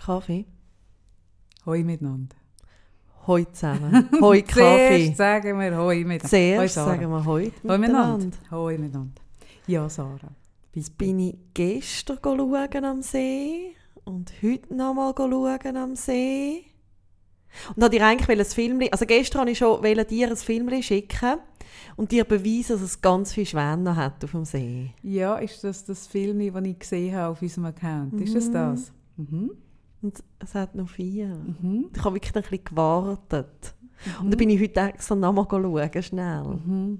Kaffee. Hoi miteinander. Hoi zusammen. Hoi Kaffee. Zuerst sagen wir Hoi miteinander. Zuerst sagen wir Hoi miteinander. Hoi miteinander. Ja, Sarah. Jetzt bin ich gestern schauen am See und heute noch mal schauen am See. Und wollte dir eigentlich ein Filmchen, also gestern wollte ich schon dir ein Filmchen schicken und dir beweisen, dass es ganz viele Schwäne hat auf dem See. Ja, ist das Film, das ich gesehen habe auf unserem Account? Ist es das? Mhm. Und es hat noch 4. Mhm. Ich habe wirklich ein bisschen gewartet. Und dann bin ich heute extra noch mal schauen, schnell. Mhm.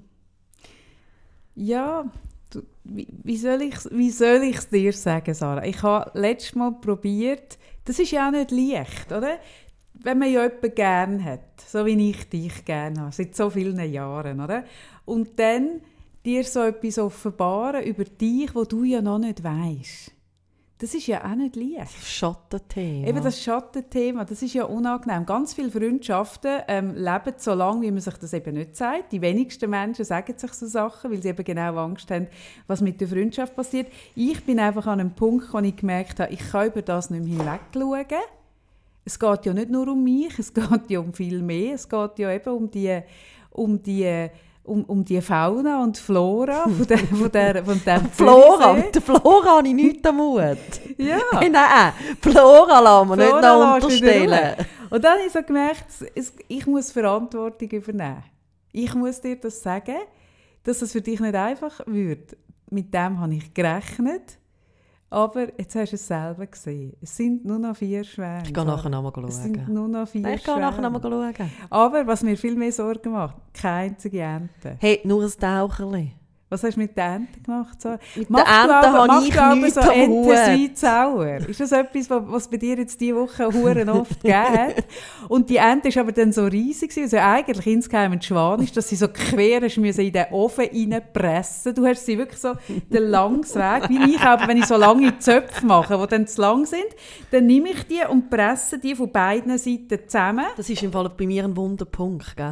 Ja, wie soll ich es dir sagen, Sarah? Ich habe letztes Mal probiert, das ist ja auch nicht leicht, oder? Wenn man ja jemanden gerne hat, so wie ich dich gerne habe, seit so vielen Jahren, oder? Und dann dir so etwas offenbaren über dich, wo du ja noch nicht weisst. Das ist ja auch nicht leicht. Das Schattenthema. Eben das Schattenthema, das ist ja unangenehm. Ganz viele Freundschaften leben so lange, wie man sich das eben nicht sagt. Die wenigsten Menschen sagen sich so Sachen, weil sie eben genau Angst haben, was mit der Freundschaft passiert. Ich bin einfach an einem Punkt, wo ich gemerkt habe, ich kann über das nicht mehr hinwegschauen. Es geht ja nicht nur um mich, es geht ja um viel mehr. Es geht ja eben um die Fauna und Flora von dem Flora, mit der Flora habe ich nichts am Mut. Ja. Nein, Flora lassen wir nicht noch unterstellen. Und dann habe ich so gemerkt, ich muss Verantwortung übernehmen. Ich muss dir das sagen, dass es für dich nicht einfach wird. Mit dem habe ich gerechnet. Aber jetzt hast du es selber gesehen. Es sind nur noch 4 Schwäne. Ich gehe nachher noch mal schauen. Es sind nur noch 4 Schwäne. Ich gehe nachher noch mal schauen. Aber was mir viel mehr Sorgen macht, keine einzige Ente. Hey, nur ein Taucherli. Was hast du mit der Ente gemacht? So? Mit der Ente habe ich nichts so am Hut. Ente-Sauer? Ist das etwas, was es bei dir jetzt diese Woche verdammt oft gegeben hat? Und die Ente war aber dann so riesig, also eigentlich insgeheim ein Schwan ist, dass sie so quer hast, in den Ofen reinpressen. Du hast sie wirklich so den langen Weg, wie ich auch, wenn ich so lange Zöpfe mache, die dann zu lang sind, dann nehme ich die und presse die von beiden Seiten zusammen. Das ist im Fall bei mir ein Wunderpunkt, gell?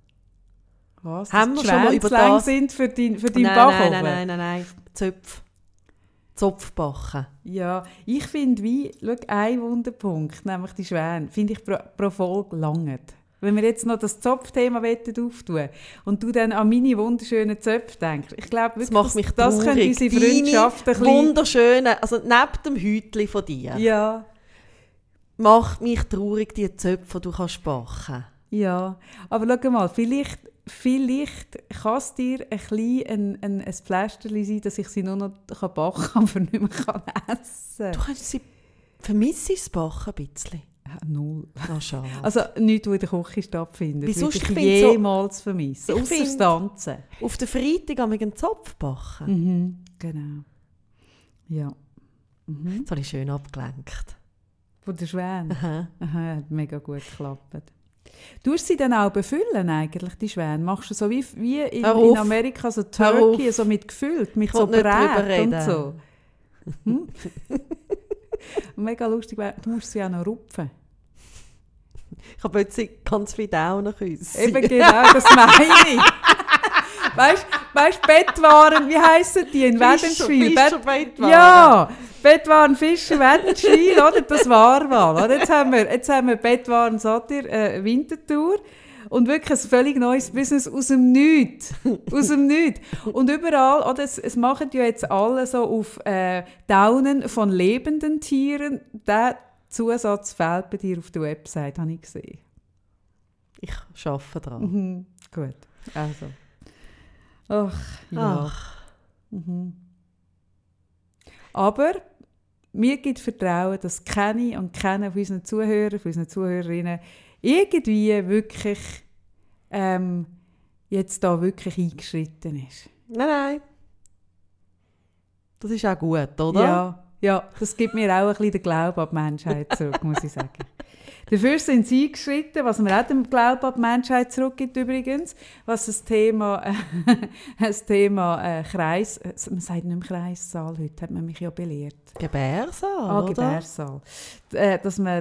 Was? Haben wir schon mal über das? Sind für deinen Backofen? Nein. Zopfbacken. Ja, ich finde, ein Wunderpunkt, nämlich die Schwäne, finde ich pro Folge langt. Wenn wir jetzt noch das Zopfthema auftun und du dann an meine wunderschönen Zöpfe denkst, ich glaube wirklich, das macht mich das könnte unsere Freundschaft ein bisschen... wunderschöne, also neben dem Hütli von dir, ja. macht mich traurig, die Zöpfe, die du kannst backen. Ja, aber schau mal, vielleicht kann es dir ein bisschen ein Pflästerchen sein, dass ich sie nur noch backen kann, aber nicht mehr essen kann. Du kannst sie... Vermisst das Backen ein bisschen? Ja, 0. Oh, schade. Also nichts, was in der Küche stattfindet. Wieso? Ich jemals vermissen. Ausser Stanzen. Auf den Freitag haben wir einen Zopf backen. Mhm, genau. Ja. Mhm. Jetzt habe ich schön abgelenkt. Von der Schwäne? Aha. Aha, hat mega gut geklappt. Du hast sie dann auch befüllen, eigentlich, die Schwäne? Machst du so wie in Amerika so Turkey, so mit gefüllt, mit so Brät und so? Hm? Mega lustig, weil du musst sie auch noch rupfen. Ich habe plötzlich ganz viele Daunenküsse. Eben genau, das meine ich. Weißt du, Bettwaren, wie heissen die in Wädenswil? Ja, Bettwaren, Fischer, Wädenswil, oder? Das war mal. Oder? Jetzt haben wir Bettwaren Satir, Winterthur. Und wirklich ein völlig neues Business aus dem Nichts. Aus dem Nichts. Und überall, oder, es machen ja jetzt alle so auf Daunen von lebenden Tieren. Der Zusatz fehlt bei dir auf der Website, habe ich gesehen. Ich arbeite dran. Mhm. Gut, also. Ach, ja. Ach. Mhm. Aber mir gibt Vertrauen, dass keine und keine von unseren Zuhörern, von unseren Zuhörerinnen irgendwie wirklich jetzt da wirklich eingeschritten ist. Nein. Das ist auch gut, oder? Ja, das gibt mir auch ein bisschen den Glauben an die Menschheit zurück, muss ich sagen. Dafür sind sie eingeschritten, was mir auch den Glauben an die Menschheit zurückgibt übrigens, was das Thema Kreis, man sagt nicht mehr Kreissaal, heute hat man mich ja belehrt. Gebärsaal, oder? Gebärsaal.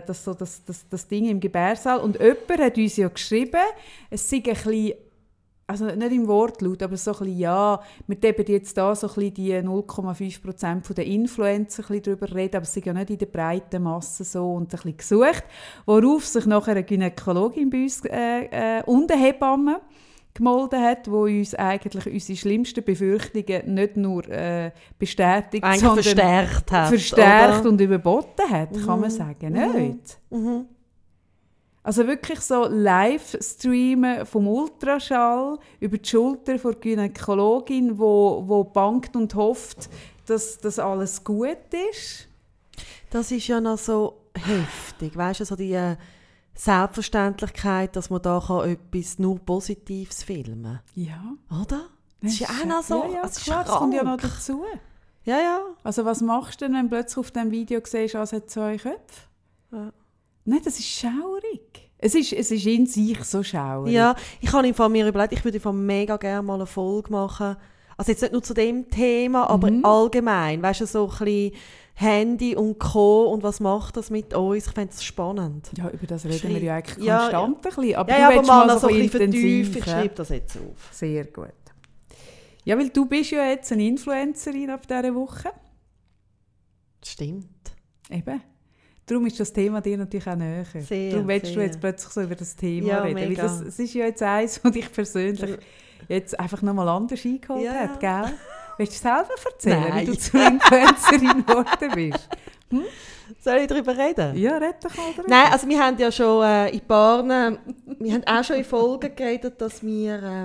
Das Ding im Gebärsaal. Und jemand hat uns ja geschrieben, es sei ein bisschen also nicht im Wortlaut, aber so ein bisschen, ja, wir dürfen jetzt da so ein bisschen die 0,5% der Influencer ein bisschen drüber reden, aber es ist ja nicht in der breiten Masse so und ein bisschen gesucht, worauf sich nachher eine Gynäkologin bei uns und eine Hebamme gemolden hat, die uns eigentlich unsere schlimmsten Befürchtungen nicht nur bestätigt, sondern verstärkt und überboten hat, kann man sagen. Nicht? Also wirklich so Livestreamen vom Ultraschall über die Schulter von der Gynäkologin, wo bangt und hofft, dass das alles gut ist. Das ist ja noch so heftig, weißt du, so die Selbstverständlichkeit, dass man da etwas nur Positives filmen kann. Ja. Oder? Das ist ja auch noch so. Ja, klar, das kommt ja noch dazu. Ja, ja. Also was machst du denn, wenn du plötzlich auf diesem Video siehst, es hat 2 Köpfe? Ja. Nein, das ist schaurig. Es ist in sich so schaurig. Ja, ich habe mir überlegt, ich würde mega gerne mal eine Folge machen. Also jetzt nicht nur zu dem Thema, aber allgemein. Weißt du, so ein bisschen Handy und Co. und was macht das mit uns? Ich fände es spannend. Ja, über das reden wir ja eigentlich konstant ein bisschen. Aber du willst mal so ein bisschen vertiefen. Ich schreibe das jetzt auf. Sehr gut. Ja, weil du bist ja jetzt eine Influencerin ab dieser Woche. Stimmt. Eben. Darum ist das Thema dir natürlich auch näher. Darum willst du jetzt plötzlich so über das Thema reden. Weil das ist ja jetzt eins, was dich persönlich jetzt einfach nochmal anders eingeholt hat, gell? Willst du selber erzählen, wie du zur Influencerin geworden bist? Soll ich darüber reden? Ja, red doch mal darüber. Nein, also wir haben ja schon wir haben auch schon in Folgen geredet, dass wir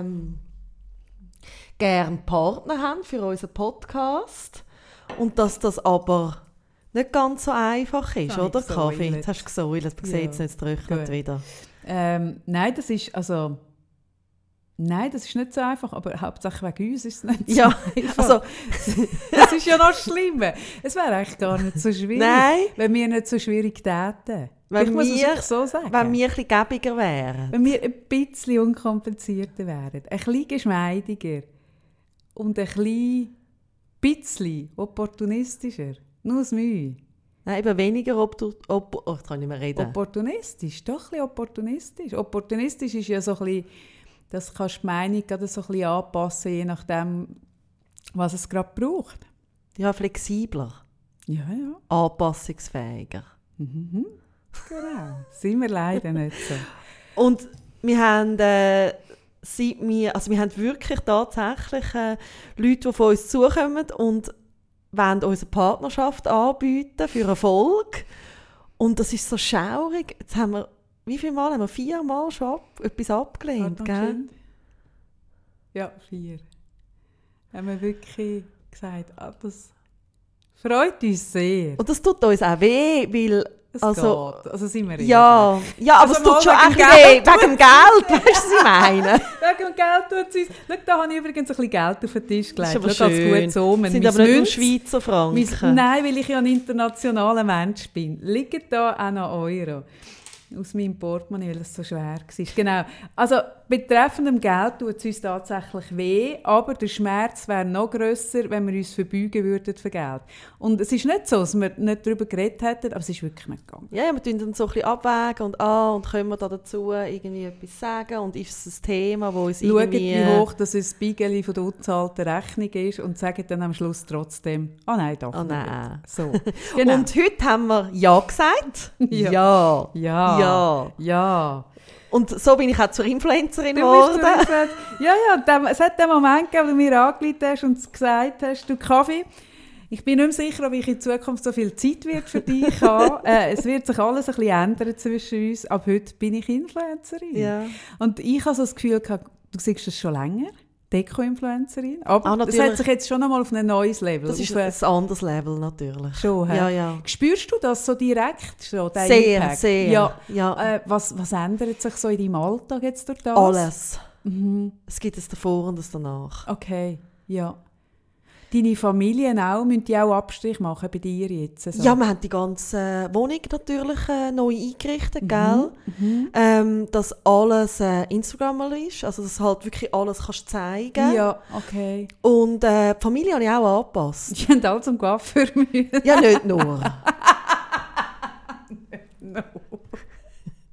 gerne Partner haben für unseren Podcast und dass das aber nicht ganz so einfach ist, oder Kaffee? Jetzt hast du gesäulet, man sieht es nicht, es trocknet wieder. Nein, das ist nicht so einfach, aber hauptsächlich wegen uns ist es nicht so einfach. Also, das ist ja noch schlimmer. Es wäre eigentlich gar nicht so schwierig, wenn wir nicht so schwierig täten. Wenn wir ein bisschen gäbiger wären. Wenn wir ein bisschen unkomplizierter wären, ein bisschen geschmeidiger und ein bisschen opportunistischer. Nur das Mühe. Nein, eben weniger ich kann nicht mehr reden. Opportunistisch, doch ein bisschen opportunistisch. Opportunistisch ist ja so ein bisschen, das kannst du die Meinung gerade so ein bisschen anpassen, je nachdem, was es gerade braucht. Ja, flexibler. Ja, ja. Anpassungsfähiger. Mhm. Genau. Sind wir leider nicht so. Und wir haben... wir haben wirklich tatsächlich Leute, die von uns zukommen und wollen unsere Partnerschaft anbieten für eine Folge. Und das ist so schaurig. Jetzt haben wir, wie viele Mal haben wir? 4 Mal schon etwas abgelehnt, gell? Ja, 4. Haben wir wirklich gesagt, das freut uns sehr. Und das tut uns auch weh, weil... Geht. Also sind wir ja, aber es tut schon echt weh, wegen dem Geld, weißt du, was ich meine? Wegen dem Geld tut es uns... Schau, da habe ich übrigens ein bisschen Geld auf den Tisch gelegt. Das ist aber schön. Gut so. Sind aber nicht nur Schweizer Franken. Nein, weil ich ja ein internationaler Mensch bin. Liegen da auch noch Euro aus meinem Portemonnaie, weil es so schwer war. Genau. Also betreffend dem Geld tut es uns tatsächlich weh, aber der Schmerz wäre noch grösser, wenn wir uns verbeugen würden für Geld. Und es ist nicht so, dass wir nicht darüber geredet hätten, aber es ist wirklich nicht gegangen. Ja, wir tun dann so ein bisschen abwägen und können wir da dazu irgendwie etwas sagen und ist es ein Thema, wo uns irgendwie... Schaut, wie hoch das ein Spiegel von der unzahlten Rechnung ist und sagt dann am Schluss trotzdem, nein, doch nicht. Nein. So. Genau. Und heute haben wir Ja gesagt. Ja. Und so bin ich auch zur Influencerin geworden. Es hat den Moment gegeben, wo du mir angerufen hast und gesagt hast, du Kaffee, ich bin nicht mehr sicher, ob ich in Zukunft so viel Zeit wird für dich haben. Es wird sich alles ein bisschen ändern zwischen uns, aber heute bin ich Influencerin. Ja. Und ich habe so das Gefühl gehabt, du siehst das schon länger. Deko-Influencerin. Aber das natürlich. hat sich jetzt schon einmal auf ein neues Level. Das ist ein anderes Level natürlich. Schon, ja. Spürst du das so direkt? So, sehr, Impact? sehr. Ja. Was ändert sich so in deinem Alltag jetzt durch das? Alles. Es gibt es davor und es danach. Okay, ja. Deine Familien auch, müssen die auch Abstrich machen bei dir jetzt? So? Ja, wir haben die ganze Wohnung natürlich neu eingerichtet, gell? Dass alles Instagrammer ist, also dass halt wirklich alles kannst zeigen. Ja, okay. Und die Familie habe ich auch angepasst. Die haben alle zum Coiffeur müssen. Ja, nicht nur. No.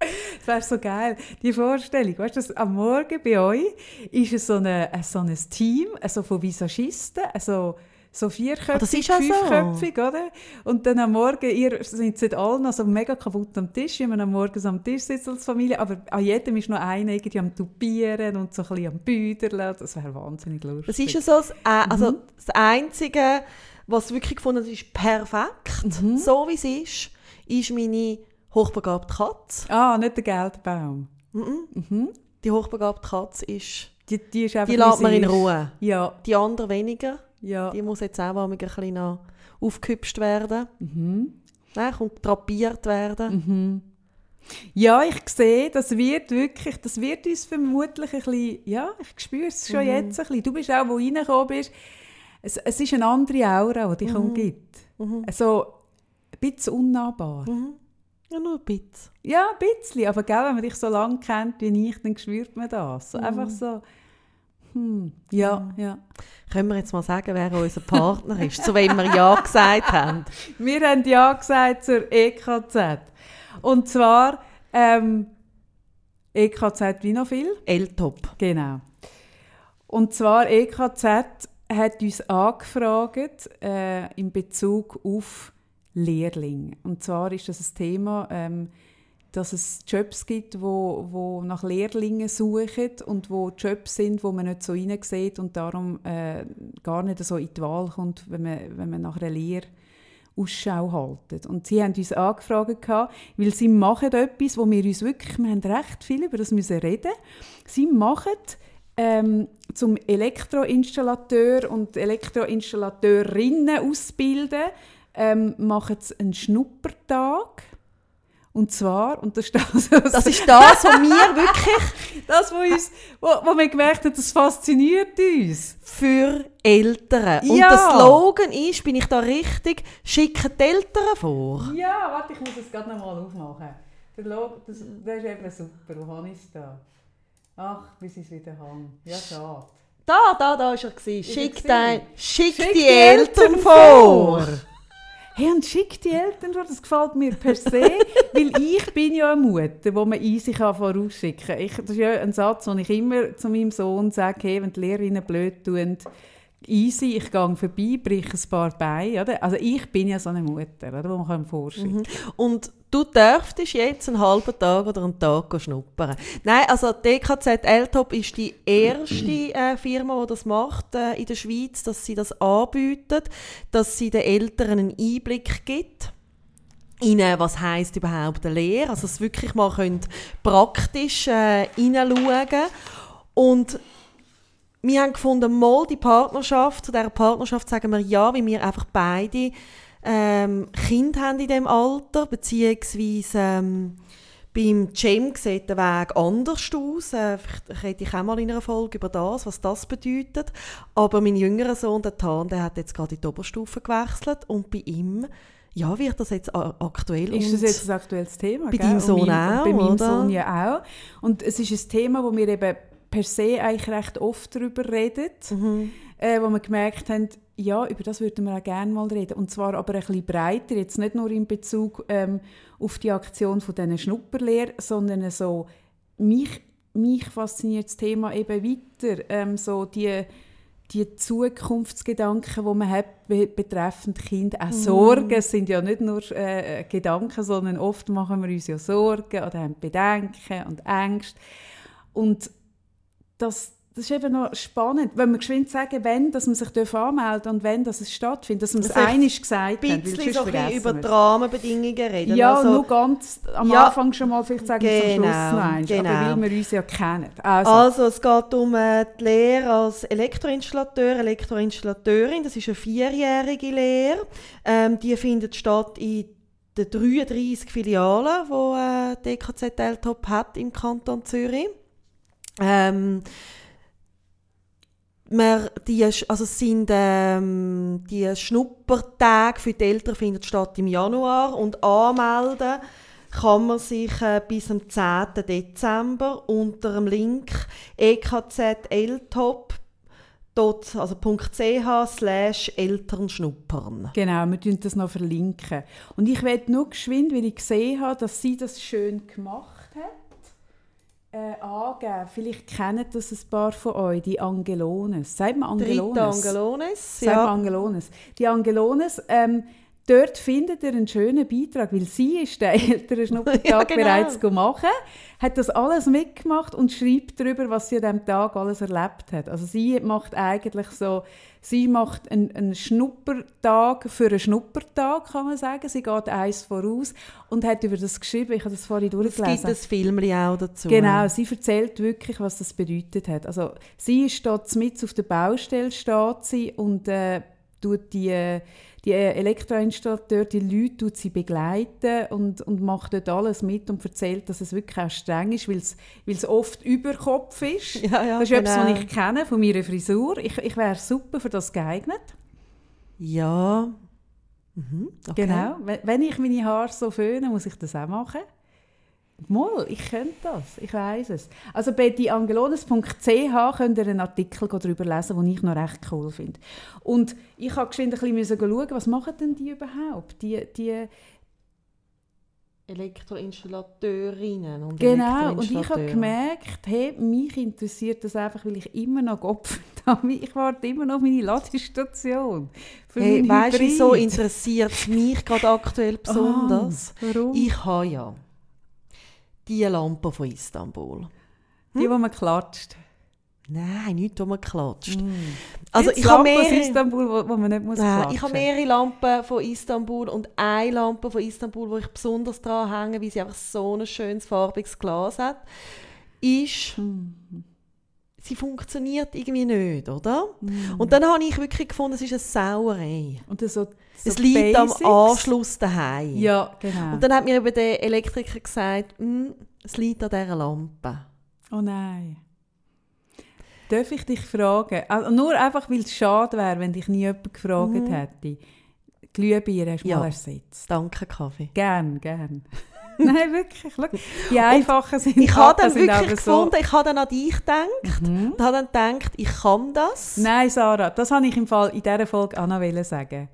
Das wäre so geil, die Vorstellung. Weißt du, am Morgen bei euch ist es so ein Team also von Visagisten, also so vierköpfig, fünfköpfig, oder? Und dann am Morgen, ihr seid alle also mega kaputt am Tisch, wie man am Morgen am Tisch sitzt als Familie, aber an jedem ist noch einer irgendwie am Tupieren und so ein bisschen am Büderlen. Das wäre wahnsinnig lustig. Das ist ja so, das Einzige, was wirklich gefunden hat, ist perfekt, so wie es ist meine hochbegabte Katze. Ah, nicht der Geldbaum. Die hochbegabte Katze ist... Die ist einfach die lässt man in Ruhe. Ja. Die andere weniger. Ja. Die muss jetzt auch ein bisschen noch aufgehübscht werden. Und drapiert werden. Ja, ich sehe, das wird uns vermutlich ein bisschen, ja, ich spüre es schon jetzt ein bisschen. Du bist auch, wo du reingekommen bist, es ist eine andere Aura, die dich umgibt. Also, ein bisschen unnahbar. Ja, nur ein bisschen. Ja, ein bisschen, aber gell, wenn man dich so lange kennt wie ich, dann spürt man das. So, einfach so, ja. Können wir jetzt mal sagen, wer unser Partner ist, zu wem wir Ja gesagt haben? Wir haben Ja gesagt zur EKZ. Und zwar, EKZ wie noch viel? L-Top. Genau. Und zwar, EKZ hat uns angefragt in Bezug auf Lehrlinge. Und zwar ist das ein Thema, dass es Jobs gibt, wo nach Lehrlingen suchen und wo Jobs sind, wo man nicht so reinsieht und darum gar nicht so in die Wahl kommt, wenn man nach einer Lehre Ausschau halten. Und sie haben uns angefragt, weil sie machen etwas, wo wir haben recht viel über das müssen reden. Sie machen zum Elektroinstallateur und Elektroinstallateurinnen ausbilden, machen sie einen Schnuppertag. Und zwar, und das ist das, was wir wirklich... Das, wo wir gemerkt haben, das fasziniert uns. Für Eltern. Ja. Und der Slogan ist, bin ich da richtig, schicken die Eltern vor. Ja, warte, ich muss es gerade noch mal aufmachen. Der das ist eben super. Wo habe ich es da? Ach, bis ich es wieder habe. Ja, schade. Da war er. Schick die Eltern vor. Hey, und schick die Eltern vor, das gefällt mir per se, weil ich bin ja eine Mutter, die man easy vorausschicken kann. Das ist ja ein Satz, den ich immer zu meinem Sohn sage, hey, wenn die Lehrerinnen blöd tun, easy, ich gehe vorbei, breche ein paar Beine. Oder? Also ich bin ja so eine Mutter, oder, die man vorschicken kann. Und du dürftest jetzt einen halben Tag oder einen Tag schnuppern. Nein, also die DKZ L-Top ist die erste Firma, die das macht in der Schweiz, dass sie das anbietet, dass sie den Eltern einen Einblick gibt in was heisst überhaupt eine Lehre, also dass sie wirklich mal praktisch hineinschauen können. Und wir haben gefunden, mal die Partnerschaft, zu dieser Partnerschaft sagen wir ja, weil wir einfach beide Kinder haben in diesem Alter, beziehungsweise beim Cem sieht der Weg anders aus. Vielleicht rede ich auch mal in einer Folge über das, was das bedeutet. Aber mein jüngerer Sohn, der Tan, der hat jetzt gerade in die Oberstufe gewechselt und bei ihm wird das jetzt aktuell. Ist das jetzt ein aktuelles Thema? Bei deinem Sohn auch, bei meinem Sohn ja auch. Und es ist ein Thema, wo wir eben per se eigentlich recht oft darüber reden, wo wir gemerkt haben, ja, über das würden wir auch gerne mal reden. Und zwar aber ein bisschen breiter, jetzt nicht nur in Bezug auf die Aktion von diesen Schnupperlehren, sondern so, mich fasziniert das Thema eben weiter, so die Zukunftsgedanken, die man hat betreffend Kinder. Auch Sorgen sind ja nicht nur Gedanken, sondern oft machen wir uns ja Sorgen oder haben Bedenken und Ängste. Und das ist eben noch spannend, wenn wir geschwind sagen, wenn, dass man sich anmelden darf und wenn, dass es stattfindet, dass man es einmal gesagt hat. Ein bisschen so über die Rahmenbedingungen reden. Ja, also, nur ganz am Anfang schon mal vielleicht sagen, am Schluss noch eins, aber weil wir uns ja kennen. Also es geht um die Lehre als Elektroinstallateur, Elektroinstallateurin. Das ist eine 4-jährige Lehre. Die findet statt in den 33 Filialen, die DKZ L-Top hat im Kanton Zürich. Die Schnuppertage für die Eltern finden statt im Januar und anmelden kann man sich bis zum 10. Dezember unter dem Link ekzltop.ch/Elternschnuppern. Genau, wir verlinken das noch. Und ich werde nur geschwind, weil ich gesehen habe, dass sie das schön gemacht hat. angeben. Vielleicht kennen das ein paar von euch, die Angelones. Sagt man Angelones? Dritte Angelones, ja. Sagt man Angelones. Die Angelones, dort findet ihr einen schönen Beitrag, weil sie ist den älteren Schnuppertag bereits gemacht, hat das alles mitgemacht und schreibt darüber, was sie an diesem Tag alles erlebt hat. Also sie macht eigentlich so, sie macht einen Schnuppertag für einen Schnuppertag, kann man sagen. Sie geht eins voraus und hat über das geschrieben. Ich habe das vorhin durchgelesen. Es gibt ein Filmchen auch dazu. Genau, sie erzählt wirklich, was das bedeutet hat. Also sie steht mitten auf der Baustelle steht sie und tut die Elektroinstallateur, die Leute tut sie begleiten und macht dort alles mit und erzählt, dass es wirklich auch streng ist, weil es oft über Kopf ist. Ja, das ist etwas, was ich kenne von meiner Frisur. Ich wäre super für das geeignet. Ja. Okay. Genau. Wenn ich meine Haare so föhne, muss ich das auch machen. Mal, ich könnte das, ich weiss es. Also bei dieangelones.ch könnt ihr einen Artikel darüber lesen, den ich noch recht cool finde. Und ich habe geschwind ein bisschen schauen, was machen denn die überhaupt? Die Elektroinstallateurinnen und genau, und ich habe gemerkt, hey, mich interessiert das einfach, weil ich immer noch ich warte immer noch auf meine Ladestation. Hey, weißt du, wieso interessiert es mich gerade aktuell besonders? Warum? Ich habe ja die Lampe von Istanbul. Die man klatscht? Nein, nicht, wo man klatscht. Also ich habe mehrere von Istanbul, wo man nicht muss klatschen. Ich habe mehrere Lampen von Istanbul und eine Lampe von Istanbul, wo ich besonders dran hänge, weil sie einfach so ein schönes farbiges Glas hat, ist, sie funktioniert irgendwie nicht, oder? Und dann habe ich wirklich gefunden, es ist eine Sauerei. Und so es liegt Basics am Anschluss daheim. Ja, genau. Und dann hat mir über den Elektriker gesagt, es liegt an dieser Lampe. Oh nein. Darf ich dich fragen, also nur einfach, weil es schade wäre, wenn dich nie jemand gefragt hätte, Glühbirne hast du mal ersetzt? Danke, Kaffee. Gern. Nein, wirklich. Schau, die einfachen sind ich habe dann sind wirklich gefunden, so. Ich habe dann an dich gedacht und habe dann gedacht, ich kann das. Nein, Sarah, das wollte ich im Fall in dieser Folge auch noch sagen.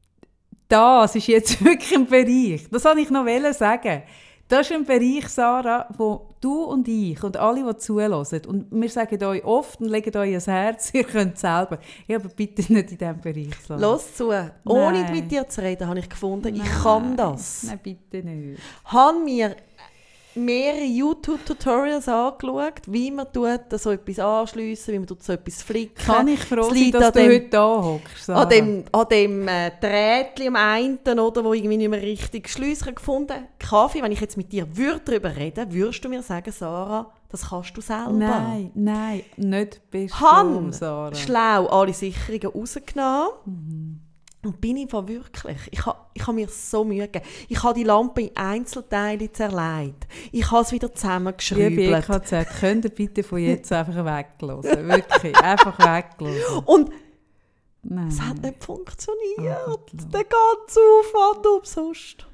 Das ist jetzt wirklich ein Bereich. Das wollte ich noch sagen. Das ist ein Bereich, Sarah, wo du und ich und alle, die zuhören, und wir sagen euch oft und legen euch ans Herz, ihr könnt es selber. Ja, aber bitte nicht in diesem Bereich. Sarah. Los zu. Ohne mit dir zu reden, habe ich gefunden, ich kann das. Nein, bitte nicht. Habe mir mehrere YouTube-Tutorials angeschaut, wie man so etwas anschliessen, wie man so etwas flicken. Kann ich froh sein, dass du heute da hockst, Sarah? An dem Drähtchen am einen, oder, wo irgendwie nicht mehr richtig schliessen gefunden. Kaffee, wenn ich jetzt mit dir darüber reden würde, würdest du mir sagen, Sarah, das kannst du selber. Nein, nicht bis zum, Sarah. Schlau alle Sicherungen rausgenommen. Und bin ich wirklich, ich habe mir so Mühe gegeben. Ich habe die Lampe in Einzelteile zerlegt. Ich habe es wieder zusammengeschraubt. Liebe EKZ, könnt ihr bitte von jetzt einfach weglassen? Wirklich, einfach weglassen. Und nein, es hat nicht funktioniert. Der ganze Aufwand umsonst.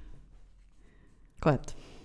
Gut.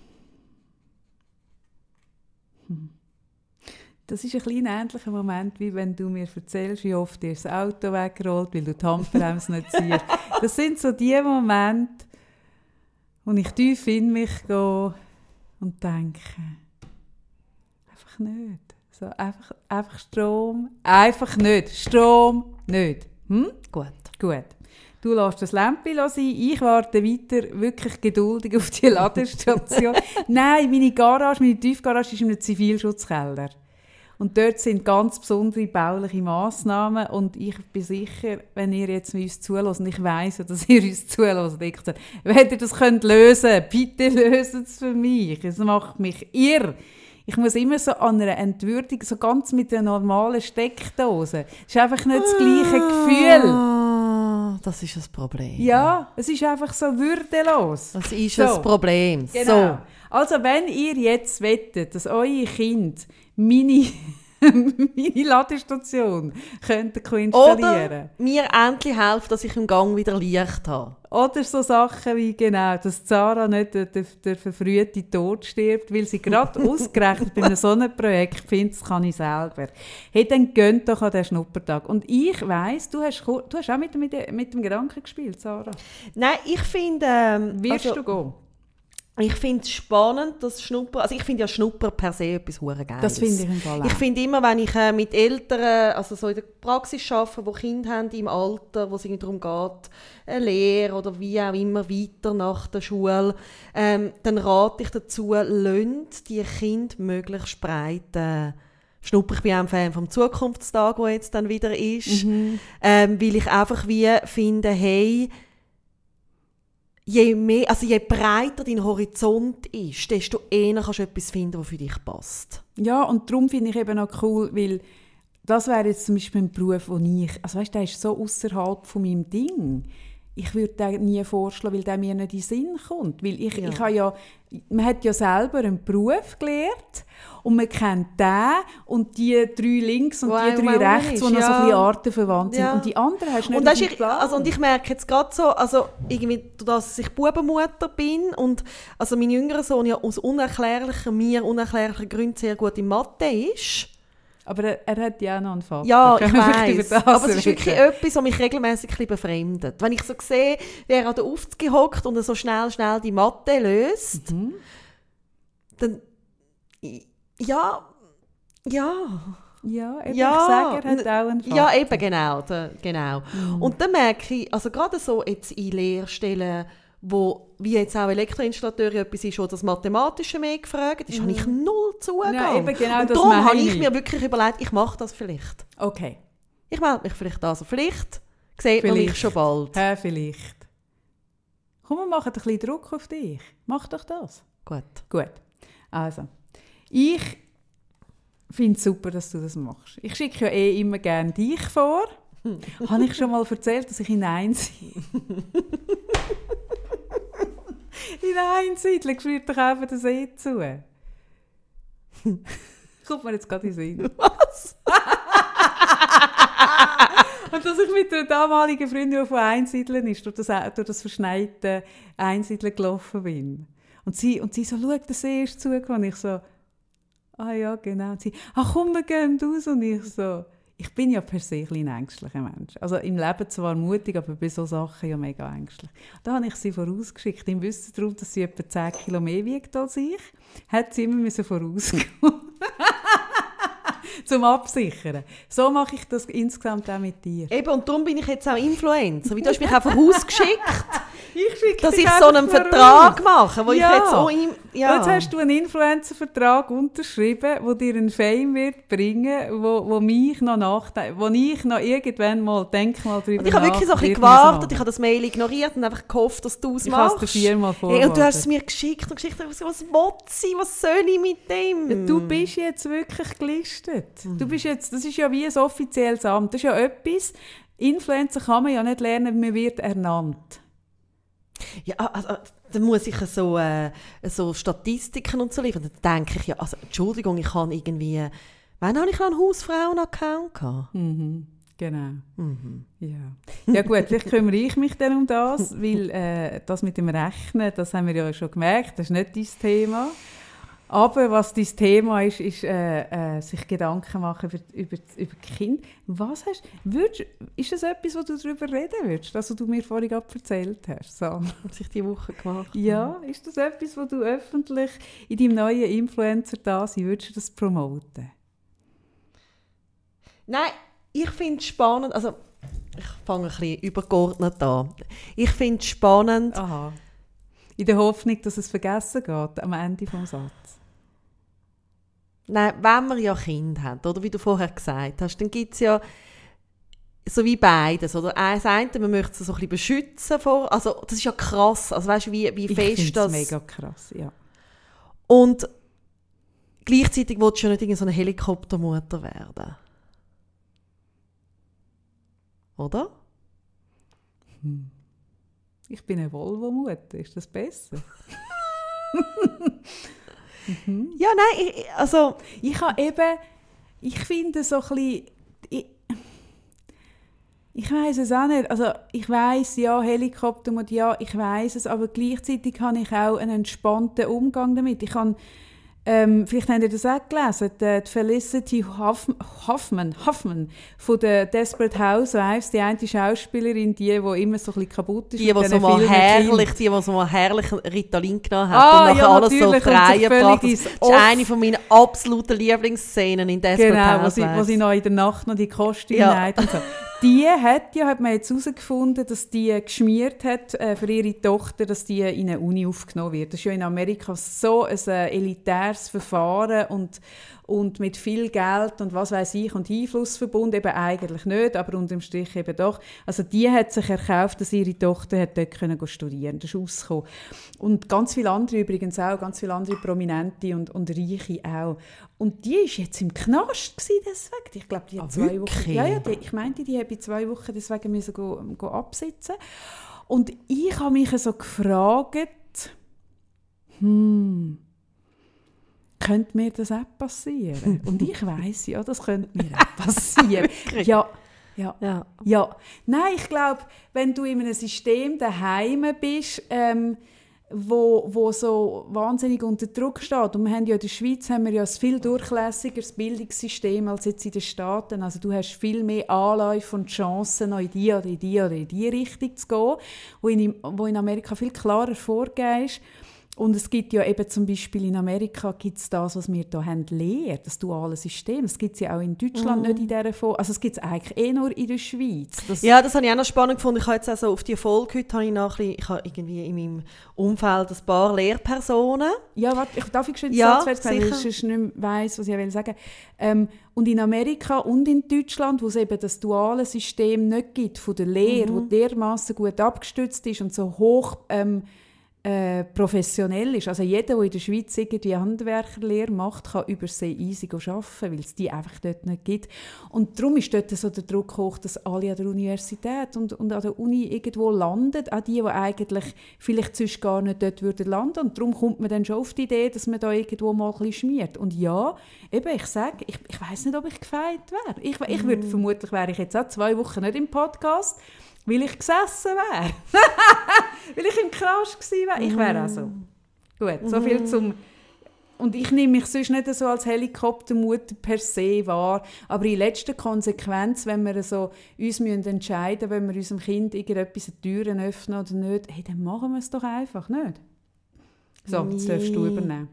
Das ist ein klein ähnlicher Moment, wie wenn du mir erzählst, wie oft dir das Auto wegrollt, weil du die Handbremse nicht ziehst. Das sind so die Momente, wo ich tief in mich gehe und denke, einfach nicht. So, einfach Strom, einfach nicht. Strom nicht. Gut. Du lässt das Lämpchen sein, ich warte weiter wirklich geduldig auf die Ladestation. Nein, meine Tiefgarage ist in einem Zivilschutzkeller. Und dort sind ganz besondere bauliche Massnahmen und ich bin sicher, wenn ihr jetzt uns zuhört, und ich weiss, dass ihr uns zuhört, wenn ihr das lösen könnt, bitte löst es für mich. Es macht mich irre. Ich muss immer so an einer Entwürdigung, so ganz mit einer normalen Steckdose. Es ist einfach nicht das gleiche Gefühl. Das ist das Problem. Ja, es ist einfach so würdelos. Das ist das Problem. Genau. So. Also wenn ihr jetzt wettet, dass euer Kind meine Ladestation könnte installieren. Oder mir endlich helfen, dass ich im Gang wieder Licht habe. Oder so Sachen wie, genau, dass Sarah nicht der verfrühte Tod stirbt, weil sie gerade ausgerechnet bei einem solchen Projekt findet, das kann ich selber. Hey, dann gönnt doch an den Schnuppertag. Und ich weiss, du hast auch mit dem Gedanken gespielt, Sarah. Nein, ich finde... Wirst du gehen? Ich finde es spannend, dass Schnupper, also ich finde ja Schnupper per se etwas hure Geiles. Das finde ich im Fall auch. Ich finde immer, wenn ich mit Eltern, also so in der Praxis arbeite, die Kinder haben im Alter, wo es darum geht, eine Lehre oder wie auch immer weiter nach der Schule, dann rate ich dazu, lasst die Kinder möglichst breit Schnupper. Ich bin auch ein Fan vom Zukunftstag, der jetzt dann wieder ist, weil ich einfach wie finde, hey, je breiter dein Horizont ist, desto eher kannst du etwas finden, was für dich passt. Ja, und darum finde ich eben auch cool, weil das wäre jetzt zum Beispiel ein Beruf, wo also weißt, der ist so außerhalb von meinem Ding. Ich würde den nie vorschlagen, weil der mir nicht in den Sinn kommt. Weil ich habe ja, man hat ja selber einen Beruf gelernt und man kennt den und die 3 links und die 3 rechts, die noch so ein bisschen artenverwandt sind. Und die anderen hast du nicht auf dem Plan. Und ich merke jetzt gerade so, also irgendwie, dass ich Bubenmutter bin und also mein jüngerer Sohn ja aus unerklärlichen Gründen sehr gut in Mathe ist. Aber er hat ja auch noch einen Vater. Ja, ich weiss. Aber es ist wirklich etwas, was mich regelmässig befremdet. Wenn ich so sehe, wie er an der Aufzüge hockt und so schnell die Mathe löst, dann ja. Ja, eben, ich sage, er hat auch einen Vater. Ja, eben, genau. Und dann merke ich, also gerade so jetzt in Lehrstellen, wo, wie jetzt auch Elektroinstallateure etwas ist, wo das Mathematische mehr gefragt ist, habe ich null Zugang. Ja, eben genau, und darum habe ich mir wirklich überlegt, ich mache das vielleicht. Okay. Ich melde mich vielleicht an. Also vielleicht sieht man mich schon bald. Ja, vielleicht. Komm, wir machen ein bisschen Druck auf dich. Mach doch das. Gut. Also, ich finde es super, dass du das machst. Ich schicke ja immer gerne dich vor. Habe ich schon mal erzählt, dass ich in Einsiedlung spürt doch einfach den See zu. Kommt mir jetzt gerade in den Sinn. Was? Und dass ich mit einer damaligen Freundin, die von Einsiedeln ist, durch das verschneite Einsiedeln gelaufen bin. Und sie so, schau, der See ist zugekommen. Und ich so, ah ja, genau. Und sie, komm, wir gehen raus. Und ich so, ich bin ja per se ein ängstlicher Mensch. Also im Leben zwar mutig, aber bei solchen Sachen ja mega ängstlich. Da habe ich sie vorausgeschickt. Im Wissen darum, dass sie etwa 10 Kilo mehr wiegt als ich, hat sie immer vorausgehen zum Absichern. So mache ich das insgesamt auch mit dir. Eben, und darum bin ich jetzt auch Influencer. Du hast mich einfach vorausgeschickt, dass ich so einen Vertrag mache, wo ich jetzt auch Jetzt hast du einen Influencer-Vertrag unterschrieben, der dir einen Fame wird bringen, wo ich noch irgendwann mal Denkmal drüber und ich habe wirklich so ein bisschen gewartet, ich habe das Mail ignoriert und einfach gehofft, dass du es machst. Ich habe es dir 4-mal vorgewartet. Und du hast es mir geschickt und was will sie, was soll ich mit dem? Du bist jetzt wirklich gelistet. Du bist jetzt, das ist ja wie ein offizielles Amt. Das ist ja etwas, Influencer kann man ja nicht lernen, man wird ernannt. Ja, also, dann muss ich so Statistiken und so liefern. Dann denke ich ja, also Entschuldigung, ich habe irgendwie, wann habe ich noch einen Hausfrauen-Account gehabt? Genau. Ja gut, vielleicht kümmere ich mich dann um das, weil das mit dem Rechnen, das haben wir ja schon gemerkt, das ist nicht dein Thema. Aber was dein Thema ist, sich Gedanken machen über Kinder. Ist das etwas, wo du darüber reden würdest, das, was du mir vorhin erzählt hast, Sam? Was ich diese Woche gemacht habe. Ja, ist das etwas, wo du öffentlich in deinem neuen Influencer da sein würdest du das promoten? Nein, ich finde es spannend, also ich fange ein bisschen übergeordnet an. Ich finde es spannend. Aha. In der Hoffnung, dass es vergessen geht am Ende des Satzes. Nein, wenn man ja Kinder hat, oder wie du vorher gesagt hast, dann gibt es ja so wie beides. Oder das eine, man möchte es so ein bisschen beschützen vor. Also das ist ja krass. Also weißt du, wie fest das... Ich finde es mega krass, ja. Und gleichzeitig willst du ja nicht so eine Helikoptermutter werden. Oder? Ich bin eine Volvo-Mutter, ist das besser? Ja, nein, ich finde so ein bisschen, ich weiss es auch nicht, also ich weiss, ja, Helikoptermutter, ja, ich weiss es, aber gleichzeitig habe ich auch einen entspannten Umgang damit. Ich habe vielleicht habt ihr das auch gelesen, die Felicity Huffman von den Desperate Housewives, die eine Schauspielerin, die immer so ein bisschen kaputt ist. Die so mal herrlich Ritalin genommen hat und nachher alles so auf Reihe gebracht. Das ist eine von meinen absoluten Lieblingsszenen in Desperate Housewives. Genau, wo sie noch in der Nacht noch die Kostüme hat und so. Die hat man jetzt herausgefunden, dass die geschmiert hat für ihre Tochter, dass die in eine Uni aufgenommen wird. Das ist ja in Amerika so ein elitäres Verfahren und mit viel Geld und was weiß ich und Einfluss verbunden, eben eigentlich nicht, aber unterm Strich eben doch. Also die hat sich erkauft, dass ihre Tochter hat dort studieren konnte. Das ist rausgekommen. Und ganz viele andere übrigens auch, ganz viele andere Prominente und Reiche auch. Und die war jetzt im Knast deswegen. Ich glaube, die hat 2 Wochen... Ja, ich meinte, die habe 2 Wochen deswegen müssen go absitzen. Und ich habe mich so gefragt, könnte mir das auch passieren? Und ich weiss, ja, das könnte mir auch passieren. Ja. Nein, ich glaube, wenn du in einem System daheim bist, wo so wahnsinnig unter Druck steht. Und wir haben ja in der Schweiz ein viel durchlässigeres Bildungssystem als jetzt in den Staaten. Also du hast viel mehr Anläufe und Chancen, noch in die oder in die oder in die Richtung zu gehen, wo in Amerika viel klarer vorgegeben ist. Und es gibt ja eben zum Beispiel in Amerika gibt's das, was wir hier haben, Lehre, das duale System. Das gibt es ja auch in Deutschland nicht in dieser Form. Also es gibt es eigentlich nur in der Schweiz. Das habe ich auch noch spannend gefunden. Ich habe jetzt also auf die Folge heute ich habe irgendwie in meinem Umfeld ein paar Lehrpersonen. Ja, warte, darf ich schon den Satz fertig sagen, weil ich nicht mehr weiss, was ich sagen will. Und in Amerika und in Deutschland, wo es eben das duale System nicht gibt, von der Lehre, wo dermassen gut abgestützt ist und so hoch professionell ist. Also jeder, der in der Schweiz irgendwie Handwerkerlehre macht, kann übersee easy arbeiten, weil es die einfach dort nicht gibt. Und darum ist dort so der Druck hoch, dass alle an der Universität und an der Uni irgendwo landen, auch die eigentlich vielleicht sonst gar nicht dort würden landen. Und darum kommt man dann schon auf die Idee, dass man da irgendwo mal ein bisschen schmiert. Und ja, eben, ich sage, ich weiss nicht, ob ich gefeit wäre. Ich würde vermutlich, wäre ich jetzt auch 2 Wochen nicht im Podcast, weil ich gesessen wäre. Weil ich im Knast gewesen wäre. Ich wäre auch so. Gut, so viel zum... Und ich nehme mich sonst nicht so als Helikoptermutter per se wahr. Aber in letzter Konsequenz, wenn wir so uns entscheiden müssen, wenn wir unserem Kind irgendetwas die Türen öffnen oder nicht, hey, dann machen wir es doch einfach nicht. So, jetzt darfst du übernehmen.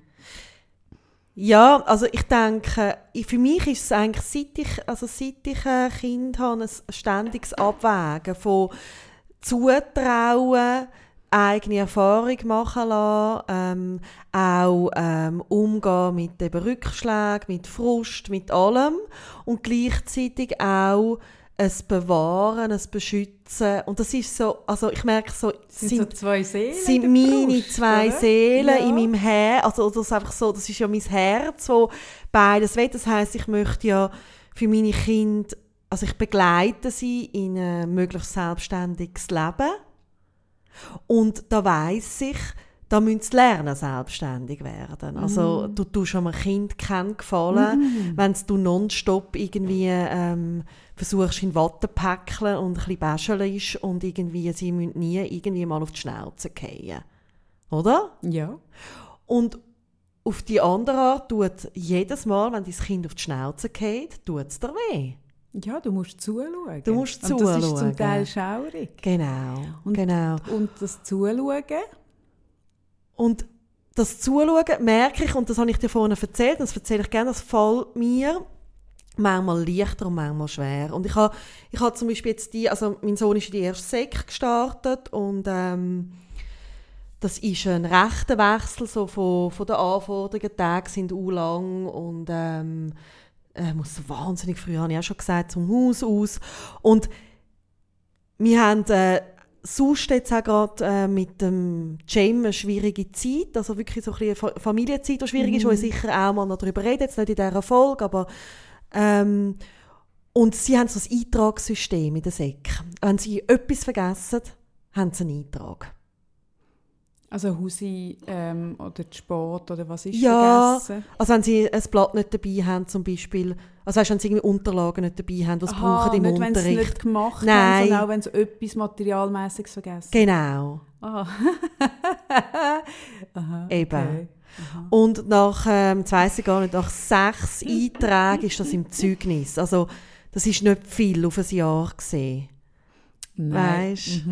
Ja, also ich denke, für mich ist es eigentlich, seit ich ein Kind habe, ein ständiges Abwägen von Zutrauen, eigene Erfahrung machen lassen, auch umgehen mit eben Rückschlägen, mit Frust, mit allem und gleichzeitig auch ein Bewahren, ein Beschützen. Und das ist so, also ich merke so, sind so 2 Seelen sind meine Brust, 2 Seelen in meinem Herz. Also das ist einfach so, das ist ja mein Herz, wo beides will. Das heisst, ich möchte ja für meine Kinder, also ich begleite sie in ein möglichst selbstständiges Leben. Und da weiss ich, da müssen sie lernen, selbstständig werden. Also du tust einem Kind keinen Gefallen, wenn du nonstop irgendwie versuchst, in Watte zu päckeln und ein bisschen bäschelst und irgendwie, sie müssen nie irgendwie mal auf die Schnauze fallen. Oder? Ja. Und auf die andere Art tut jedes Mal, wenn dein Kind auf die Schnauze fällt, tut es dir weh. Ja, du musst zuschauen. Und das ist zum Teil schaurig. Genau. Und das Zuschauen... Und das Zuschauen merke ich, und das habe ich dir vorhin erzählt, das erzähle ich gerne, das fällt mir manchmal leichter und manchmal schwer. Und ich habe zum Beispiel jetzt also mein Sohn ist in die erste Sek gestartet und das ist ein rechter Wechsel so von den Anforderungen, die Tage sind lang und muss so wahnsinnig früh, habe ich auch schon gesagt, zum Haus aus. Und wir haben sonst jetzt auch gerade mit dem Cem eine schwierige Zeit, also wirklich so ein bisschen eine Familienzeit, die schwierig ist, wo ich sicher auch mal noch darüber rede, jetzt nicht in dieser Folge, aber und sie haben so ein Eintragssystem in der Sek. Wenn sie etwas vergessen, haben sie einen Eintrag. Also Husi oder Sport oder was ist vergessen? Also wenn sie ein Blatt nicht dabei haben zum Beispiel, also weißt, wenn sie irgendwie Unterlagen nicht dabei haben, was brauchen im nicht, Unterricht. Wenn sie es nicht gemacht haben, sondern auch wenn sie etwas Materialmäßiges vergessen. Genau. Aha. Eben. Okay. Und nach, jetzt weiss ich gar nicht, nach 6 Einträgen ist das im Zeugnis. Also das ist nicht viel auf ein Jahr gesehen. Weißt?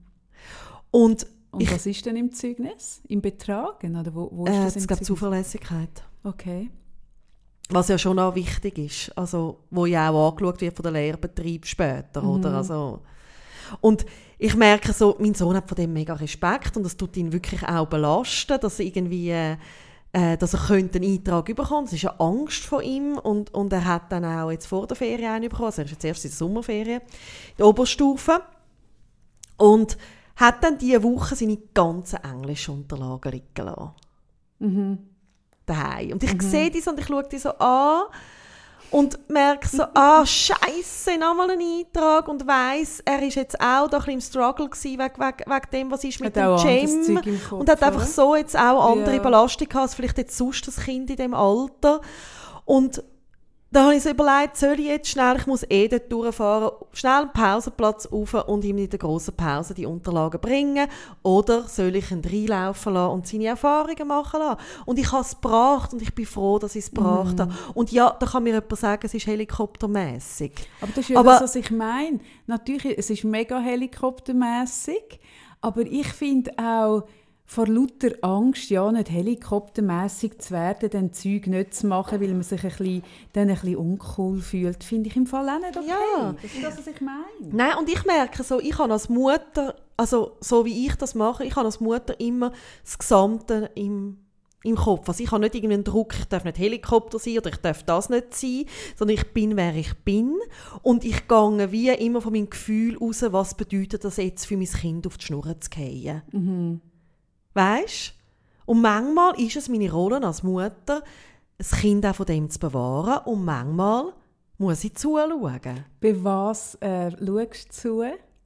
Und was ist denn im Zeugnis? Im Betrag? Oder wo ist das im Zeugnis? Zuverlässigkeit. Okay. Was ja schon auch wichtig ist, also wo ja auch angeschaut wird von den Lehrbetrieben später, oder? Also, und ich merke so, mein Sohn hat von dem mega Respekt und das tut ihn wirklich auch belasten, dass er irgendwie, dass er könnte einen Eintrag bekommen. Das ist eine Angst von ihm und er hat dann auch jetzt vor der Ferien einen bekommen, also er ist jetzt erst in der Sommerferien, in der Oberstufe, und hat dann diese Woche seine ganzen englischen Unterlagen liegen lassen. Daheim. Und ich sehe das und ich schaue die so an und merke so, Scheisse, nochmal einen Eintrag, und weiss, er ist jetzt auch da ein bisschen im Struggle gewesen, wegen dem, was ist mit dem Gym, und hat einfach so jetzt auch andere Belastung gehabt, als vielleicht jetzt sonst das Kind in diesem Alter. Und da habe ich so überlegt, soll ich jetzt schnell, ich muss dort durchfahren, schnell einen Pausenplatz rauf und ihm in der grossen Pause die Unterlagen bringen, oder soll ich ihn reinlaufen lassen und seine Erfahrungen machen lassen? Und ich habe es gebracht und ich bin froh, dass ich es gebracht habe. Und ja, da kann mir jemand sagen, es ist helikoptermässig. Aber das ist ja das, was ich meine. Natürlich, es ist mega helikoptermässig, aber ich finde auch, vor lauter Angst, ja, nicht helikoptermässig zu werden, dann Zeug nicht zu machen, weil man sich ein bisschen uncool fühlt, finde ich im Fall auch nicht okay. Ja. Das ist das, was ich meine. Nein, und ich merke so, ich habe als Mutter, also so wie ich das mache, ich habe als Mutter immer das Gesamte im Kopf. Also ich habe nicht irgendeinen Druck, ich darf nicht Helikopter sein oder ich darf das nicht sein, sondern ich bin, wer ich bin. Und ich gehe wie immer von meinem Gefühl raus, was bedeutet das jetzt für mein Kind auf die Schnur zu fallen. Weisst? Und manchmal ist es meine Rolle als Mutter, das Kind auch von dem zu bewahren, und manchmal muss ich zuschauen. Bei was schaust du zu?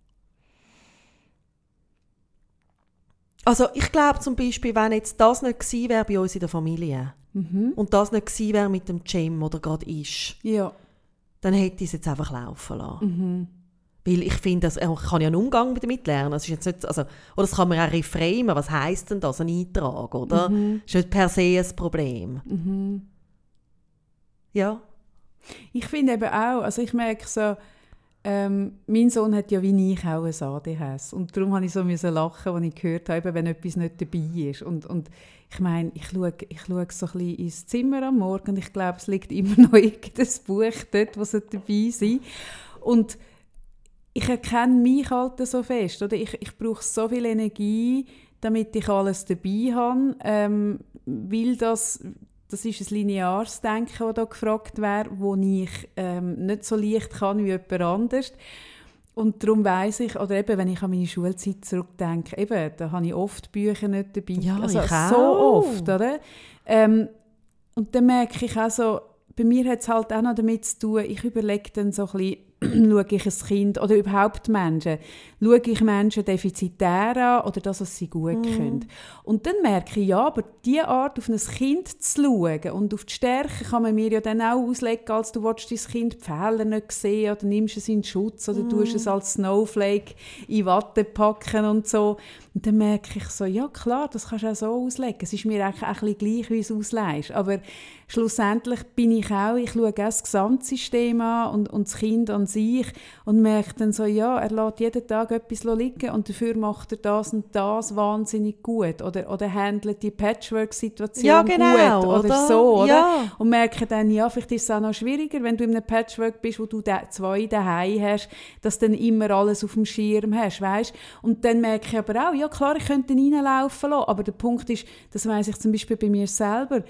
Also ich glaube zum Beispiel, wenn jetzt das nicht gewesen wäre bei uns in der Familie und das nicht gewesen wäre mit dem Gym oder gerade ist, dann hätte ich es jetzt einfach laufen lassen. Weil ich finde, ich kann ja einen Umgang damit lernen. Das ist jetzt nicht, also, oder das kann man auch reframen. Was heisst denn das, ein Eintrag? Oder? Das ist nicht per se ein Problem. Ja. Ich finde eben auch, also ich merke so, mein Sohn hat ja wie ich auch ein ADHS. Und darum musste ich so lachen, als ich gehört habe, wenn etwas nicht dabei ist. Und ich meine, ich schaue so ein bisschen ins Zimmer am Morgen und ich glaube, es liegt immer noch irgendein Buch dort, das dabei sein. Und ich erkenne mich halt so fest. Oder? Ich brauche so viel Energie, damit ich alles dabei habe. Weil das ist ein lineares Denken, das da gefragt wäre, das ich nicht so leicht kann wie jemand anderes. Und darum weiss ich, oder eben, wenn ich an meine Schulzeit zurückdenke, eben, da habe ich oft Bücher nicht dabei. Ja, also ich auch. So oft, oder? Und dann merke ich auch so, bei mir hat es halt auch noch damit zu tun, ich überlege dann so ein bisschen, schaue ich ein Kind oder überhaupt Menschen, schaue ich Menschen defizitär an oder das, was sie gut können. Und dann merke ich, ja, aber diese Art, auf ein Kind zu schauen und auf die Stärken kann man mir ja dann auch auslegen, als du willst dein Kind die Fehler nicht sehen oder nimmst es in Schutz oder tust es als Snowflake in Watte packen und so. Und dann merke ich so, ja klar, das kannst du auch so auslegen. Es ist mir eigentlich auch ein bisschen gleich, wie du es auslegst. Aber schlussendlich bin ich schaue auch das Gesamtsystem an und das Kind an sich und merke dann so, ja, er lässt jeden Tag etwas liegen und dafür macht er das und das wahnsinnig gut. Oder handelt die Patchwork-Situation gut oder so. Oder? Ja. Und merke dann, ja, vielleicht ist es auch noch schwieriger, wenn du in einem Patchwork bist, wo du zwei daheim hast, dass du dann immer alles auf dem Schirm hast, weißt? Und dann merke ich aber auch, ja klar, ich könnte ihn reinlaufen lassen, aber der Punkt ist, das weiss ich zum Beispiel bei mir selber,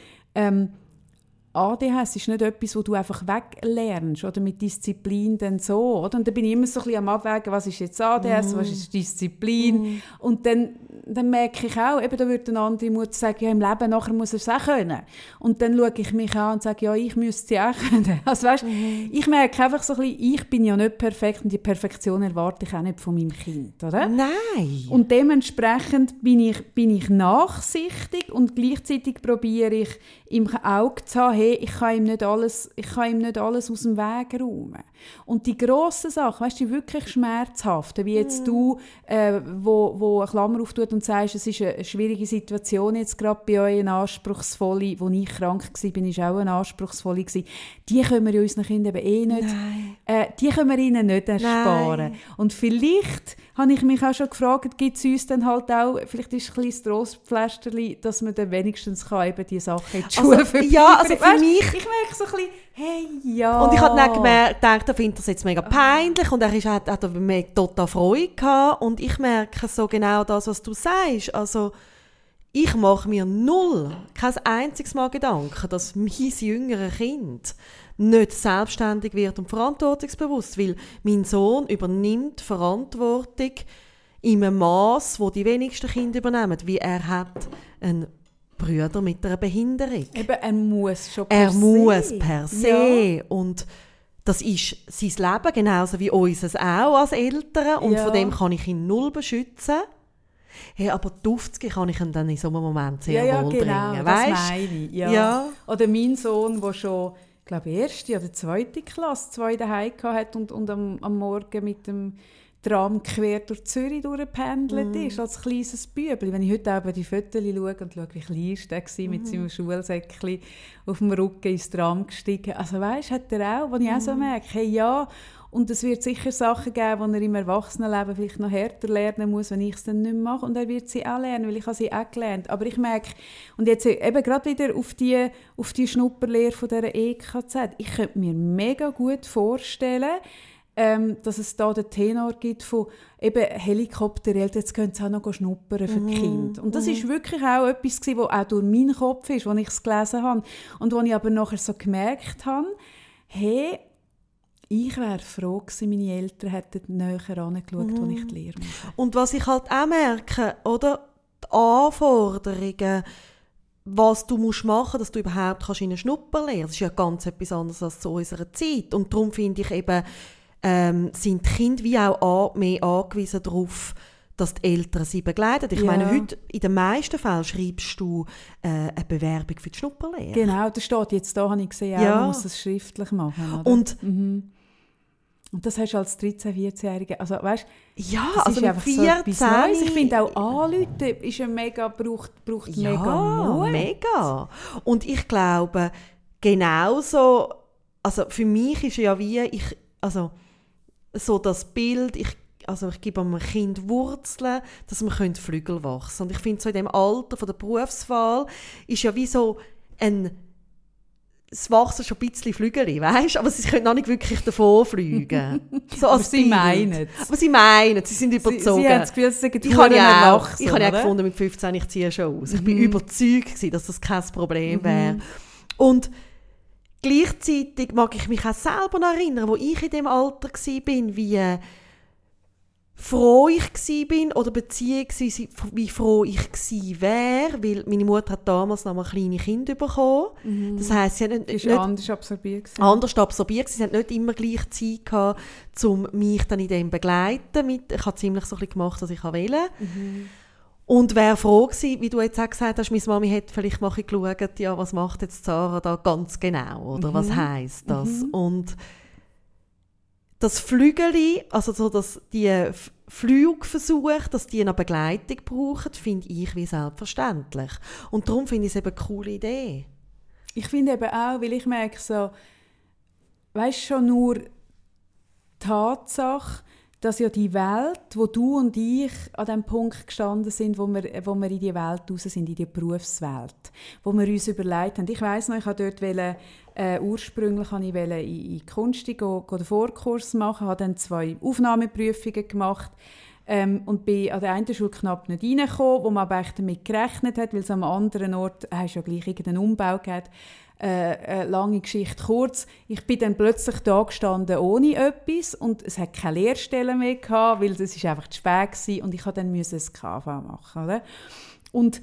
ADHS ist nicht etwas, wo du einfach weglernst oder mit Disziplin dann so, oder? Und dann bin ich immer so ein bisschen am Abwägen, was ist jetzt ADHS, was ist Disziplin, und dann merke ich auch, eben, da würde eine andere Mutter sagen, ja, im Leben nachher muss er es auch können. Und dann schaue ich mich an und sage, ja, ich müsste es auch können. Also weißt, ich merke einfach so ein bisschen, ich bin ja nicht perfekt und die Perfektion erwarte ich auch nicht von meinem Kind, oder? Nein. Und dementsprechend bin ich nachsichtig und gleichzeitig probiere ich im Auge zu haben, hey, ich kann ihm nicht alles aus dem Weg räumen. Und die grossen Sachen, weißt du, die wirklich schmerzhaften, wie jetzt du, wo eine Klammer auftut und sagst, es ist eine schwierige Situation jetzt gerade bei euch, eine anspruchsvolle, wo ich krank war, ist auch eine anspruchsvolle gewesen. Die können wir unseren Kindern eben nicht, die können wir ihnen nicht ersparen. Nein. Und vielleicht habe ich mich auch schon gefragt, gibt es uns dann halt auch, vielleicht ist ein kleines Trostpflasterchen, dass man dann wenigstens kann eben die Sachen in die Schule verbinden. Ja, also für mich... Ich merke so ein bisschen, hey, ja. Und ich habe dann gedacht, er findet das jetzt mega peinlich und er hat total Freude gehabt. Und ich merke so genau das, was du sagst. Also, ich mache mir kein einziges Mal Gedanken, dass mein jüngeres Kind nicht selbstständig wird und verantwortungsbewusst, weil mein Sohn übernimmt Verantwortung in einem Maß, wo die wenigsten Kinder übernehmen, wie er hat einen Bruder mit einer Behinderung. Eben, er muss schon per se. Ja. Und das ist sein Leben, genauso wie unseres auch als Eltern. Und von dem kann ich ihn null beschützen. Hey, aber die 50 kann ich ihn dann in so einem Moment sehr wohl bringen. Das meine ich. Ja. Oder mein Sohn, der schon, ich glaube, 1. oder 2. Klasse 2 daheim hatte und am Morgen mit dem Tram quer durch Zürich durchgependelt ist, als kleines Bübli. Wenn ich heute auch die Fotos schaue und schaue, wie klein war mit seinem Schulsäckchen auf dem Rücken ins Tram gestiegen. Also weisst, hat er auch, wo ich auch so merke, hey, ja, und es wird sicher Sachen geben, die er im Erwachsenenleben vielleicht noch härter lernen muss, wenn ich es dann nicht mehr mache. Und er wird sie auch lernen, weil ich habe sie auch gelernt. Aber ich merke, und jetzt eben gerade wieder auf die Schnupperlehre von dieser EKZ, ich könnte mir mega gut vorstellen, dass es da den Tenor gibt von eben Helikoptereltern, jetzt können sie auch noch schnuppern für die Kinder. Und das ist wirklich auch etwas gewesen, was auch durch meinen Kopf ist, als ich es gelesen habe. Und wo ich aber nachher so gemerkt habe, hey, ich wäre froh gewesen, meine Eltern hätten näher angeschaut, als ich die Lehre mache. Und was ich halt auch merke, oder? Die Anforderungen, was du machen musst, dass du überhaupt in eine Schnupper lernen kannst, das ist ja ganz etwas anderes als zu unserer Zeit. Und darum finde ich eben, sind die Kinder wie auch mehr angewiesen darauf, dass die Eltern sie begleiten. Ich meine, heute in den meisten Fällen schreibst du eine Bewerbung für die Schnupperlehre. Genau, das steht jetzt da, habe ich gesehen, man muss das schriftlich machen. Oder? Und das hast du als 13-, 14-Jährige, also weißt, also ist einfach 14, so etwas Neues. Ich finde auch anrufen ist braucht mega Mut. Mega. Und ich glaube, genauso, also für mich ist ja wie, so das Bild, ich gebe einem Kind Wurzeln, dass man Flügel wachsen können. Und ich finde, so in dem Alter von der Berufswahl ist ja wie so es wachsen schon ein bisschen Flügel, weißt? Aber sie können noch nicht wirklich davon fliegen. So aber sie meinen es. Aber sie meinen es, sie sind überzogen. Sie haben das Gefühl, sie sind ich habe ja gefunden, mit 15, ich ziehe schon aus. Ich bin überzeugt, dass das kein Problem wäre. Und gleichzeitig mag ich mich auch selber noch erinnern, wo ich in dem Alter war, wie froh ich war oder beziehungsweise wie froh ich wäre, weil meine Mutter hat damals noch mal kleine Kinder bekommen. Das heisst, sie hat nicht anders absorbiert. Sie hat nicht immer gleich Zeit gehabt, um mich dann in dem zu begleiten. Ich habe ziemlich so ein bisschen gemacht, was ich wollte. Und wäre froh gewesen, wie du jetzt auch gesagt hast, meine Mami hat vielleicht mal geschaut, ja, was macht jetzt Sarah da ganz genau, oder was heisst das? Und das Flügeli, also so, dass die Flugversuche, dass die eine Begleitung brauchen, finde ich wie selbstverständlich. Und darum finde ich es eben eine coole Idee. Ich finde eben auch, weil ich merke so, weißt schon nur die Tatsache, dass ja die Welt, wo du und ich an dem Punkt gestanden sind, wo wir in die Welt raus sind, in die Berufswelt, wo wir uns überlegt haben. Ich weiss noch, ich wollte dort ursprünglich in die Kunst den Vorkurs machen, habe dann 2 Aufnahmeprüfungen gemacht und bin an der einen Schule knapp nicht reingekommen, wo man aber echt damit gerechnet hat, weil es am anderen Ort hast ja gleich irgendeinen Umbau gehabt. Lange Geschichte kurz. Ich bin dann plötzlich da gestanden ohne etwas und es hat keine Lehrstelle mehr gehabt, weil das ist einfach zu spät gewesen und ich musste dann das KV machen. Oder? Und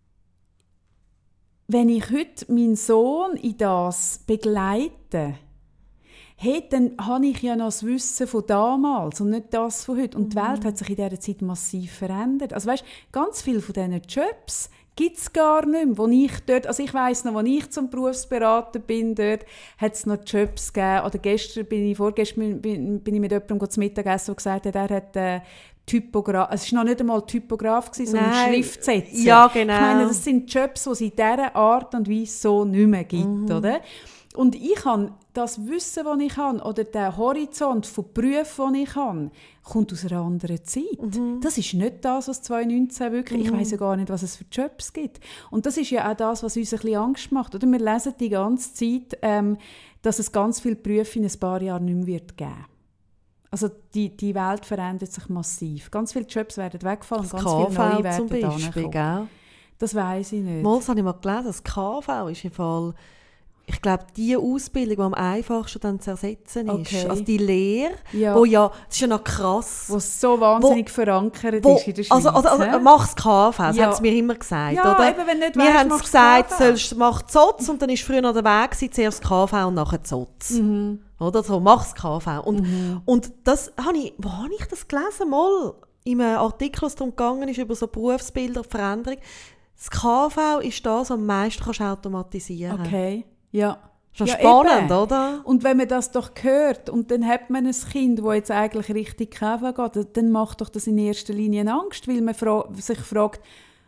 wenn ich heute meinen Sohn in das begleite, dann habe ich ja noch das Wissen von damals und nicht das von heute. Und die Welt hat sich in dieser Zeit massiv verändert. Also weißt, ganz viele von diesen Jobs gibt es gar nicht mehr. Wo ich dort, also ich weiss noch, als ich zum Berufsberater bin, dort hat es noch Jobs gegeben. Oder vorgestern bin ich mit jemandem zum Mittagessen, der gesagt hat, er hat Typograf. Es war noch nicht einmal Typograf, sondern Schriftsetzer. Ja, genau. Ich meine, das sind Jobs, die es in dieser Art und Weise so nicht mehr gibt, oder? Und ich habe das Wissen, das ich habe, oder der Horizont von Berufen, die ich habe, kommt aus einer anderen Zeit. Das ist nicht das, was 2019 wirklich... Ich weiss ja gar nicht, was es für Jobs gibt. Und das ist ja auch das, was uns ein bisschen Angst macht. Oder? Wir lesen die ganze Zeit, dass es ganz viele Berufe in ein paar Jahren nicht mehr geben wird. Also die Welt verändert sich massiv. Ganz viele Jobs werden wegfallen und ganz viele neue werden kommen. Das weiss ich nicht. Mal, das habe ich mal gelesen, das KV ist im Fall... Ich glaube, die Ausbildung, die am einfachsten dann zu ersetzen ist. Okay. Also die Lehre, wo ja, das ist ja noch krass. Wo so wahnsinnig verankert ist in der Schweiz. Also mach das KV, das hat es mir immer gesagt. Ja, oder? Eben, wenn nicht wir haben es gesagt, mach ZOZ und dann ist früher noch der Weg gewesen, zuerst KV und nachher ZOZ. Oder so, mach das KV. Und das habe ich, wo habe ich das gelesen? Mal in einem Artikel, was darum gegangen ist, über so Berufsbilder, Veränderung. Das KV ist das, was am meisten kannst automatisieren. Okay. Ja. Das ist spannend, eben. Oder? Und wenn man das doch hört und dann hat man ein Kind, das jetzt eigentlich richtig KV geht, dann macht doch das in erster Linie Angst, weil man sich fragt,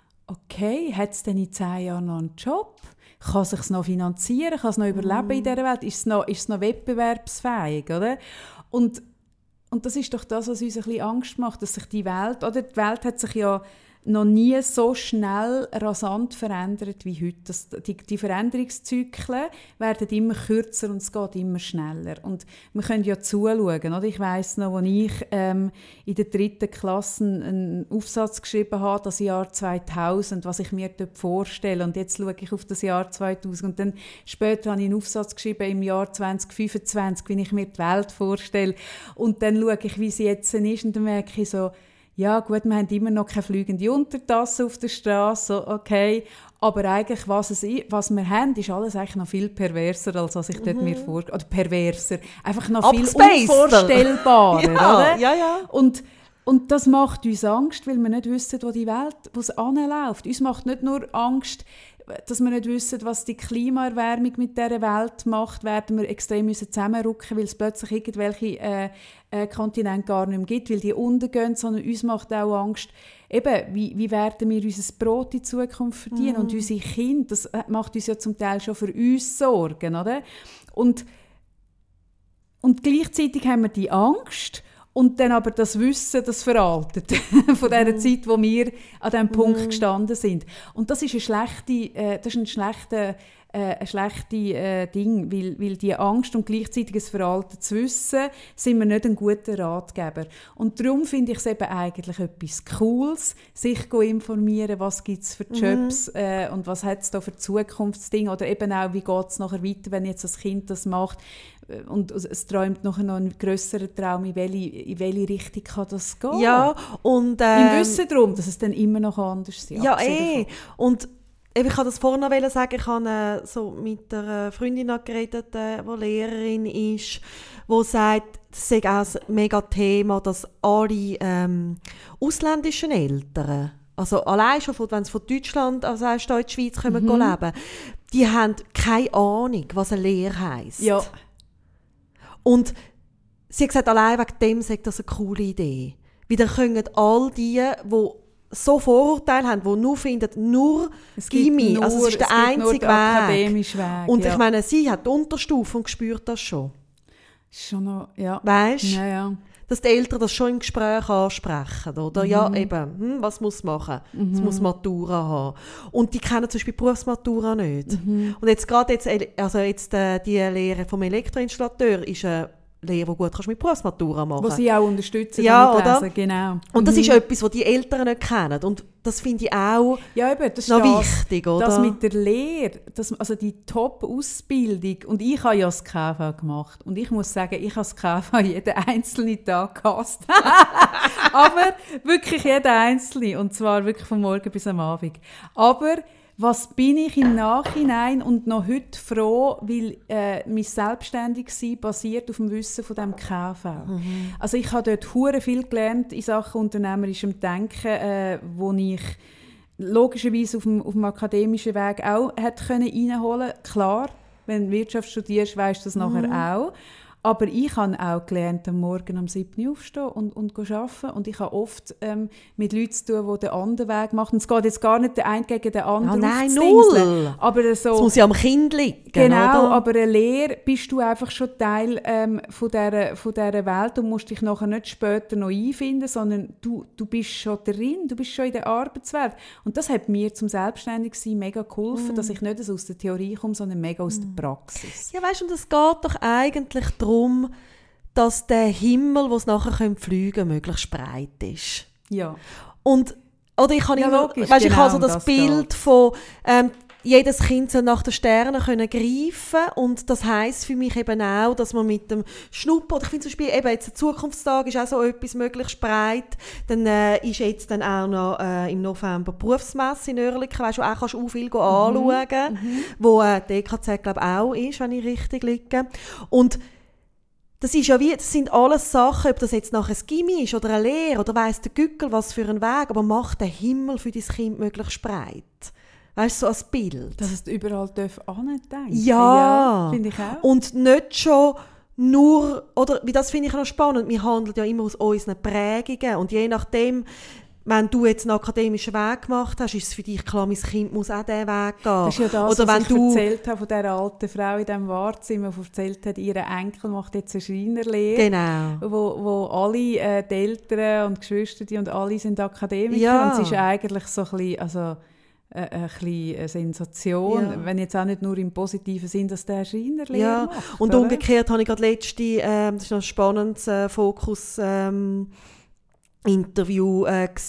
okay, hat es denn in 10 Jahren noch einen Job? Kann es sich noch finanzieren? Kann es noch überleben in dieser Welt? Ist es noch wettbewerbsfähig? Oder? Und das ist doch das, was uns ein bisschen Angst macht, dass sich die Welt hat sich ja noch nie so schnell rasant verändert wie heute. Die Veränderungszyklen werden immer kürzer und es geht immer schneller. Und wir können ja zuschauen. Oder? Ich weiss noch, als ich in der 3. Klasse einen Aufsatz geschrieben habe, das Jahr 2000, was ich mir dort vorstelle. Und jetzt schaue ich auf das Jahr 2000. Und dann später habe ich einen Aufsatz geschrieben im Jahr 2025, wie ich mir die Welt vorstelle. Und dann schaue ich, wie sie jetzt ist. Und dann merke ich so, ja gut, wir haben immer noch keine fliegende Untertasse auf der Straße, okay, aber eigentlich, was wir haben, ist alles eigentlich noch viel perverser, als was ich dort mir vorstelle. Oder perverser, einfach noch viel unvorstellbarer, oder? Ja. Und das macht uns Angst, weil wir nicht wissen, wo die Welt hinläuft. Uns macht nicht nur Angst, dass wir nicht wissen, was die Klimaerwärmung mit dieser Welt macht, werden wir extrem zusammenrücken, weil es plötzlich irgendwelche Kontinente gar nicht mehr gibt, weil die untergehen, sondern uns macht auch Angst, eben, wie werden wir unser Brot in Zukunft verdienen und unsere Kinder, das macht uns ja zum Teil schon für uns Sorgen, oder? Und gleichzeitig haben wir die Angst und dann aber das Wissen, das veraltet von dieser Zeit, wo wir an diesem Punkt gestanden sind. Und das ist ein schlechtes Ding, weil die Angst und gleichzeitig ein veraltetes Wissen sind wir nicht ein guter Ratgeber. Und darum finde ich es eben eigentlich etwas Cooles, sich zu informieren, was gibt es für Jobs und was hat es da für Zukunftsdinge oder eben auch, wie geht es nachher weiter, wenn jetzt das Kind das macht und es träumt nachher noch einen grösseren Traum, in welche Richtung kann das gehen? Ja, und im Wissen darum, dass es dann immer noch anders ist. Ja, und ich kann das vorhin noch sagen, ich habe so mit einer Freundin geredet, die Lehrerin ist, die sagt, das sei auch ein mega Thema, dass alle ausländischen Eltern, also allein schon, wenn sie von Deutschland, also in die Schweiz kommen, leben, die haben keine Ahnung, was eine Lehre heisst. Ja. Und sie hat gesagt, allein wegen dem sei das eine coole Idee. Weil dann können all die so Vorurteile haben, die nur finden, nur Gymi, also es ist der einzige Weg. Und ich meine, sie hat die Unterstufe und spürt das schon. Schon noch, ja. Weißt du? Ja. Dass die Eltern das schon im Gespräch ansprechen, oder? Ja, eben, was muss machen? Es muss Matura haben. Und die kennen zum Beispiel Berufsmatura nicht. Und jetzt gerade die Lehre vom Elektroinstallateur ist eine Lehre, die gut kannst mit Berufsmatura machen. Was sie auch unterstützen, ja, oder? Lesen, genau. Und das ist etwas, was die Eltern nicht kennen. Und das finde ich auch noch wichtig, oder? Das mit der Lehre, also die Top-Ausbildung. Und ich habe ja das KV gemacht. Und ich muss sagen, ich habe das KV jeden einzelnen Tag gehasst. Aber wirklich jeden einzelnen. Und zwar wirklich vom Morgen bis am Abend. Aber was bin ich im Nachhinein und noch heute froh, weil mein Selbstständigsein basiert auf dem Wissen von dem KV. Also ich habe dort hure viel gelernt in Sachen unternehmerischem Denken, wo ich logischerweise auf dem akademischen Weg auch hätte reinholen können. Klar, wenn du Wirtschaft studierst, weisst du das nachher auch. Aber ich habe auch gelernt, am Morgen um 7 Uhr aufstehen und arbeiten. Und ich habe oft mit Leuten zu tun, die den anderen Weg machen. Es geht jetzt gar nicht der eine gegen den anderen. Nein, null. Aber so, das muss ja am Kind liegen. Genau, oder? aber eine Lehre bist du einfach schon Teil von dieser Welt und musst dich nachher nicht später noch einfinden, sondern du bist schon drin, du bist schon in der Arbeitswelt. Und das hat mir zum Selbstständigsein mega geholfen, dass ich nicht aus der Theorie komme, sondern mega aus der Praxis. Ja, weißt du, und es geht doch eigentlich darum, dass der Himmel, wo es nachher fliegen können, möglichst breit ist. Ja. Und, oder ich habe logisch, weißt, ich genau, habe so das Bild von jedes Kind soll nach den Sternen können greifen, und das heisst für mich eben auch, dass man mit dem Schnuppen, oder ich finde zum Beispiel eben jetzt der Zukunftstag ist auch so etwas möglichst breit, dann ist jetzt dann auch noch im November Berufsmesse in Oerlikon, weißt du, auch kannst du auch viel anschauen, wo die EKZ glaube ich auch ist, wenn ich richtig liege. Und das ist ja wie, das sind alles Sachen, ob das jetzt nachher ein Gymi ist oder eine Lehre oder weiss der Gückel was für einen Weg, aber mach den Himmel für dein Kind möglichst breit. Weißt du, so als Bild. Dass es überall andenken. Ja, finde ich auch. Und nicht schon nur, oder wie das finde ich noch spannend, wir handeln ja immer aus unseren Prägungen und je nachdem, wenn du jetzt einen akademischen Weg gemacht hast, ist es für dich klar, mein Kind muss auch diesen Weg gehen. Das ist ja das, oder was wenn ich erzählt habe von dieser alten Frau in diesem Wartezimmer, die erzählt hat, ihr Enkel macht jetzt eine Schreinerlehre. Genau. Wo alle die Eltern und Geschwister und alle sind Akademiker. Ja. Und es ist eigentlich so ein bisschen, also, eine Sensation, Ja. wenn jetzt auch nicht nur im positiven Sinn, dass der Schreinerlehre macht. Und oder? umgekehrt habe ich gerade letzte, das ist noch ein spannendes Fokus, Interview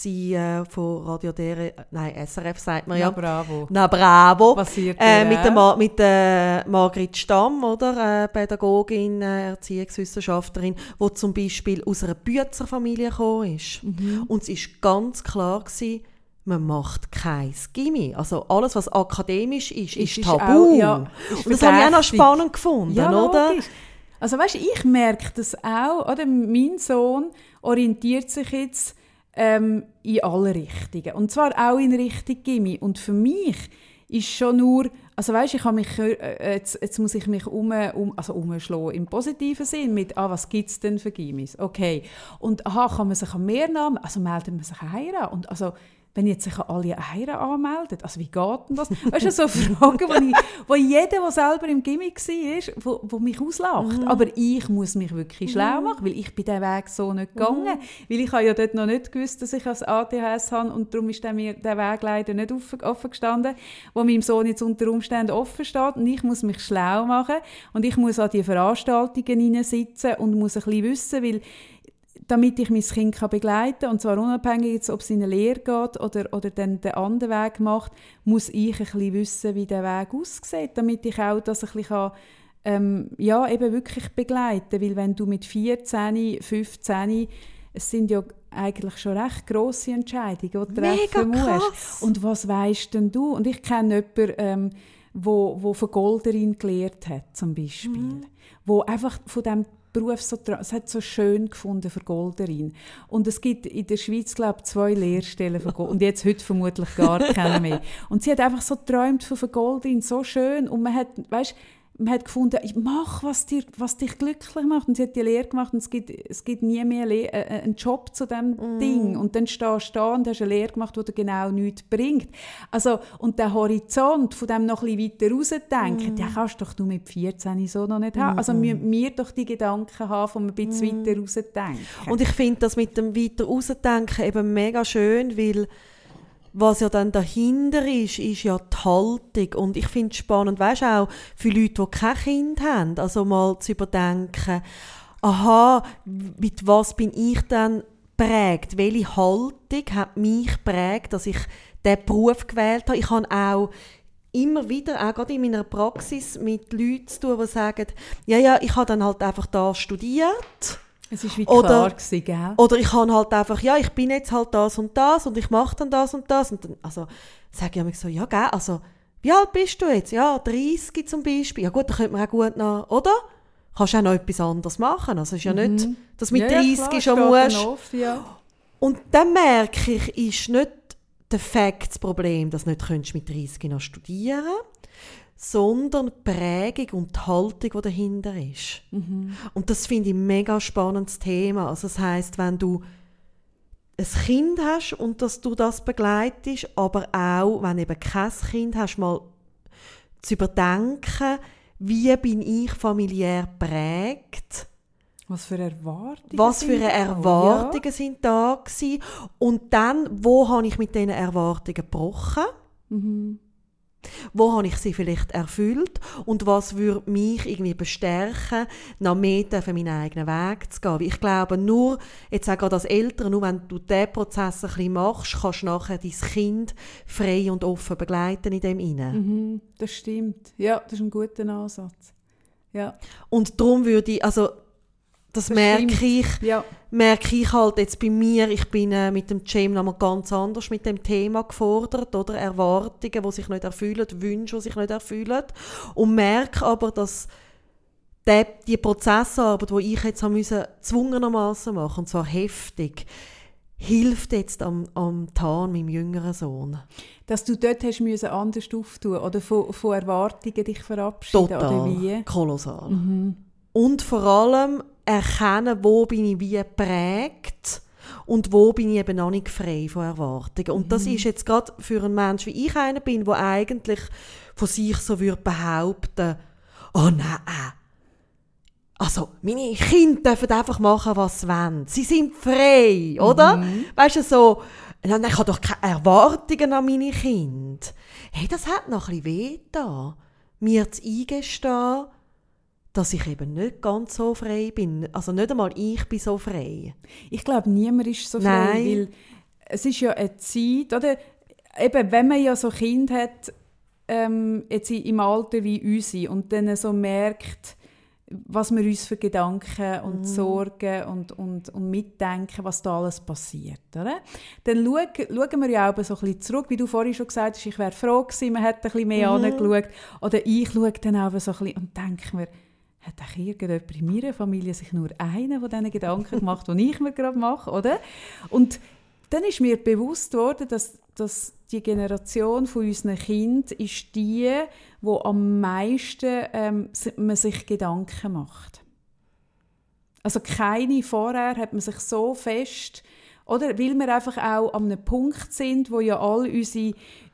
von Radio Dere, nein, SRF sagt man ja. Bravo. Na bravo. Passiert mit der Margrit Stamm, oder? Pädagogin, Erziehungswissenschaftlerin, die zum Beispiel aus einer Büetzerfamilie gekommen ist. Und es war ganz klar gewesen, man macht kein Gymi. Also alles, was akademisch ist tabu. Auch, ja, und das habe ich auch noch spannend gefunden, ja, oder? Logisch. Also weißt, ich merke das auch, oder? Mein Sohn orientiert sich jetzt in alle Richtungen. Und zwar auch in Richtung Gymi. Und für mich ist schon nur, also weißt, ich habe mich, jetzt muss ich mich umschlagen, im positiven Sinn, mit, was gibt es denn für Gymis? Okay. Und kann man sich an mehr Namen, also meldet man sich an Heira? Und also, wenn jetzt sich alle Heira anmelden, also wie geht denn das? Weißt du, so Fragen, wo jeder, der selber im Gimmick war, wo mich auslacht. Aber ich muss mich wirklich schlau machen, weil ich bin diesen Weg so nicht gegangen. Weil ich habe ja dort noch nicht gewusst, dass ich als ADHS habe, und darum ist mir der Weg leider nicht offen gestanden, wo meinem Sohn jetzt unter Umständen offen steht. Und ich muss mich schlau machen und ich muss an die Veranstaltungen hineinsitzen und muss ein bisschen wissen, weil damit ich mein Kind begleiten kann, und zwar unabhängig, jetzt, ob es in eine Lehre geht oder dann den anderen Weg macht, muss ich ein bisschen wissen, wie der Weg aussieht, damit ich auch das ein bisschen eben wirklich begleiten kann. Weil wenn du mit 14, 15, es sind ja eigentlich schon recht grosse Entscheidungen, die du treffen musst. Und was weisst denn du? Und ich kenne jemanden, wo Vergolderin gelehrt hat, zum Beispiel. Wo einfach von dem Beruf es hat so schön gefunden für Golderin. Und es gibt in der Schweiz, glaube ich, 2 Lehrstellen für Golderin. Und jetzt heute vermutlich gar keine mehr. Und sie hat einfach so geträumt von Golderin, so schön. Und man hat gefunden, mach, was dich glücklich macht. Und sie hat die Lehre gemacht und es gibt nie mehr einen Job zu diesem Ding. Und dann stehst du da und hast eine Lehre gemacht, die dir genau nichts bringt. Also, und der Horizont von dem noch ein bisschen weiter rausdenken, den kannst doch du mit 14 so noch nicht haben. Also müssen wir doch die Gedanken haben, von ein bisschen weiter rausdenken. Und ich finde das mit dem weiter rausdenken eben mega schön, weil was ja dann dahinter ist ja die Haltung. Und ich finde es spannend, weißt du, auch für Leute, die kein Kind haben, also mal zu überdenken, aha, mit was bin ich dann geprägt? Welche Haltung hat mich geprägt, dass ich diesen Beruf gewählt habe? Ich habe auch immer wieder, auch gerade in meiner Praxis, mit Leuten zu tun, die sagen, ja, ich habe dann halt einfach da studiert. Es war wie klar gewesen, gell? Oder ich habe halt einfach, ja, ich bin jetzt halt das und ich mache dann das und das. Und dann, also sage ich mir so, ja, gell, also, wie alt bist du jetzt? Ja, 30 zum Beispiel. Ja gut, dann könnte man auch gut noch, oder? Kannst du auch noch etwas anderes machen. Also es ist ja nicht, dass mit 30 schon musst. Ja. Und dann merke ich, ist nicht der Fakt das Problem, dass du nicht mit 30 noch studieren kannst, sondern die Prägung und die Haltung, die dahinter ist. Und das finde ich ein mega spannendes Thema. Also das heisst, wenn du ein Kind hast und dass du das begleitest, aber auch, wenn du eben kein Kind hast, mal zu überdenken, wie bin ich familiär geprägt? Was für Erwartungen sind da gewesen? Und dann, wo habe ich mit diesen Erwartungen gebrochen? Wo habe ich sie vielleicht erfüllt? Und was würde mich irgendwie bestärken, noch mehr auf meinen eigenen Weg zu gehen? Weil ich glaube, nur, jetzt auch gerade als Eltern, nur wenn du diesen Prozess ein bisschen machst, kannst du nachher dein Kind frei und offen begleiten in dem Innen. Das stimmt. Ja, das ist ein guter Ansatz. Ja. Und darum würde ich, also das merke ich halt jetzt bei mir. Ich bin mit dem Cem noch mal ganz anders mit dem Thema gefordert, oder? Erwartungen, die sich nicht erfüllen, Wünsche, die sich nicht erfüllen. Und merke aber, dass die Prozessarbeit, die ich jetzt gezwungenermassen machen, und zwar heftig, hilft jetzt am Tan, meinem jüngeren Sohn. Dass du dort hast müssen anders auftun oder von Erwartungen dich verabschieden? Total, oder wie? Kolossal. Und vor allem erkennen, wo bin ich wie geprägt und wo bin ich eben noch nicht frei von Erwartungen. Und das ist jetzt gerade für einen Menschen, wie ich einer bin, der eigentlich von sich so würde behaupten, oh nein, also meine Kinder dürfen einfach machen, was sie wollen. Sie sind frei, oder? Weißt du, so, nein, ich habe doch keine Erwartungen an meine Kinder. Hey, das hat noch ein bisschen weh da, mir zu eingestehen, dass ich eben nicht ganz so frei bin. Also nicht einmal ich bin so frei. Ich glaube, niemand ist so frei, weil es ist ja eine Zeit, oder? Eben, wenn man ja so Kinder hat, jetzt im Alter wie unsere, und dann so merkt, was wir uns für Gedanken und Sorgen und mitdenken, was da alles passiert. Oder? Dann schauen wir ja auch so ein bisschen zurück, wie du vorhin schon gesagt hast, ich wäre froh gewesen, man hätte ein bisschen mehr angeschaut. Oder ich schaue dann auch so ein bisschen und denke mir, hat auch irgendjemand in meiner Familie sich nur einen von diesen Gedanken gemacht, die ich mir gerade mache, oder? Und dann ist mir bewusst worden, dass die Generation von unseren Kindern ist die am meisten man sich Gedanken macht. Also keine vorher hat man sich so fest, oder? Weil wir einfach auch an einem Punkt sind, wo ja all unsere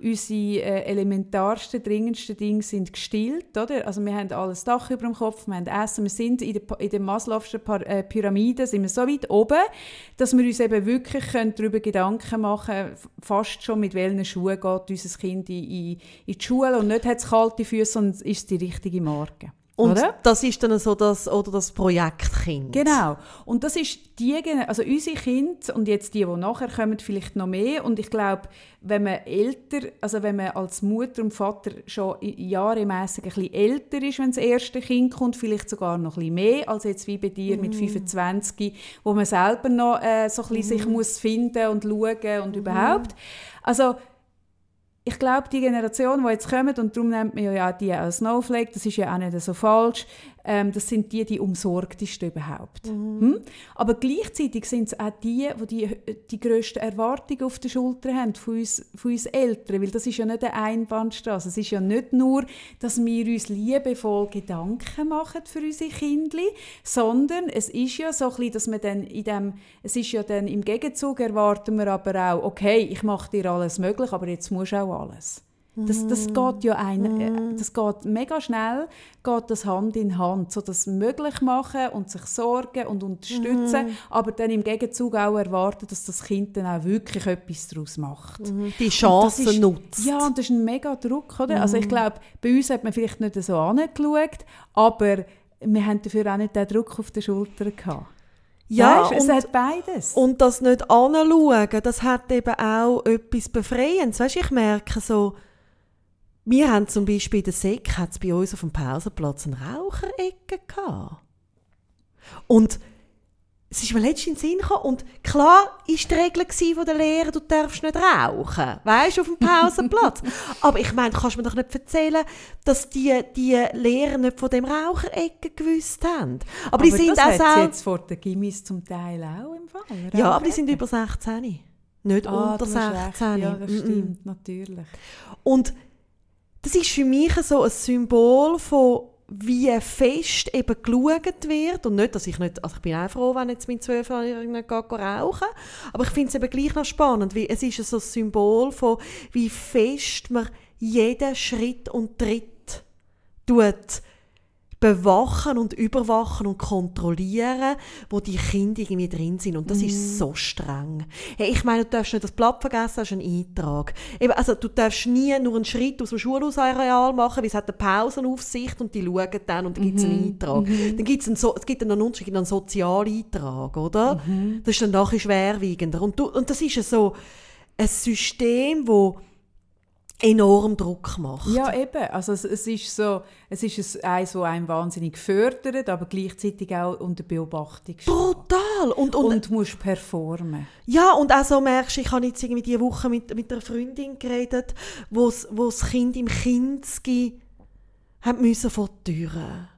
elementarsten, dringendsten Dinge sind gestillt, oder? Also wir haben alles Dach über dem Kopf, wir haben Essen, wir sind in der Maslow'schen Pyramide, sind wir so weit oben, dass wir uns eben wirklich darüber Gedanken machen können, fast schon mit welchen Schuhen geht unser Kind in die Schule und nicht hat es kalte Füße, sondern ist es die richtige Marke. Und oder? Das ist dann so das Projektkind. Genau. Und das ist also unsere Kinder und jetzt die nachher kommen, vielleicht noch mehr. Und ich glaube, wenn man als Mutter und Vater schon jahremässig ein bisschen älter ist, wenn das erste Kind kommt, vielleicht sogar noch ein bisschen mehr, als jetzt wie bei dir mit 25, wo man selber noch so ein bisschen sich muss finden und schauen und überhaupt. Also, ich glaube, die Generation, die jetzt kommt, und darum nennt man ja die als Snowflake, das ist ja auch nicht so falsch, das sind die umsorgtesten überhaupt. Aber gleichzeitig sind es auch die grössten Erwartungen auf den Schultern haben von uns Eltern, weil das ist ja nicht eine Einbahnstraße. Es ist ja nicht nur, dass wir uns liebevoll Gedanken machen für unsere Kinder, sondern es ist ja so ein bisschen, dass man dann es ist ja dann im Gegenzug erwarten wir aber auch, okay, ich mache dir alles möglich, aber jetzt musst du auch alles. Das geht ja das geht mega schnell, geht das Hand in Hand, so das möglich machen und sich sorgen und unterstützen, aber dann im Gegenzug auch erwarten, dass das Kind dann auch wirklich etwas daraus macht. Die Chancen nutzt. Ja, und das ist ein mega Druck, oder? Also ich glaube, bei uns hat man vielleicht nicht so angeschaut, aber wir haben dafür auch nicht den Druck auf den Schultern gehabt. Ja, weißt, es hat beides. Und das nicht anschauen, das hat eben auch etwas Befreiendes. Weißt, ich merke so, wir haben zum Beispiel in der Sek, hat es bei uns auf dem Pausenplatz eine Raucherecke gehabt. Und es ist mir letztens in den Sinn gekommen, und klar war die Regel von der Lehrer, du darfst nicht rauchen, weisst, auf dem Pausenplatz. Aber ich meine, du kannst mir doch nicht erzählen, dass die Lehrer nicht von dem Raucherecke gewusst haben. Aber die sind das auch jetzt vor den Gimmis zum Teil auch im Fall. Ja, aber die sind über 16. Nicht unter 16. Ja, das stimmt, natürlich. Und das ist für mich so ein Symbol von, wie fest eben geschaut wird. Und nicht, dass ich nicht, also ich bin auch froh, wenn jetzt mein 12-Jähriger nicht rauchen, aber ich finde es eben gleich noch spannend, weil es ist so ein Symbol von, wie fest man jeden Schritt und Tritt bewachen und überwachen und kontrollieren, wo die Kinder irgendwie drin sind. Und das ist so streng. Hey, ich meine, du darfst nicht das Blatt vergessen, das ist ein Eintrag. Eben, also, du darfst nie nur einen Schritt aus dem Schulhausareal machen, weil es hat eine Pausenaufsicht und die schauen dann und dann gibt es einen Eintrag. Dann gibt's es gibt einen Unterschied, einen Sozialeintrag, oder? Das ist dann nachher schwerwiegender. Und das ist so ein System, das enorm Druck macht. Ja, eben. Also es ist eins, das einem wahnsinnig fördert, aber gleichzeitig auch unter Beobachtung steht. Brutal! Und musst performen. Ja, und auch so merkst du, ich habe jetzt irgendwie diese Woche mit einer Freundin geredet, wo das Kind im Kinski müssen vor die Türe.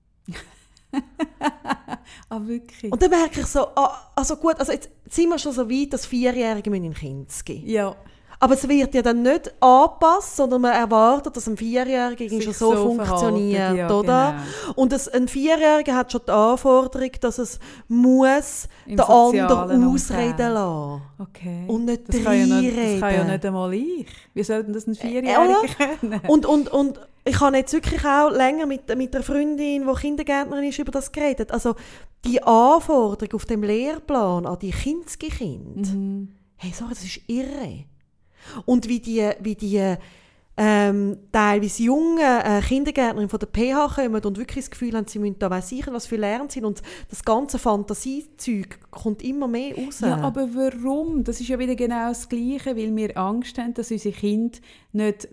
Wirklich? Und dann merke ich so, also gut, also jetzt sind wir schon so weit, dass 4-Jährige in Kinski. Ja. Aber es wird ja dann nicht angepasst, sondern man erwartet, dass ein 4-Jähriger schon so funktioniert, ja, oder? Genau. Und ein 4-Jähriger hat schon die Anforderung, dass es muss den anderen ausreden lassen. Okay. Und nicht das reinreden. Das kann ja nicht einmal ich. Wie sollten das ein 4-Jähriger können? Und ich habe jetzt wirklich auch länger mit einer Freundin, die Kindergärtnerin ist, über das geredet. Also die Anforderung auf dem Lehrplan an die Kinski-Kinder, hey, sorry, das ist irre. Und wie die teilweise jungen Kindergärtnerinnen von der PH kommen und wirklich das Gefühl haben, sie müssen da weiss ich was für lernen sind und das ganze Fantasiezeug kommt immer mehr raus. Ja, aber warum? Das ist ja wieder genau das Gleiche, weil wir Angst haben, dass unsere Kinder nicht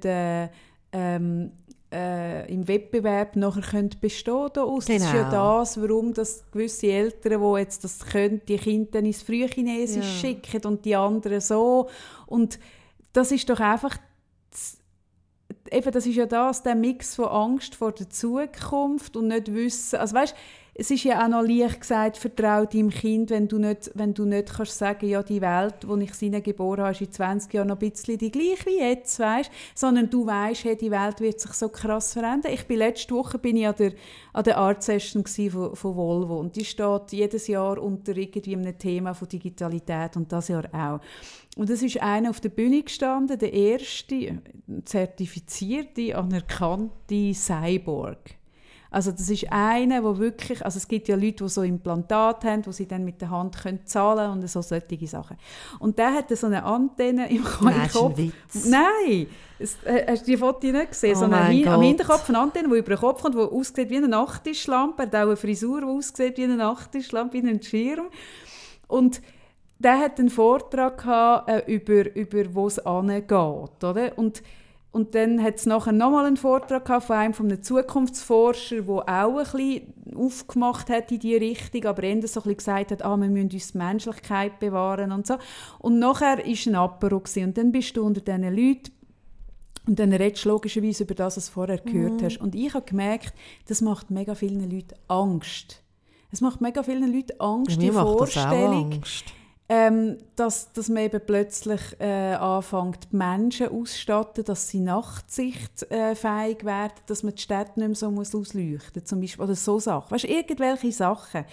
im Wettbewerb nachher bestehen können. Genau. Das ist ja das, warum das gewisse Eltern, die jetzt das können, die Kinder dann ins Frühchinesisch schicken und die anderen so. Und das ist doch einfach, das ist ja der Mix von Angst vor der Zukunft und nicht wissen. Also weißt, es ist ja auch noch leicht gesagt, vertraue deinem Kind, wenn du nicht kannst sagen, ja, die Welt, wo ich sie geboren habe, ist in 20 Jahren noch ein bisschen die gleiche wie jetzt, weißt? Sondern du weißt, hey, die Welt wird sich so krass verändern. Letzte Woche bin ich an der Art Session von Volvo und die steht jedes Jahr unter irgendwie einem Thema von Digitalität und das Jahr auch. Und es ist einer auf der Bühne gestanden, der erste zertifizierte, anerkannte Cyborg. Also das ist einer, der wirklich, also es gibt ja Leute, die so Implantate haben, wo sie dann mit der Hand zahlen können und so solche Sachen. Und der hatte so eine Antenne im Kopf. Nein, hast du die Fotos nicht gesehen? So am Hinterkopf eine Antenne, die über den Kopf kommt, die aussieht wie eine Nachttischlampe. Er hat auch eine Frisur, die aussieht wie eine Nachttischlampe, wie ein Schirm. Und der hat einen Vortrag gehabt, über wo es hingeht, oder? Und dann hat es nachher nochmal einen Vortrag gehabt von einem Zukunftsforscher, der auch ein bisschen aufgemacht hat in diese Richtung, aber eher so ein bisschen gesagt hat, wir müssen uns die Menschlichkeit bewahren und so. Und nachher war ein Apero und dann bist du unter diesen Leuten und dann redest du logischerweise über das, was du vorher gehört hast. Und ich habe gemerkt, das macht mega vielen Leuten Angst. Es macht mega vielen Leuten Angst, die Vorstellung, dass man eben plötzlich anfängt, die Menschen auszustatten, dass sie nachtsichtfähig werden, dass man die Städte nicht mehr so ausleuchten muss, zum Beispiel, oder so Sachen. Weißt du, irgendwelche Sachen.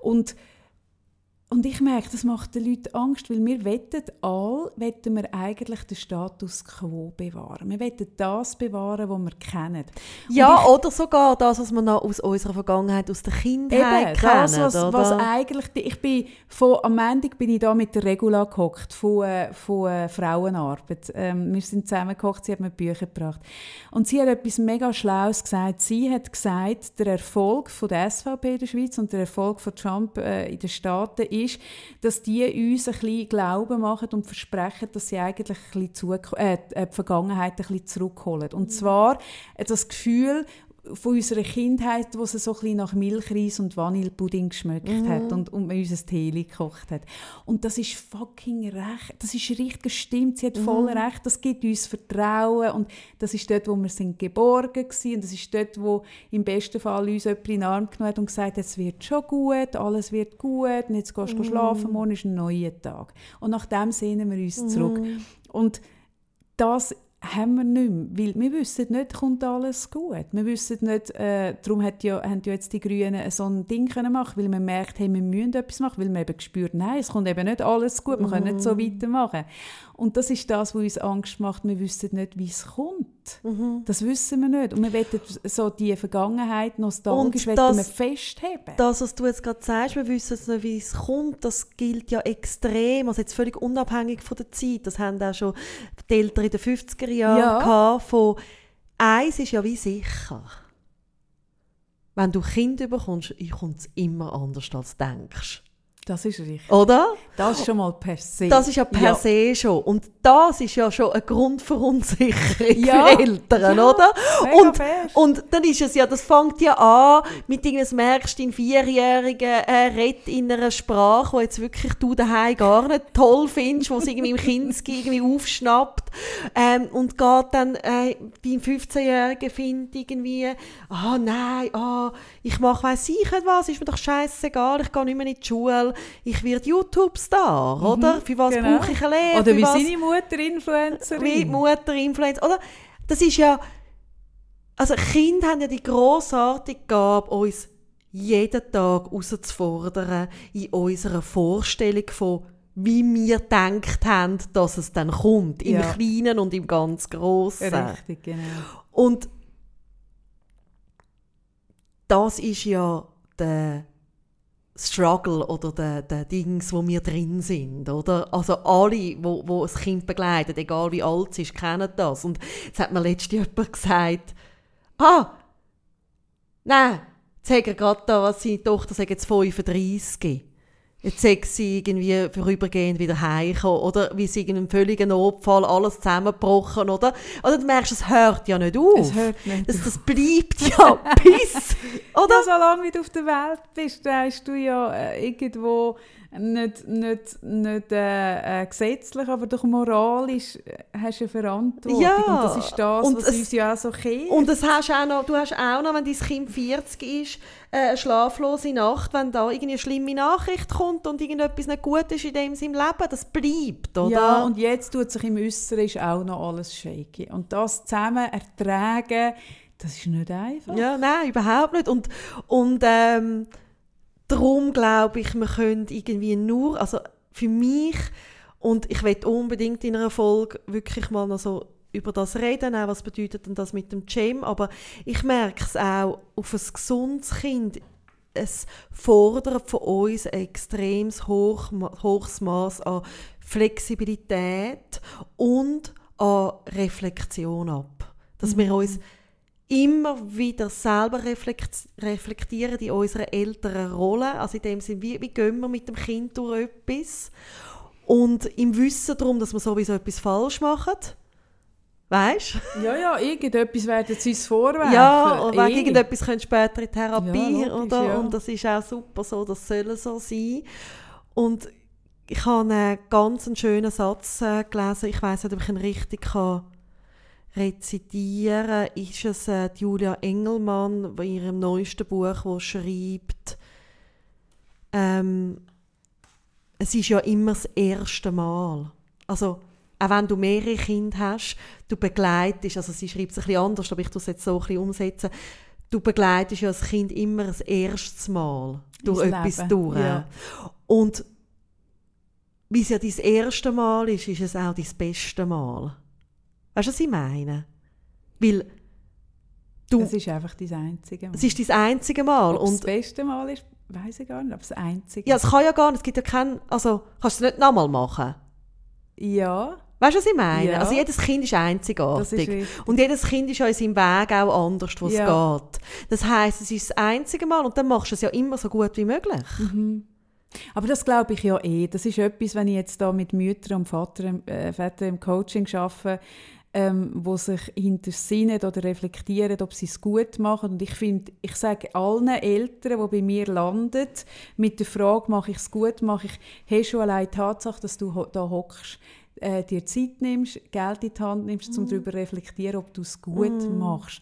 Und ich merke, das macht den Leuten Angst, weil wir wollen eigentlich den Status quo bewahren. Wir wollen das bewahren, was wir kennen. Ja, oder sogar das, was wir noch aus unserer Vergangenheit, aus der Kindheit kennen. Das, was eigentlich... Am Montag bin ich da mit der Regula gehockt, von Frauenarbeit. Wir sind zusammengehockt, sie hat mir Bücher gebracht. Und sie hat etwas mega Schlaues gesagt. Sie hat gesagt, der Erfolg von der SVP in der Schweiz und der Erfolg von Trump in den Staaten ist, dass die uns ein bisschen Glauben machen und versprechen, dass sie eigentlich ein bisschen die Vergangenheit ein bisschen zurückholen. Und zwar das Gefühl von unserer Kindheit, wo sie so ein bisschen nach Milchreis und Vanillepudding geschmeckt hat und man uns ein Tee gekocht hat. Und das ist fucking recht. Das ist richtig, stimmt. Sie hat voll recht. Das gibt uns Vertrauen und das ist dort, wo wir sind geborgen waren und das ist dort, wo im besten Fall uns jemand in den Arm genommen hat und gesagt hat, es wird schon gut, alles wird gut und jetzt gehst du schlafen, morgen ist ein neuer Tag. Und nach dem sehnen wir uns zurück. Und das haben wir nicht mehr, weil wir wissen nicht, kommt alles gut. Wir wissen nicht, darum haben ja jetzt die Grünen so ein Ding können machen, weil man merkt, hey, wir müssen etwas machen, weil man eben gespürt, nein, es kommt eben nicht alles gut, wir können nicht so weitermachen. Und das ist das, was uns Angst macht, wir wissen nicht, wie es kommt. Das wissen wir nicht. Und wir wollen so die Vergangenheit nostalgisch wir festheben. Das, was du jetzt gerade sagst, wir wissen nicht, wie es kommt, das gilt ja extrem, also jetzt völlig unabhängig von der Zeit. Das haben auch schon die Eltern in den 50er Jahren gehabt, von eins ist ja wie sicher. Wenn du Kinder bekommst, kommt es immer anders, als du denkst. Das ist richtig. Oder? Das ist schon mal per se. Das ist ja per se schon. Und das ist ja schon ein Grundverunsicherung für Eltern, oder? Und dann ist es ja, das fängt ja an, mit irgendwas merkst du, dein Vierjährigen redet in einer Sprache, die jetzt wirklich du daheim gar nicht toll findest, wo es irgendwie im Kinski irgendwie aufschnappt. Und geht dann, dein 15-Jährigen findet irgendwie, nein, ich mache weiss ich nicht was, ist mir doch scheissegal, ich gehe nicht mehr in die Schule. Ich werde YouTube-Star, oder? Für was brauche ich eine Lehre? Oder wie seine Mutter Influencerin. Wie Mutter Influencer, oder? Das ist ja... Also Kinder haben ja die grossartige Gabe, uns jeden Tag herauszufordern in unserer Vorstellung von, wie wir gedacht haben, dass es dann kommt. Im Kleinen und im ganz Grossen. Richtig, genau. Und das ist ja der Struggle oder der Dings, wo wir drin sind, oder? Also alle, wo ein Kind begleiten, egal wie alt es ist, kennen das. Und jetzt hat mir letztens jemand gesagt, nein, jetzt hat er gerade da, was seine Tochter sagt, jetzt 35. Jetzt sagt sie irgendwie vorübergehend wieder heimgekommen, oder wie sie in einem völligen Notfall alles zusammengebrochen, oder? Oder du merkst, es hört ja nicht auf. Es hört nicht auf. Das bleibt ja bis, oder? Ja, solange wie du auf der Welt bist, da hast du ja irgendwo nicht gesetzlich, aber doch moralisch hast du eine Verantwortung. Ja. Und das ist das, was uns ja auch so kennt. Und das hast du hast auch noch, wenn dein Kind 40 ist, eine schlaflose Nacht, wenn da irgendwie eine schlimme Nachricht kommt und irgendetwas nicht gut ist in dem seinem Leben, das bleibt, oder? Ja, und jetzt tut sich im Äußeren ist auch noch alles shaky. Und das zusammen ertragen, das ist nicht einfach. Ja, nein, überhaupt nicht. Und darum glaube ich, wir können irgendwie nur, also für mich, und ich will unbedingt in einer Folge wirklich mal noch so über das reden, auch was bedeutet denn das mit dem Gym, aber ich merke es auch, auf ein gesundes Kind, es fordert von uns ein extremes hohes Maß an Flexibilität und an Reflexion ab. Dass wir uns immer wieder selber reflektieren in unserer älteren Rolle, also in dem Sinne, wie gehen wir mit dem Kind durch etwas und im Wissen darum, dass wir sowieso etwas falsch machen. Weißt du? Ja, irgendetwas werden sie uns vorwerfen. Ja, und wegen irgendetwas können später in Therapie, ja, logisch, oder? Ja. Und das ist auch super so, das soll so sein. Und ich habe einen ganz schönen Satz gelesen, ich weiss nicht, ob ich ihn richtig rezitieren kann. Ist es Julia Engelmann, die in ihrem neuesten Buch, wo schreibt, es ist ja immer das erste Mal. Also, auch wenn du mehrere Kinder hast, du begleitest, also sie schreibt es ein bisschen anders, aber ich tue es jetzt so ein bisschen umsetzen, du begleitest ja das Kind immer das erste Mal durch etwas durch. Ja. Und wie es ja dein erste Mal ist es auch dein beste Mal. Weißt du, was ich meine? Weil es ist einfach dein einzige Mal. Es ist dein einzige Mal. Ob und das beste Mal ist, weiss ich gar nicht, aber das einzige. Ja, es kann ja gar nicht, es gibt ja keinen, also kannst du es nicht nochmal machen? Ja. Weißt du, was ich meine? Ja. Also jedes Kind ist einzigartig. Das ist und jedes Kind ist ja in seinem Weg auch anders, wo es geht. Das heisst, es ist das einzige Mal und dann machst du es ja immer so gut wie möglich. Mhm. Aber das glaube ich ja eh. Das ist etwas, wenn ich jetzt da mit Müttern und Vätern im Coaching arbeite, wo sich hintersinnen oder reflektieren, ob sie es gut machen. Und ich finde, ich sage allen Eltern, die bei mir landen, mit der Frage, mache ich es gut, hey, schon allein die Tatsache, dass du da hockst, dir Zeit nimmst, Geld in die Hand nimmst, um darüber zu reflektieren, ob du es gut machst.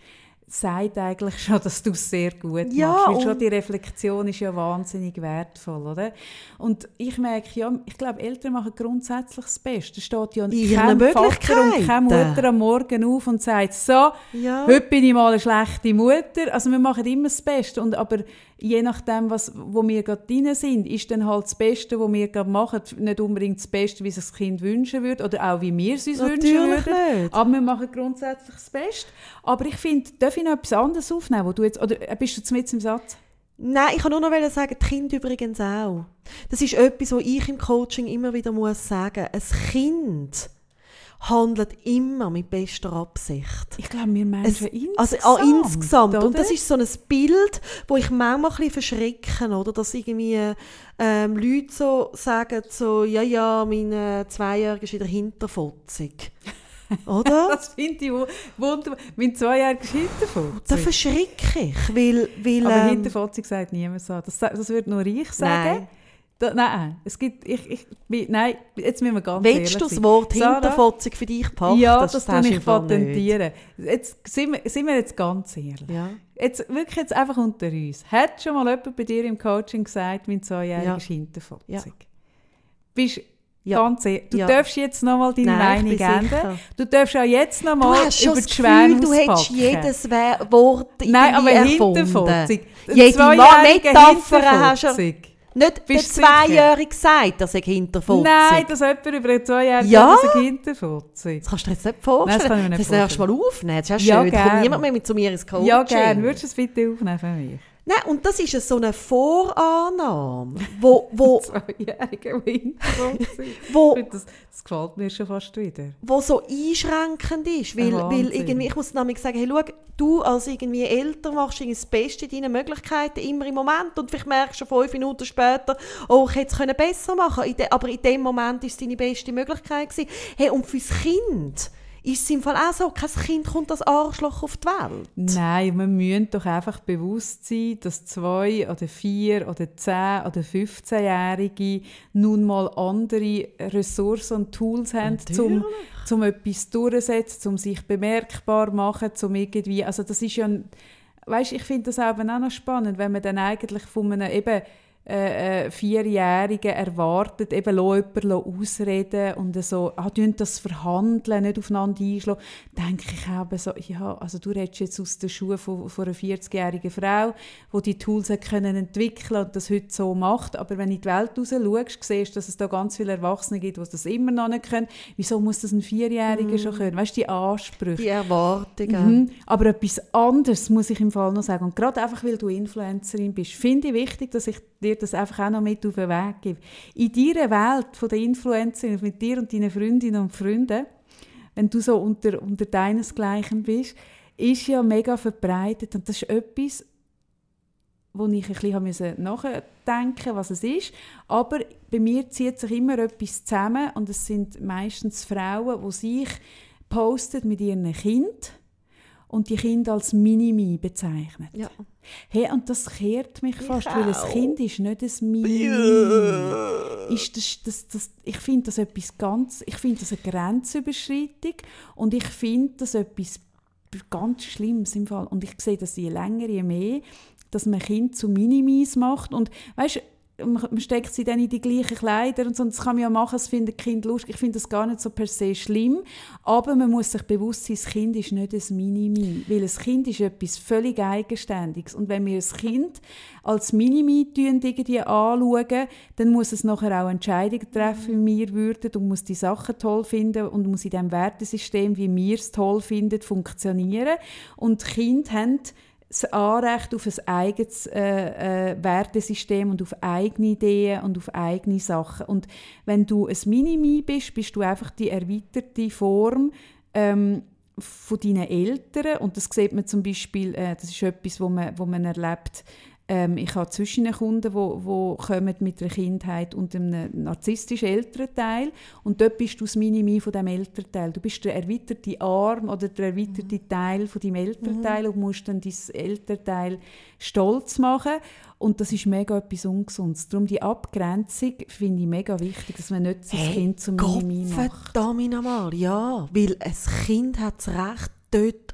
sagt eigentlich schon, dass du es sehr gut Ja, machst. Weil schon die Reflexion ist ja wahnsinnig wertvoll, oder? Und ich merke, ja, ich glaube, Eltern machen grundsätzlich das Beste. Es steht ja kein Vater und keine Mutter am Morgen auf und sagt, so, heute bin ich mal eine schlechte Mutter. Also wir machen immer das Beste. Aber je nachdem, wo wir gerade drin sind, ist dann halt das Beste, was wir gerade machen, nicht unbedingt das Beste, wie sich das Kind wünschen würde oder auch wie wir es uns wünschen würden. Nicht. Aber wir machen grundsätzlich das Beste. Aber ich finde, darf ich noch etwas anderes aufnehmen, wo du jetzt, oder bist du mitten im Satz? Nein, ich kann nur noch sagen, die Kinder übrigens auch. Das ist etwas, was ich im Coaching immer wieder sagen muss. Ein Kind handelt immer mit bester Absicht. Ich glaube, wir Menschen insgesamt. Also auch insgesamt. Oder? Und das ist so ein Bild, wo ich manchmal ein bisschen verschrecke, oder? Dass irgendwie Leute so sagen, so, ja, mein 2-Jähriger ist wieder hinterfotzig. Oder? Das finde ich wunderbar. Mein 2-Jähriger ist hinterfotzig. Da verschrecke ich, weil aber hinterfotzig sagt niemand so. Das würde nur ich sagen. Nein, es gibt, nein, jetzt müssen wir ganz ehrlich sein. Willst du das Wort hinterfotzig für dich packen? Ja, das tue ich patentieren. Jetzt sind wir jetzt ganz ehrlich. Ja. Jetzt einfach unter uns. Hat schon mal jemand bei dir im Coaching gesagt, mein 2-Jähriger ist hinterfotzig? Ja. Bist ganz ehrlich. Du darfst jetzt noch mal deine Meinung ändern. Du darfst auch jetzt noch mal über die Schwäne auspacken. Du hättest jedes Wort nein, aber erfunden. Hinterfotzig. Jede Metapher hast du nicht der 2-Jährige gesagt, dass er hinterfotzig. Nein, dass jemand über einen 2-Jährigen sagt, dass er hinterfotzig. Das kannst du dir jetzt nicht vorstellen. Nein, das kann ich mir nicht vorstellen. Das nächste Mal aufnehmen. Das ist ja schön. Da kommt niemand mehr zu mir ins Coaching. Ja, gerne. Würdest du es bitte aufnehmen für mich? Nein, und das ist so eine Vorannahme, wo 2-Jährige das gefällt mir schon fast wieder. Wo so einschränkend ist, weil irgendwie, ich muss nämlich sagen, hey, schau, du als irgendwie Eltern machst das Beste in deinen Möglichkeiten immer im Moment und vielleicht merkst du 5 Minuten später, oh, ich hätte es besser machen können, aber in dem Moment war es deine beste Möglichkeit gewesen. Hey, und fürs Kind ist es im Fall auch so, kein Kind kommt als Arschloch auf die Welt. Nein, wir müssen doch einfach bewusst sein, dass 2 oder 4 oder 10 oder 15-Jährige nun mal andere Ressourcen und Tools haben, um etwas durchzusetzen, um sich bemerkbar zu machen, um irgendwie, also das ist ja, weißt, ich finde das auch noch spannend, wenn man dann eigentlich von einem eben 4-Jährigen erwartet, eben jemanden ausreden und so, das verhandeln, nicht aufeinander einschlagen, denke ich eben so, ja, also du redest jetzt aus den Schuhen von einer 40-jährigen Frau, die die Tools können entwickeln und das heute so macht, aber wenn du in die Welt raus schaust, siehst du, dass es da ganz viele Erwachsene gibt, die das immer noch nicht können. Wieso muss das ein 4-Jähriger schon können? Weißt du, die Ansprüche. Die Erwartungen. Aber etwas anderes muss ich im Fall noch sagen, und gerade einfach, weil du Influencerin bist, finde ich wichtig, dass ich dir das einfach auch noch mit auf den Weg gebe. In deiner Welt von der Influencerin, mit dir und deinen Freundinnen und Freunden, wenn du so unter deinesgleichen bist, ist ja mega verbreitet. Und das ist etwas, wo ich ein bisschen nachdenken musste, was es ist. Aber bei mir zieht sich immer etwas zusammen und es sind meistens Frauen, die sich posten mit ihren Kindern und die Kinder als Mini-Me bezeichnen. Ja. Hey, und das kehrt mich fast, weil ein Kind ist nicht ein Mini-Me. Ich finde das etwas ich finde das eine Grenzüberschreitung und ich finde das etwas ganz Schlimmes im Fall. Und ich sehe das je länger, je mehr, dass man Kinder zu Mini-Mes macht. Und weißt, man steckt sie dann in die gleichen Kleider und so. Das kann man ja machen, das findet Kind lustig. Ich finde das gar nicht so per se schlimm. Aber man muss sich bewusst sein, das Kind ist nicht ein Mini-Me. Weil ein Kind ist etwas völlig Eigenständiges. Und wenn wir ein Kind als Mini-Me irgendwie anschauen, dann muss es nachher auch Entscheidungen treffen, wie wir würden, und muss die Sachen toll finden und muss in diesem Wertesystem, wie wir es toll finden, funktionieren. Und die Kinder haben das Anrecht auf ein eigenes Wertesystem und auf eigene Ideen und auf eigene Sachen. Und wenn du ein Mini-Me bist, bist du einfach die erweiterte Form von deinen Eltern. Und das sieht man zum Beispiel, das ist etwas, wo man erlebt. Ich habe Zwischenkunden, die kommen mit einer Kindheit und einem narzisstischen Elternteil. Und dort bist du das Mini-Me von diesem Elternteil. Du bist der erweiterte Arm oder der erweiterte Teil von deinem Elternteil und musst dann dein Elternteil stolz machen. Und das ist mega etwas Ungesundes. Darum die Abgrenzung finde ich mega wichtig, dass man nicht das Kind zum Mini-Me macht. Verdammt nochmal, ja. Weil ein Kind hat das Recht, dort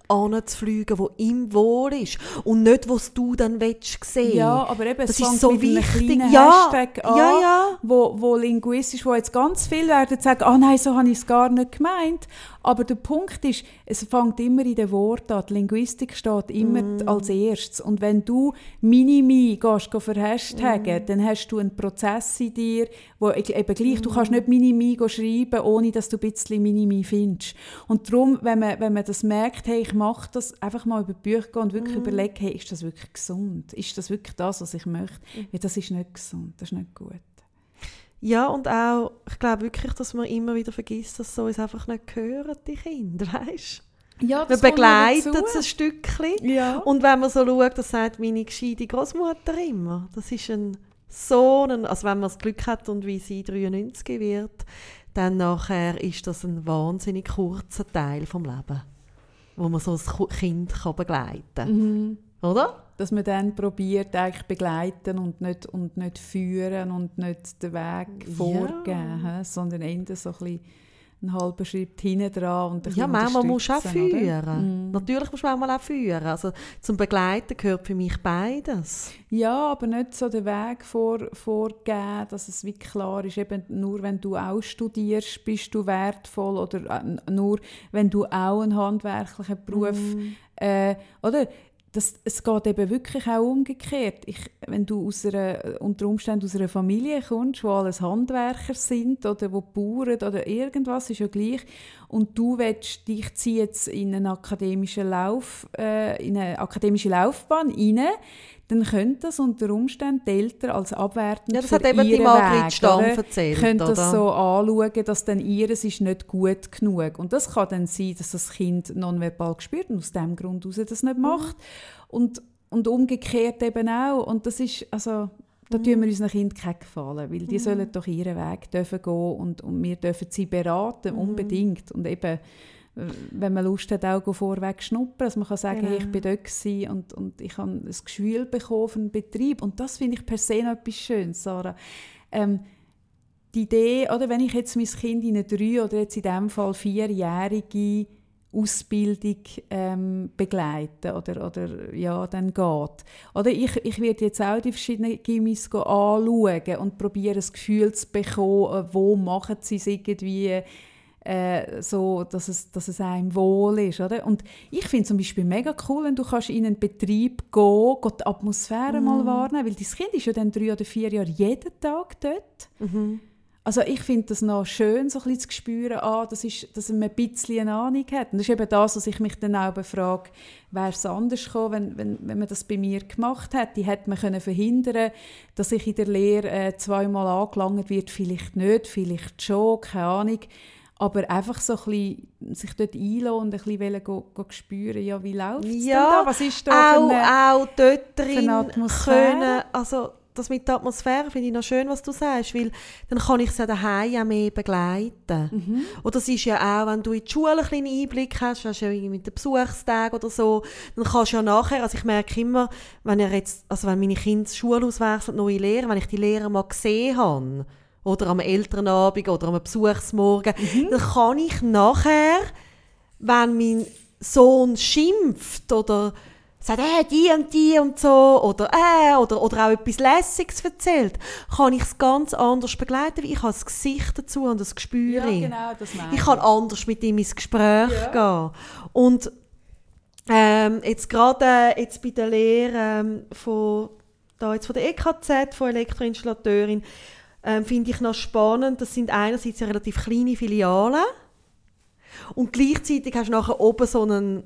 anzufliegen, wo ihm wohl ist. Und nicht, was du dann sehen. Ja, aber eben, das es ist so mit einem wichtig. kleinen Ja, Hashtag an, ja. wo linguistisch, wo jetzt ganz viele werden sagen, nein, so habe ich es gar nicht gemeint. Aber der Punkt ist, es fängt immer in den Worten an. Die Linguistik steht immer als erstes. Und wenn du Minimi gehst verhashtaggen, dann hast du einen Prozess in dir, wo eben gleich, du kannst nicht Minimi schreiben, ohne dass du ein bisschen Minimi findest. Und darum, wenn man das merkt, hey, ich mache das, einfach mal über die Bücher gehen und wirklich überlegen, hey, ist das wirklich gesund? Ist das wirklich das, was ich möchte? Weil das ist nicht gesund, das ist nicht gut. Ja, und auch, ich glaube wirklich, dass man immer wieder vergisst, dass so es einfach nicht gehören, die Kinder, weißt du? Ja, man begleitet es ein Stückchen. Ja. Und wenn man so schaut, das sagt meine gescheite Großmutter immer. Das ist also wenn man das Glück hat und wie sie 93 wird, dann nachher ist das ein wahnsinnig kurzer Teil vom Leben, wo man so ein Kind begleiten kann. Oder? Dass man dann probiert, eigentlich begleiten und nicht führen und nicht den Weg vorgeben, sondern eher so ein bisschen einen halben Schritt hinten dran und ja, manchmal musst du auch führen. Natürlich musst du manchmal auch führen. Also zum Begleiten gehört für mich beides. Ja, aber nicht so den Weg vorgeben, dass es wie klar ist, eben nur wenn du auch studierst, bist du wertvoll oder nur wenn du auch einen handwerklichen Beruf oder es geht eben wirklich auch umgekehrt. Wenn du unter Umständen aus einer Familie kommst, wo alles Handwerker sind oder wo Bauern oder irgendwas, ist ja gleich, und du willst dich ziehen jetzt in eine akademische Laufbahn rein, dann können das unter Umständen die Eltern als abwertend das hat eben die Margrit Stamm erzählt, können das so anschauen, dass dann ihres ist nicht gut genug. Und das kann dann sein, dass das Kind nonverbal spürt und aus diesem Grund heraus das nicht macht. Und umgekehrt eben auch. Und das ist, also, da tun wir unseren Kindern keinen Gefallen, weil die sollen doch ihren Weg dürfen gehen und wir dürfen sie beraten, unbedingt. Und eben, wenn man Lust hat, auch vorweg schnuppern. Also man kann sagen, hey, ich bin dort gewesen und ich habe ein Gefühl bekommen für einen Betrieb. Und das finde ich per se noch etwas Schönes, Sarah. Die Idee, oder wenn ich jetzt mein Kind in eine 3- oder jetzt in diesem Fall 4-jährige Ausbildung begleiten oder ja, dann geht. Oder ich werde jetzt auch die verschiedenen Gimmis anschauen und probieren, ein Gefühl zu bekommen, wo machen sie es irgendwie so, dass es einem wohl ist. Oder? Und ich finde zum Beispiel mega cool, wenn du kannst in einen Betrieb gehen, die Atmosphäre mal wahrnehmen, weil dein Kind ist ja dann 3 oder 4 Jahre jeden Tag dort. Also ich finde das noch schön, so ein bisschen zu spüren, dass man ein bisschen eine Ahnung hat. Und das ist eben das, was ich mich dann auch frage, wäre es anders gekommen, wenn man das bei mir gemacht hätte. Die hätte man verhindern, dass ich in der Lehre 2-mal angelangt wird, vielleicht nicht, vielleicht schon, keine Ahnung. Aber einfach so ein bisschen sich dort einlassen und ein bisschen spüren, ja, wie läuft es denn da? Was ist da auch dort drin Atmosphäre? Also das mit der Atmosphäre finde ich noch schön, was du sagst, weil dann kann ich sie daheim auch mehr begleiten. Und das ist ja auch, wenn du in die Schule einen kleinen Einblick hast ja mit den Besuchstagen oder so, dann kannst du ja nachher, also ich merke immer, wenn meine Kinder die Schule auswechseln, neue Lehrer, wenn ich die Lehrer mal gesehen habe, oder am Elternabend oder am Besuchsmorgen, dann kann ich nachher, wenn mein Sohn schimpft oder sagt, die und so, oder auch etwas Lässiges erzählt, kann ich es ganz anders begleiten, weil ich habe das Gesicht dazu und das Gespür. Ja, genau, das meine ich. Ich kann anders mit ihm ins Gespräch gehen. Und jetzt gerade jetzt bei der Lehre von der EKZ, von Elektroinstallateurin, finde ich noch spannend, das sind einerseits ja relativ kleine Filialen und gleichzeitig hast du nachher oben so einen,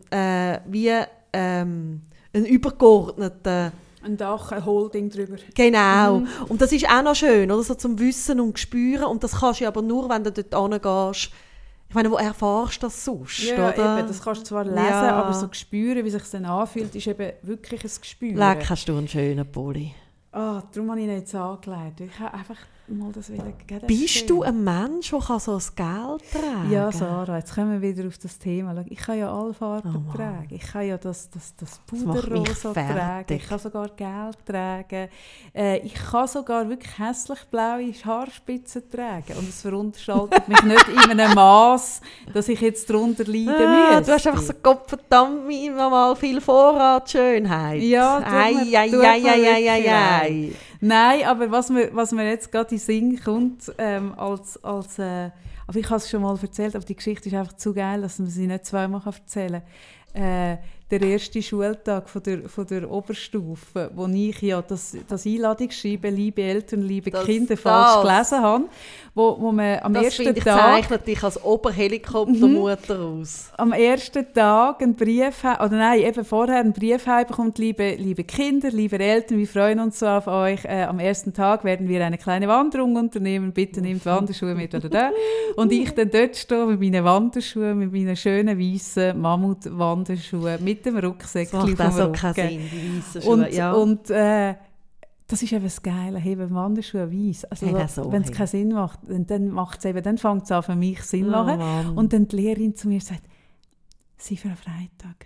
einen übergeordneten ein Dach, ein Holding drüber. Genau. Und das ist auch noch schön, oder? So zum Wissen und Spüren. Und das kannst du aber nur, wenn du dort hingehst. Ich meine, wo erfährst du das sonst, ja, oder? Eben, das kannst du zwar lesen, aber so spüren, wie sich das dann anfühlt, ist eben wirklich ein Gespür. Leck, hast du einen schönen Pulli. Darum habe ich ihn jetzt angelegt. Ich habe einfach mal das wieder... Bist du ein Mensch, der so das Geld tragen kann? Ja, Sarah, jetzt kommen wir wieder auf das Thema. Ich kann ja alle Farben tragen. Ich kann ja das Puderrosa tragen. Ich kann sogar Geld tragen. Ich kann sogar wirklich hässlich blaue Haarspitzen tragen. Und es verunstaltet mich nicht in einem Maß, dass ich jetzt darunter leiden müsste. Du hast einfach so Gottverdammt immer mal viel Vorratsschönheit. Ja, ei. Nein, aber was mir jetzt gerade in den Sinn kommt, aber ich habe es schon mal erzählt, aber die Geschichte ist einfach zu geil, dass man sie nicht zweimal erzählen kann. Der erste Schultag von der Oberstufe, wo ich ja das Einladungsschreiben «Liebe Eltern, liebe Kinder» falsch gelesen habe, wo man am ersten Tag... Das zeichnet dich als Oberhelikoptermutter aus. Am ersten Tag einen Brief, eben vorher einen Brief bekommt, liebe Kinder, liebe Eltern, wir freuen uns so auf euch. Am ersten Tag werden wir eine kleine Wanderung unternehmen, bitte nehmt Wanderschuhe mit oder da. Und ich dann dort stehe mit meinen Wanderschuhen, mit meinen schönen weißen Mammut-Wanderschuhen, mit dem Rucksäckchen vom Das macht auch Rücken. keinen Sinn, die weißen Schuhe. Und das ist eben das Geile, eben Wanderschuhe weiss. Also, wenn es keinen Sinn macht, dann macht es eben, dann fängt es an für mich Sinn zu machen. Mann. Und dann die Lehrerin zu mir sagt, Sie für einen Freitag,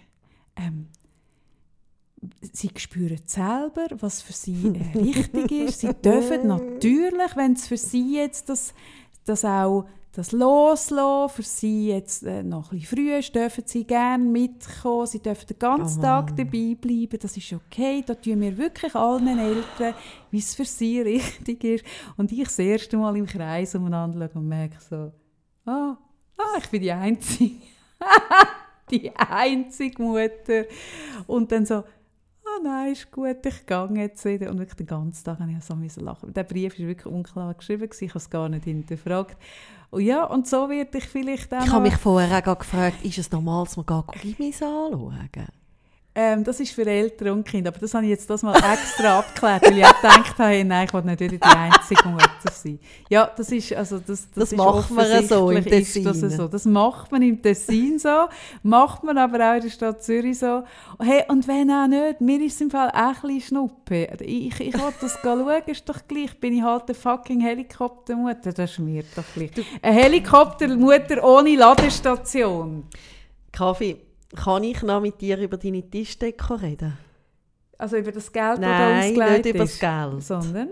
Sie spüren selber, was für Sie richtig ist. Sie dürfen natürlich, wenn es für Sie jetzt das auch das loslassen, für Sie jetzt noch ein bisschen früh ist, dürfen Sie gerne mitkommen, Sie dürfen den ganzen Tag dabei bleiben, das ist okay, da tun wir wirklich allen Eltern, wie es für Sie richtig ist. Und ich das erste Mal im Kreis umeinander schaue und merke so, ich bin die Einzige, die einzige Mutter. Und dann so, nein, ist gut, ich gehe jetzt wieder. Und wirklich den ganzen Tag musste ich so lachen. Der Brief war wirklich unklar geschrieben, ich habe es gar nicht hinterfragt. Und ja, und so werde ich vielleicht auch... Ich habe mich vorher auch gefragt, ist es normal, dass man Gimis anschauen? Das ist für Eltern und Kinder, aber das habe ich jetzt das mal extra abgeklärt, weil ich auch gedacht habe, nein, ich will nicht wieder die einzige Mutter sein. Ja, das ist macht man so im Tessin. Das macht man im Tessin so, macht man aber auch in der Stadt Zürich so. Hey, und wenn auch nicht, mir ist es im Fall auch ein bisschen Schnuppe. Ich will das schauen, ist doch gleich, bin ich halt eine fucking Helikoptermutter, das ist mir doch gleich. Eine Helikoptermutter ohne Ladestation. Kaffee. Kann ich noch mit dir über deine Tischdeko reden? Also über das Geld, das da Nein, ausgelegt nicht über das ist? Geld. Sondern?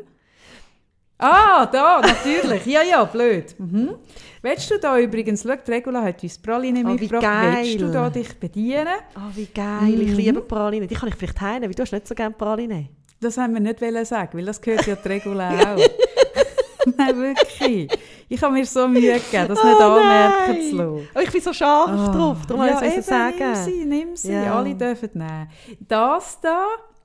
Da, natürlich. Ja, blöd. Willst du da übrigens, schau, die Regula hat uns Praline mitgebracht. Willst du da dich bedienen? Wie geil, ich liebe Praline. Die kann ich vielleicht heimnehmen, weil du hast nicht so gerne Praline. Das haben wir nicht sagen, weil das gehört ja die Regula auch. Nein, wirklich. Ich habe mir so Mühe gegeben, das nicht anmerken zu lassen. Aber ich bin so scharf drauf, darum muss ich es sagen. Nimm sie. Ja. Alle dürfen nehmen. Das da,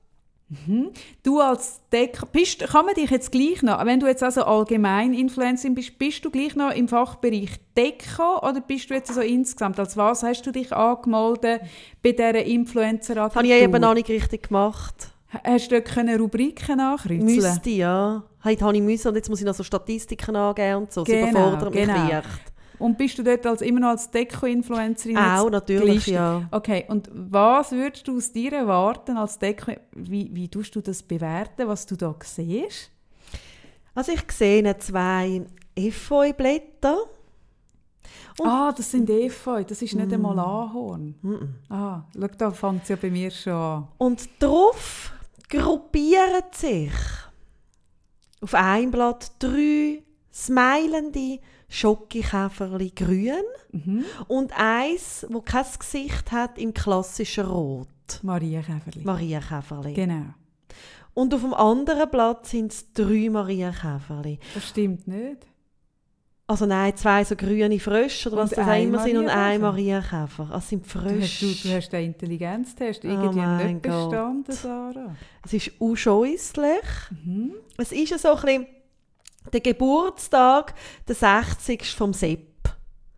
du als Deko, kann man dich jetzt gleich noch, wenn du jetzt also allgemein Influencerin bist du gleich noch im Fachbereich Deko oder bist du jetzt so insgesamt, als was hast du dich angemeldet bei dieser Influencer-Agentur? Das habe ich eben noch nicht richtig gemacht. Hast du dort Rubriken nachkreuzeln? Müsste, ja. Heute habe ich müssen und jetzt muss ich noch so Statistiken angeben und so. Das überfordert mich echt. Und bist du dort immer noch als Deko-Influencerin? Auch, natürlich, ja. Okay, und was würdest du aus dir erwarten als Deko? Wie tust du das bewerten, was du da siehst? Also ich sehe 2 Efeu-Blätter. Das sind Efeu, das ist nicht einmal Ahorn. Schau, da fängt es ja bei mir schon an. Und darauf gruppieren sich auf einem Blatt 3 smilende Schokikäferli grün und eins, das kein Gesicht hat, im klassischen Rot. Marienkäferli. Genau. Und auf dem anderen Blatt sind es 3 Marienkäferli. Das stimmt nicht. Also nein, 2 so grüne Frösche oder was das auch immer sind und ein Marienkäfer. Also sind Frösche. Du hast den Intelligenztest irgendwie nicht bestanden, Sarah. Es ist unscheusslich. Es ist ja so ein bisschen der Geburtstag, der 60. vom Sepp.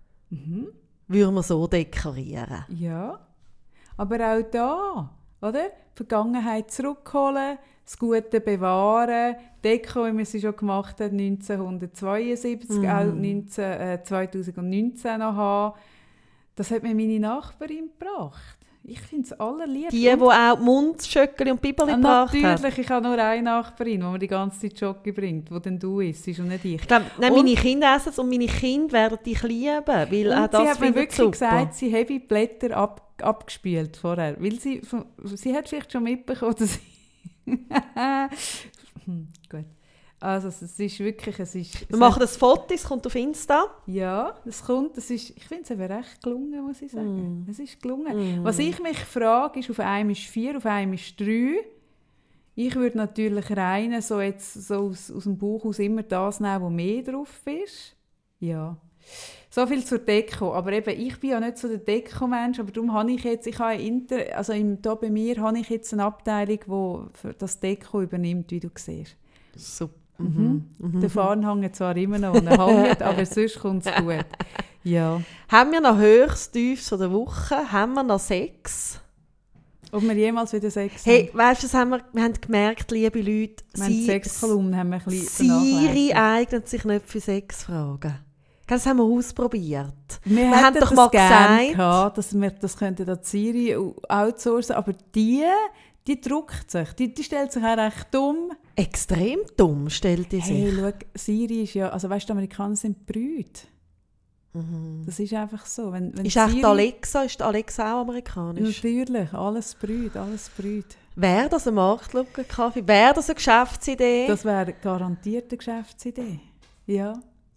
Würden wir so dekorieren. Ja, aber auch da, oder? Die Vergangenheit zurückholen, das Gute bewahren, Deko, wie wir sie schon gemacht haben, 1972, auch 2019 noch haben. Das hat mir meine Nachbarin gebracht. Ich finde es allerliebst. Die auch Mundschöckeli und Biberli gebracht hat. Natürlich, ich habe nur eine Nachbarin, die mir die ganze Zeit Schoki bringt, die dann du isst und nicht ich. Meine Kinder essen es und meine Kinder werden dich lieben, weil auch das sie hat mir wirklich super. gesagt, sie habe die Blätter abgespült vorher, weil sie hat vielleicht schon mitbekommen, dass sie... Gut. Also es ist wirklich... Wir machen das Foto, es kommt auf Insta. Ja, ich finde es eben recht gelungen, muss ich sagen. Es ist gelungen. Was ich mich frage, ist, auf einem ist 4, auf einem ist 3. Ich würde natürlich rein so aus dem Bauch aus immer das nehmen, wo mehr drauf ist. Ja. So viel zur Deko. Aber eben, ich bin ja nicht so der Deko-Mensch, aber darum habe ich jetzt, hier bei mir habe ich jetzt eine Abteilung, die das Deko übernimmt, wie du siehst. Super. Der Faden hängt zwar immer noch, und er hängt, aber sonst kommt es gut. Ja. Haben wir noch Höchst, Tiefs der Woche? Haben wir noch Sex? Ob wir jemals wieder Sex haben? Weißt du, wir haben gemerkt, liebe Leute, Sexkolumnen haben wir ein bisschen Siri eignet sich nicht für Sexfragen. Das haben wir ausprobiert. Wir haben doch mal gesagt, dass wir das könnten an Siri outsourcen, aber die druckt sich. Die stellt sich auch recht dumm. Extrem dumm stellt die sich. Hey, schau, Siri ist ja... Also weißt du, die Amerikaner sind Brüder. Das ist einfach so. Wenn ist Siri, ist die Alexa auch amerikanisch? Natürlich, alles Brüder. Wäre das ein Marktlückenkaffee? Wäre das eine Geschäftsidee? Das wäre garantiert eine Geschäftsidee. Ja.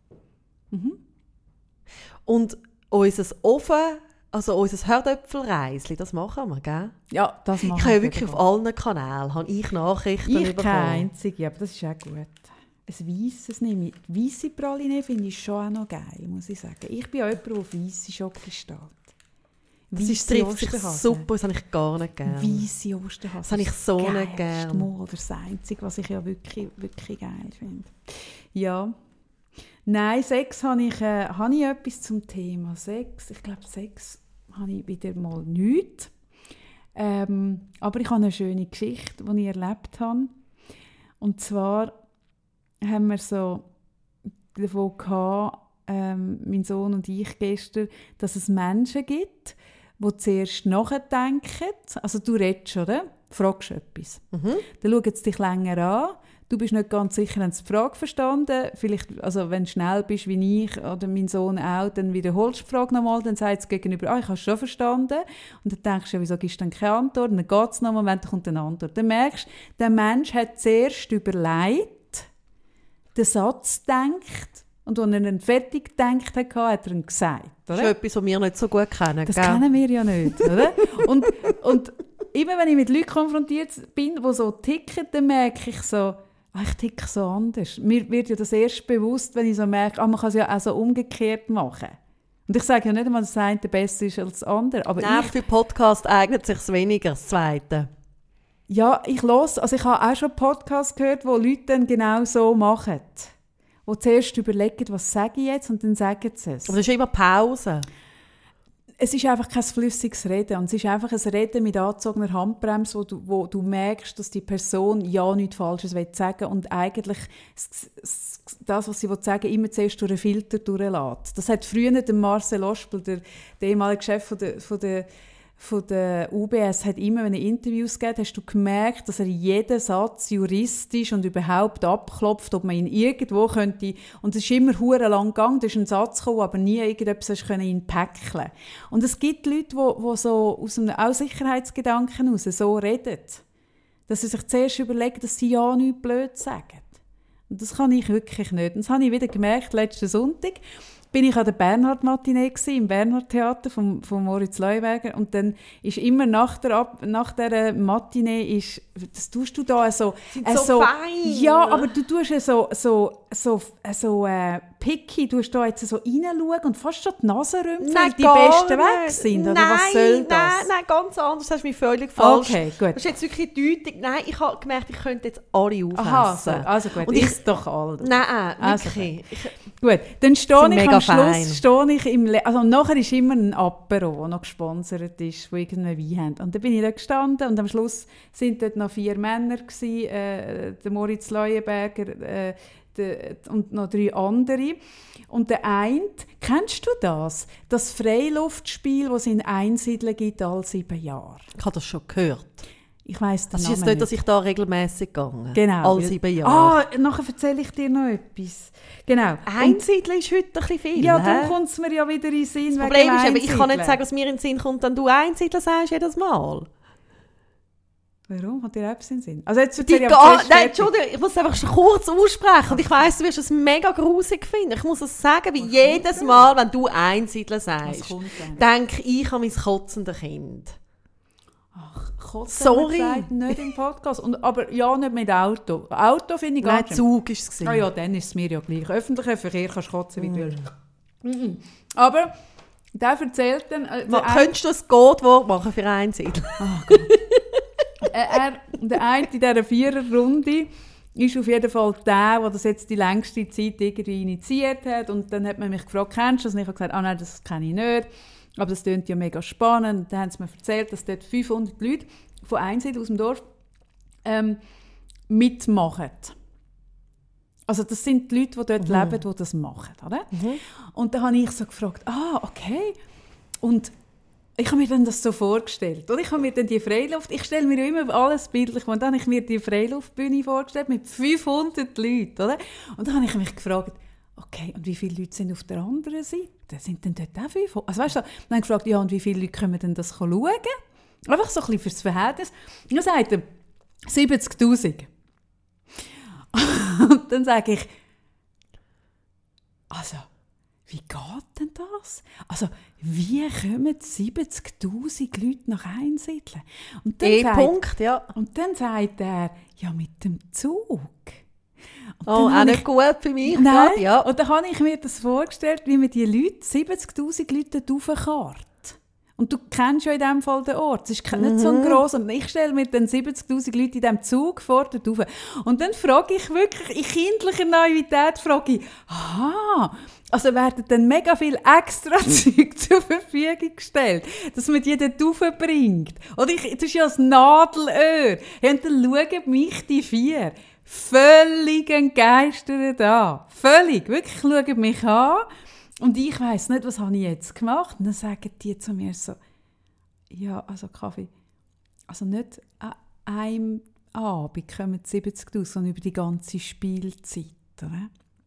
Und unser Herdöpfelreisli, das machen wir, gell? Ja, das machen wir. Ich habe ja wirklich auf allen Kanälen Nachrichten bekommen. Keine einzige, aber das ist auch gut. Ein weisses nehme ich. Die weisse Praline finde ich schon auch noch geil, muss ich sagen. Ich bin auch jemand, der auf weisse Schoki steht. Das trifft sich super, das habe ich gar nicht gerne. Weisse Osterhasen. Das habe ich so nicht gerne. Das ist das Einzige, was ich ja wirklich, wirklich geil finde. Ja. Nein, Sex habe ich etwas zum Thema Sex. Ich glaube, Sex habe ich wieder mal nichts. Aber ich habe eine schöne Geschichte, die ich erlebt habe. Und zwar haben wir so davon gehabt, mein Sohn und ich gestern, dass es Menschen gibt, die zuerst nachdenken. Also du redest, oder? Fragst etwas. Dann schauen sie dich länger an. Du bist nicht ganz sicher, haben sie die Frage verstanden. Vielleicht, also wenn du schnell bist wie ich oder mein Sohn auch, dann wiederholst du die Frage nochmal, dann sagt es gegenüber, ich habe es schon verstanden. Und dann denkst du, wieso gibst du dann keine Antwort? Und dann geht es noch einen Moment, dann kommt eine Antwort. Dann merkst du, der Mensch hat zuerst überlegt, den Satz gedacht, und als er dann fertig gedacht hat, hat er ihn gesagt. Oder? Das ist etwas, was wir nicht so gut kennen. Das kennen wir ja nicht, oder? Und immer wenn ich mit Leuten konfrontiert bin, die so ticken, dann merke ich so, ich ticke so anders. Mir wird ja das erst bewusst, wenn ich so merke, man kann es ja auch so umgekehrt machen. Und ich sage ja nicht einmal, dass das eine besser ist als das andere. Aber nein, für Podcast eignet es sich weniger, das Zweite. Ja, ich habe auch schon Podcasts gehört, wo Leute dann genau so machen. Die zuerst überlegen, was sage ich jetzt, und dann sagen sie es. Aber das ist immer Pause. Es ist einfach kein flüssiges Reden. Und es ist einfach ein Reden mit angezogener Handbremse, wo du merkst, dass die Person ja nichts Falsches sagen will und eigentlich das, was sie sagen will, immer zuerst durch einen Filter durchlässt. Das hat früher der Marcel Ospel, der ehemalige Chef von der UBS, hat immer, wenn er Interviews gibt, hast du gemerkt, dass er jeden Satz juristisch und überhaupt abklopft, ob man ihn irgendwo könnte. Und es ist immer hure lang gegangen, da ist ein Satz gekommen, aber nie irgendetwas können ihn päckeln. Und es gibt Leute, die so aus einem auch Sicherheitsgedanken heraus so reden, dass sie sich zuerst überlegen, dass sie ja nichts blöd sagen. Und das kann ich wirklich nicht. Und das habe ich wieder gemerkt, letzten Sonntag. Bin ich an der Bernhard-Matinee im Bernhard-Theater von Moritz Leuenberger, und dann ist immer nach der Matinee das tust du da so fein. Ja, aber du tust so picky, du tust da jetzt so reinschauen und fast schon die Nase rümpfen, weil die Besten weg sind, oder was soll das? Nein, ganz anders, das hast mich völlig falsch. Okay, gut. Das ist jetzt wirklich deutlich. Nein, ich habe gemerkt, ich könnte jetzt alle aufessen. Aha, also gut, und ist doch alles. Nein, wirklich. Gut, dann stehe ich am Schluss und nachher ist immer ein Apero, der noch gesponsert ist, der irgendeinen Wein hat. Und dann bin ich da gestanden und am Schluss sind dort noch 4 Männer gewesen, der Moritz Leuenberger, und noch 3 andere. Und der eine, kennst du das? Das Freiluftspiel, das es in Einsiedeln gibt, alle 7 Jahre. Ich habe das schon gehört. Ich weiss den Das Namen ist nicht, dass ich da regelmäßig gehe. Genau. Alle 7 Jahre. Nachher erzähle ich dir noch etwas. Genau. Einsiedeln ist heute ein bisschen viel. Ja, darum kommt es mir ja wieder in den Sinn. Das Problem ist, ich kann nicht sagen, was mir in den Sinn kommt, wenn du Einsiedeln sagst jedes Mal. Warum? Hat dir etwas in den Sinn? Also jetzt Nein, Entschuldigung, ich muss es einfach kurz aussprechen. Und ich weiss, du wirst es mega grusig finden. Ich muss es sagen, wie jedes Mal, wenn du Einsiedeln sagst, denke ich an mein kotzendes Kind. Ach, Kotzen sorry. Gesagt, nicht im Podcast. Aber ja, nicht mit Auto. Auto finde ich gar nicht. Zug war es. Ah ja, dann ist es mir ja gleich. Öffentlicher Verkehr kannst du kotzen, wie du willst. Aber der erzählt dann... Könntest du ein Codewort machen für Einsiedeln? Oh Gott. Der eine in dieser 4er-Runde ist auf jeden Fall der das jetzt die längste Zeit irgendwie initiiert hat. Und dann hat man mich gefragt, kennst du das? Und ich habe gesagt, nein, das kenne ich nicht. Aber das klingt ja mega spannend. Und dann haben sie mir erzählt, dass dort 500 Leute von Einsiedeln aus dem Dorf mitmachen. Also das sind die Leute, die dort leben, die das machen. Oder? Und dann habe ich so gefragt, okay. Und ich habe mir dann das so vorgestellt. Oder? Ich habe mir dann die Freiluft... Ich stelle mir immer alles bildlich vor. Und dann habe ich mir die Freiluftbühne vorgestellt mit 500 Leuten. Oder? Und dann habe ich mich gefragt, okay, und wie viele Leute sind auf der anderen Seite? Sind denn dort auch 500? Also weißt du, dann habe ich gefragt, ja, und wie viele Leute können denn das schauen? Einfach so ein bisschen fürs Verhältnis. Und dann sagt er, 70'000. Und dann sage ich, also... Wie geht denn das? Also, wie kommen 70'000 Leute nach Einsiedeln? Und dann sagt er, ja, mit dem Zug. Auch nicht gut für mich. Nein, ja. Und dann habe ich mir das vorgestellt, wie man die Leute, 70'000 Leute raufkarrt. Und du kennst ja in diesem Fall den Ort. Es ist nicht so ein grosser. Und ich stelle mir dann 70'000 Leute in diesem Zug vor dort rauf. Und dann frage ich wirklich, in kindlicher Naivität frage ich, also werden dann mega viel extra Zeug zur Verfügung gestellt, dass man die dort raufbringt. Oder das ist ja das Nadelöhr. Und dann schauen mich die 4 völlig entgeistert an. Völlig. Wirklich schauen mich an. Und ich weiss nicht, was habe ich jetzt gemacht. Und dann sagen die zu mir so, ja, also Kaffee, also nicht an einem Abend kommen 70'000, sondern über die ganze Spielzeit. Oder?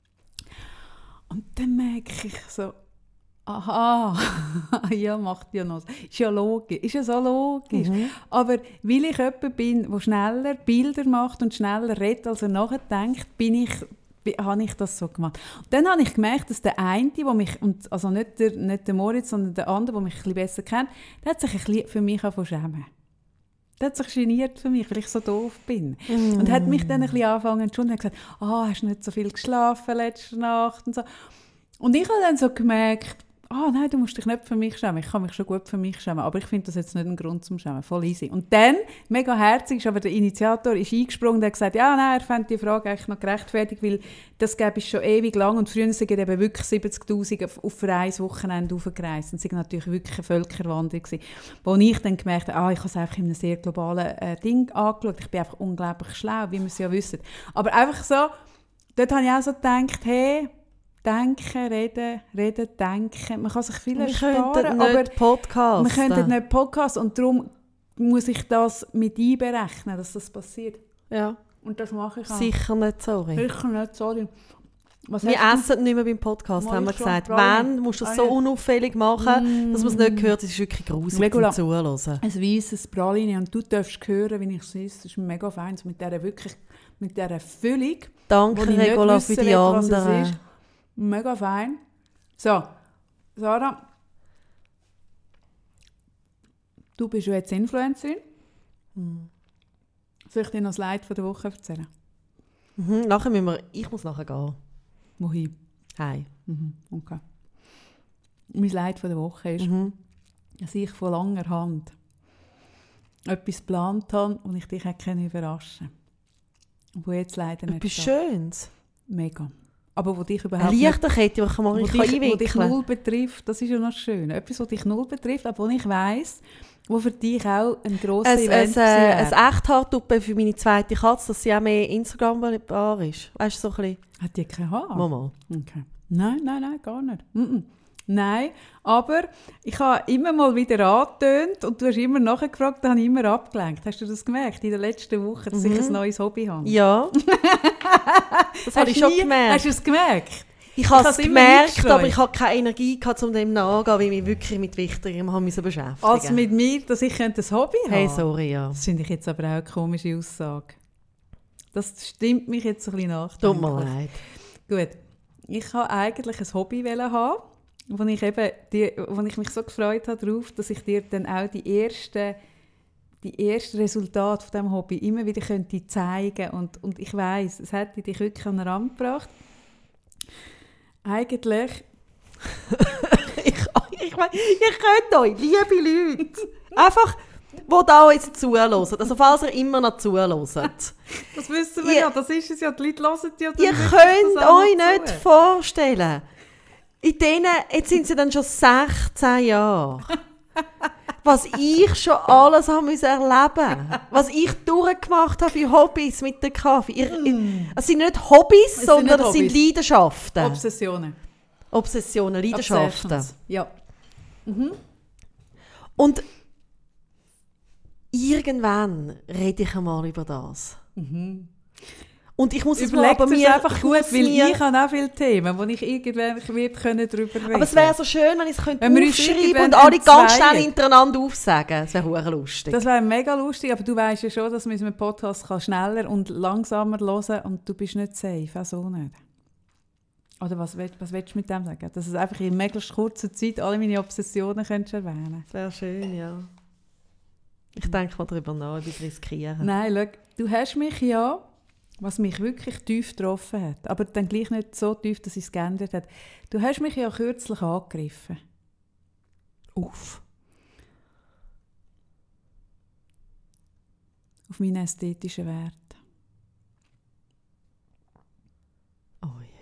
Und dann merke ich so, aha, ja, macht ja noch. Ist ja logisch, ist ja so logisch. Aber weil ich jemand bin, der schneller Bilder macht und schneller redet, als er nachdenkt, habe ich das so gemacht. Und dann habe ich gemerkt, dass der eine, der mich, also nicht der Moritz, sondern der andere, der mich ein bisschen besser kennt, der hat sich ein bisschen für mich schämen. Der hat sich geniert für mich, weil ich so doof bin. Und hat mich dann ein bisschen angefangen zu entschuldigen und gesagt, hast du nicht so viel geschlafen letzte Nacht und so. Und ich habe dann so gemerkt, nein, du musst dich nicht für mich schämen. Ich kann mich schon gut für mich schämen, aber ich finde das jetzt nicht ein Grund zum Schämen. Voll easy. Und dann, mega herzig, ist aber der Initiator ist eingesprungen und hat gesagt, ja, nein, er fände die Frage eigentlich noch gerechtfertigt, weil das gäbe es schon ewig lang und früher sind eben wirklich 70'000 auf ein Wochenende aufgereist. Und es war natürlich wirklich eine Völkerwanderung gewesen, wo ich dann gemerkt habe, ich habe es einfach in einem sehr globalen Ding angeschaut. Ich bin einfach unglaublich schlau, wie wir es ja wissen. Aber einfach so, dort habe ich auch so gedacht, hey, denken, reden, denken. Man kann sich viel ersparen, aber Podcasten. Man könnte nicht Podcast und darum muss ich das mit einberechnen, dass das passiert. Ja. Und das mache ich auch. Sicher nicht, sorry. Sicher nicht, sorry. Wir essen nicht mehr beim Podcast, haben wir gesagt. Wenn, musst du es so unauffällig machen, dass man es nicht hört. Es ist wirklich gruselig zum Zuhören. Ein weisses Praline und du darfst hören, wie ich es esse. Das ist mega fein. So mit dieser Füllung. Danke, Regula, für die anderen. Mega fein. So, Sarah, du bist ja jetzt Influencerin. Soll ich dir noch das Leid von der Woche erzählen? Ich muss nachher gehen. Wohin? Hi. Okay. Mein Leid von der Woche ist, dass ich von langer Hand etwas geplant habe und ich dich überraschen konnte. Wo jetzt leider nicht etwas Schönes? Mega. aber wo dich überhaupt eine Lichterkette, die ich einwickeln wo dich null betrifft, das ist ja noch schön. Etwas, was dich null betrifft, aber wo ich weiss, wo für dich auch ein grosses Event wäre. Ein Echthaartuppe für meine zweite Katze, dass sie auch mehr Instagram-bar ist. Weißt du, so ein bisschen... Hat die kein Haar? Mama. Okay. Nein, gar nicht. Nein, aber ich habe immer mal wieder angetönt und du hast immer nachgefragt, da habe ich immer abgelenkt. Hast du das gemerkt in der letzten Woche, dass ich ein neues Hobby habe? Ja. Das habe ich schon gemerkt. Hast du es gemerkt? Ich habe es gemerkt, aber ich hatte keine Energie, um dem nachzugehen, weil ich mich wirklich mit Wichtigem beschäftigen musste. Als mit mir, dass ich ein Hobby habe? Hey, sorry, ja. Das finde ich jetzt aber auch eine komische Aussage. Das stimmt mich jetzt ein bisschen nach. Tut mir leid. Gut, ich wollte eigentlich ein Hobby haben, wo ich mich so gefreut habe darauf, dass ich dir dann auch die ersten Resultate von diesem Hobby immer wieder zeigen könnte. Und ich weiss, es hätte dich wirklich an den Rand gebracht. Eigentlich... ich könnte euch, liebe Leute, einfach, die da jetzt zuhören, also falls ihr immer noch zuhört. Das wissen wir ja, das ist es ja, die Leute hören ja. Ihr könnt euch nicht vorstellen, jetzt sind sie dann schon 16 Jahre, was ich schon alles erleben musste, was ich durchgemacht habe für Hobbys mit dem Kaffee. Es sind nicht Hobbys, sondern es sind Leidenschaften. Obsessionen, Leidenschaften. Obsessions. Ja. Und irgendwann rede ich einmal über das. Und ich muss es mir einfach gut, weil ich habe auch viele Themen, wo ich irgendwann darüber reden. Aber es wäre so schön, wenn ich es aufschreiben und alle ganz schnell hintereinander aufsagen. Das wäre verdammt lustig. Das wäre mega lustig, aber du weißt ja schon, dass man unseren Podcast schneller und langsamer hören kann und du bist nicht safe, auch so nicht. Oder was willst du mit dem sagen? Dass es einfach in möglichst kurzer Zeit alle meine Obsessionen erwähnen könntest. Sehr schön, ja. Ich denke mal darüber nach, ob ich riskieren. Nein, schau, du hast mich ja, was mich wirklich tief getroffen hat, aber dann gleich nicht so tief, dass es geändert hat. Du hast mich ja kürzlich angegriffen. Auf meine ästhetischen Werte. Oh je.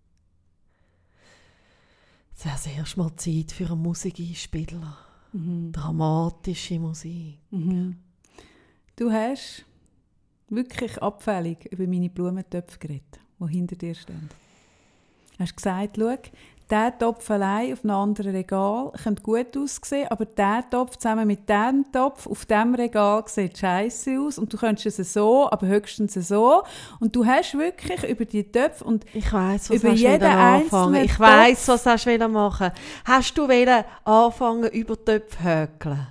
Es wäre das erste Mal Zeit für einen Musikeinspieler. Dramatische Musik. Du hast wirklich abfällig über meine Blumentöpfe geredet, die hinter dir stehen. Du hast gesagt, schau, dieser Topf allein auf einem anderen Regal könnte gut aussehen, aber dieser Topf zusammen mit diesem Topf auf diesem Regal sieht scheisse aus und du könntest es so, aber höchstens so. Und du hast wirklich über die Töpfe und ich weiss, was über jeden einzelnen Ich weiss, was hast du machen. Hast du anfangen über Töpfe häkeln?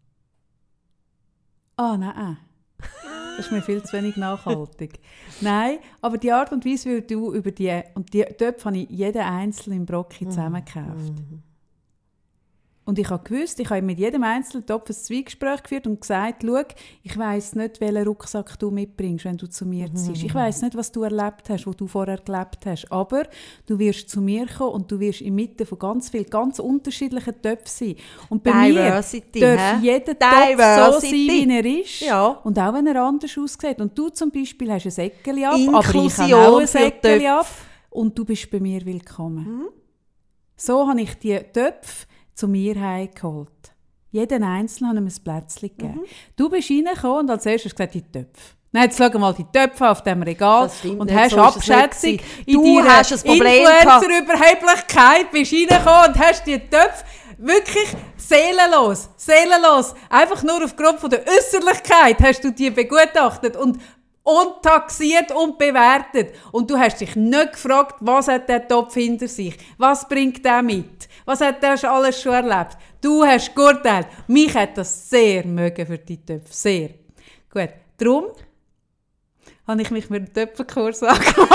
Nein. Das ist mir viel zu wenig nachhaltig. Nein, aber die Art und Weise, wie du über die Töpfe habe ich jeden einzelnen Brocki zusammengekauft. Und ich habe gewusst, ich habe mit jedem einzelnen Topf ein Zweigespräch geführt und gesagt, schau, ich weiss nicht, welchen Rucksack du mitbringst, wenn du zu mir ziehst. Ich weiss nicht, was du erlebt hast, was du vorher gelebt hast. Aber du wirst zu mir kommen und du wirst inmitten von ganz vielen, ganz unterschiedlichen Töpfen sein. Und bei Diversity, mir darf jeder Topf so sein, wie er ist. Ja. Und auch wenn er anders aussieht. Und du zum Beispiel hast ein Säckchen ab, Inklusion, aber ich habe auch ein Säckchen ab. Und du bist bei mir willkommen. So habe ich die Töpfe zu mir heimgeholt. Jeden Einzelnen haben ihm ein Plätzchen gegeben. Du bist reingekommen und als erstes gesagt, die Töpfe. Nein, jetzt schau mal die Töpfe auf dem Regal und hast so Abschätzung in deiner Influencer-Überheblichkeit, bist reingekommen und hast die Töpfe wirklich seelenlos, einfach nur aufgrund von der Äußerlichkeit hast du die begutachtet und taxiert und bewertet. Und du hast dich nicht gefragt, was hat der Topf hinter sich? Was bringt der mit? Was hat der alles schon erlebt? Du hast geurteilt. Mich hat das sehr mögen für die Töpfe. Sehr. Gut. Darum habe ich mich mit dem Töpferkurs angemeldet.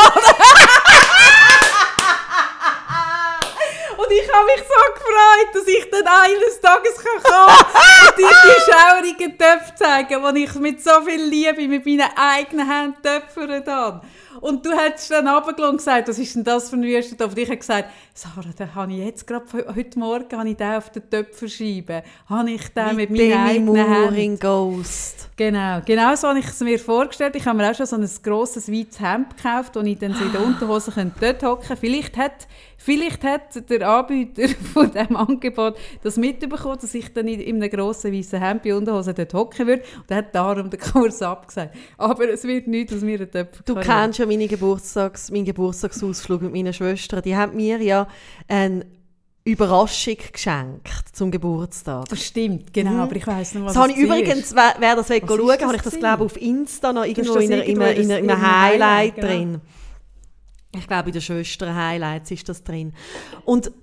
Und ich habe mich so gefreut, dass ich dann eines Tages kommen kann und dir die schaurigen Töpfe zeigen, die ich mit so viel Liebe mit meinen eigenen Händen töpfern habe. Und du hättest dann runtergeschaut und gesagt, was ist denn das für ein Wüstentopf? Und ich habe gesagt, Sarah, den habe ich jetzt gerade, heute Morgen habe ich den auf den Töpferscheibe. Habe ich den mit meinen eigenen Händen. Ghost. Genau so habe ich es mir vorgestellt. Ich habe mir auch schon so ein grosses, weites Hemd gekauft, das ich dann so in der Unterhose dort hocken könnte. Vielleicht hat der Anbieter von diesem Angebot das mitbekommen, dass ich dann in einem grossen, weißen Hemd bei Unterhose dort hocken würde. Und er hat darum den Kurs abgesagt. Aber es wird nichts aus mir einen Töpfer. Du kennst ja meinen Geburtstagsausflug mit meinen Schwestern. Die haben mir ja eine Überraschung geschenkt zum Geburtstag. Das stimmt, genau, aber ich weiss nicht, was das habe ich übrigens, wer das schauen will, habe ich das, glaube ich, auf Insta noch irgendwo in einem Highlight drin. Genau. Ich glaube, in den Schwestern-Highlights ist das drin. Und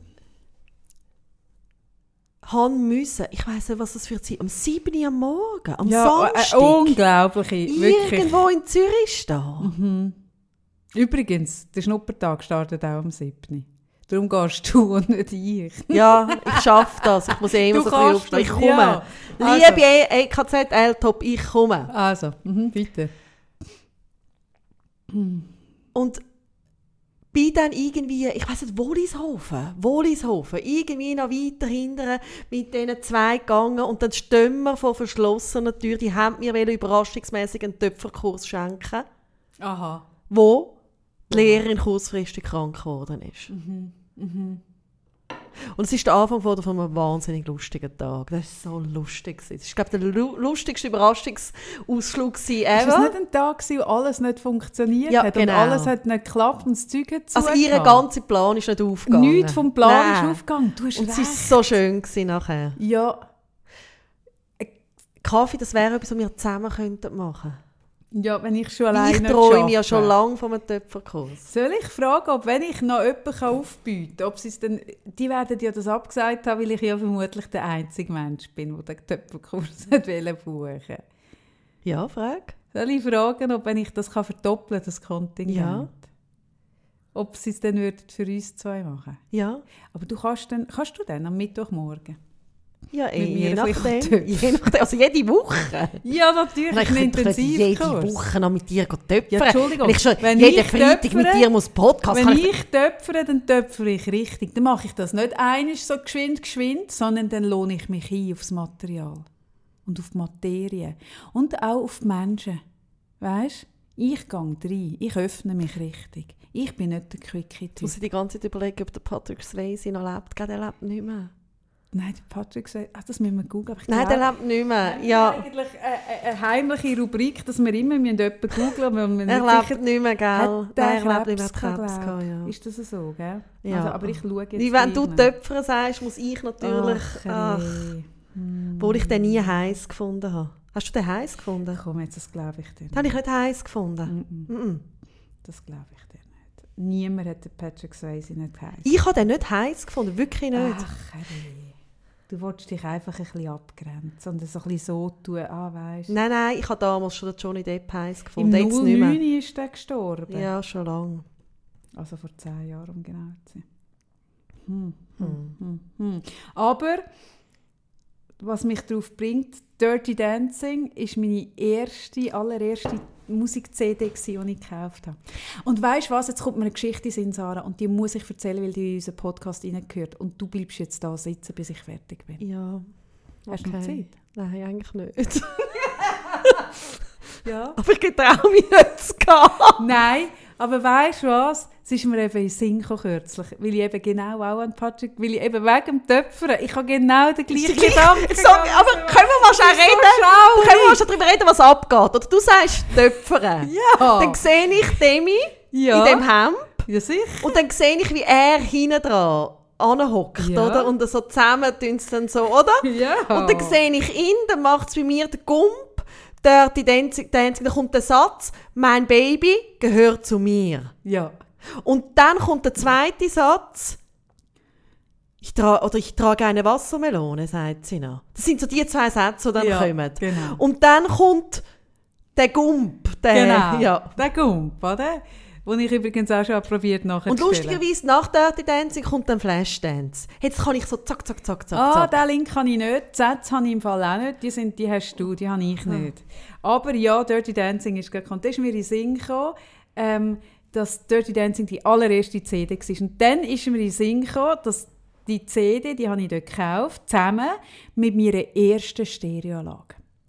müssen, ich weiss nicht, was das für Zeit, am 7 Uhr am Morgen, am Samstag. Unglaublich, irgendwo in Zürich stehen. Übrigens, der Schnuppertag startet auch am 7. Darum gehst du und nicht ich. Ja, ich schaffe das. Ich muss immer so früh aufstehen. Ich komme. Ja. Liebe EKZ L-Top, ich komme. Also, bitte. Und bin dann irgendwie, ich weiss nicht, Wollishofen, irgendwie noch weiter hinten mit diesen 2 gegangen und dann stehen wir vor verschlossener Tür. Die haben mir überraschungsmäßig einen Töpferkurs schenken. Aha. Wo die Lehrerin kurzfristig krank geworden ist. Und es ist der Anfang von einem wahnsinnig lustigen Tag. Das war so lustig. Das war, glaube ich, der lustigste Überraschungsausflug ever. Ist das nicht ein Tag, wo alles nicht funktioniert hat genau. Und alles hat nicht geklappt und das Zeug hat Also ihr ganzer Plan ist nicht aufgegangen? Nichts vom Plan ist aufgegangen. Du hast und recht. es war so schön nachher. Ja. Kaffee, das wäre etwas, was wir zusammen machen könnten. Ja, wenn ich schon alleine Ich träume ja schon lange von einem Töpferkurs. Soll ich fragen, ob wenn ich noch jemanden aufbieten kann, ob sie es dann, die werden ja das abgesagt haben, weil ich ja vermutlich der einzige Mensch bin, der den Töpferkurs buchen wollte. Ja, frag. Soll ich fragen, ob wenn ich das verdoppeln kann, das Kontingent? Ja. Ob sie es dann für uns 2 machen? Ja. Aber kannst du dann am Mittwochmorgen? Ja, je nachdem. Also jede Woche? Ja, natürlich. Ich könnte jede Woche noch mit dir töpfern. Ja, Entschuldigung. Wenn ich schon jeden Freitag mit dir muss Podcast Wenn ich töpfere, dann töpfere ich richtig. Dann mache ich das nicht einmal so geschwind, sondern dann lohne ich mich ein aufs Material. Und auf die Materie. Und auch auf die Menschen. Weisst du? Ich gehe rein. Ich öffne mich richtig. Ich bin nicht der Quickie-Typ. Ich muss die ganze Zeit überlegen, ob der Patrick Swayze noch lebt. Der lebt nicht mehr. Nein, der Patrick sagt, das müssen wir googeln. Nein, der lebt nicht mehr. Ja. Eigentlich eine heimliche Rubrik, dass wir immer jemanden googeln. Er lebt nicht mehr, gell? Er lebt nicht mehr Krebs. Ja. Ist das so, gell? Ja. Also, aber ich schaue jetzt. Wenn du Töpfer sagst, muss ich natürlich... Obwohl ich den nie heiß gefunden habe. Hast du den heiß gefunden? Komm, jetzt, das glaube ich dir nicht. Den habe ich nicht heiß gefunden. Das glaube ich dir nicht. Niemand hat den Patrick Swayze nicht heiß. Ich habe den nicht heiß gefunden, wirklich nicht. Ach, du wolltest dich einfach ein bisschen abgrenzen und so ein bisschen so tun, weisst. Nein, ich habe damals schon Johnny Depp heiß gefunden. Im 2009 ist der gestorben. Ja, schon lange. Also vor 10 Jahren, um genau zu sein. Aber, was mich darauf bringt, Dirty Dancing ist meine allererste Musik-CD, die ich gekauft habe. Und weisst was, jetzt kommt mir eine Geschichte in den Sinn, Sarah, und die muss ich erzählen, weil die in unseren Podcast reingehört. Und du bleibst jetzt da sitzen, bis ich fertig bin. Ja. Hast du noch Zeit? Nein, eigentlich nicht. Ja. Aber ich traue mich nicht zu gehen. Nein, aber weisst du was? Es ist mir eben in den Sinn gekommen kürzlich, weil ich eben genau auch an Patrick, weil ich eben wegen dem Töpfern, ich habe genau den gleichen Gedanken. So, aber können wir mal schon reden? Können wir mal schon darüber reden, was abgeht? Oder du sagst Töpfern. Ja. Dann sehe ich Demi in dem Hemd. Ja, sicher. Und dann sehe ich, wie er hinten dran anhockt, Ja. oder? Und so zusammen tun sie dann so, oder? Ja. Und dann sehe ich ihn, dann macht es bei mir den Gump, Dirty Dancing, dann kommt der Satz, mein Baby gehört zu mir. Ja. Und dann kommt der zweite Satz, ich trage eine Wassermelone, sagt sie noch. Das sind so die 2 Sätze, die dann kommen. Genau. Und dann kommt der Gump. Der Gump, oder? Den ich übrigens auch schon probiert nachzustellen. Und lustigerweise, nach Dirty Dancing kommt dann Flashdance. Jetzt kann ich so zack. Den Link habe ich nicht, die Sätze habe ich im Fall auch nicht, die hast du, die habe ich nicht. Aber ja, Dirty Dancing ist gekommen. Da ist mir in den Sinn gekommen, dass Dirty Dancing die allererste CD war. Und dann ist mir in den Sinn gekommen, dass die CD, die habe ich dort gekauft, zusammen mit meiner ersten Stereoanlage.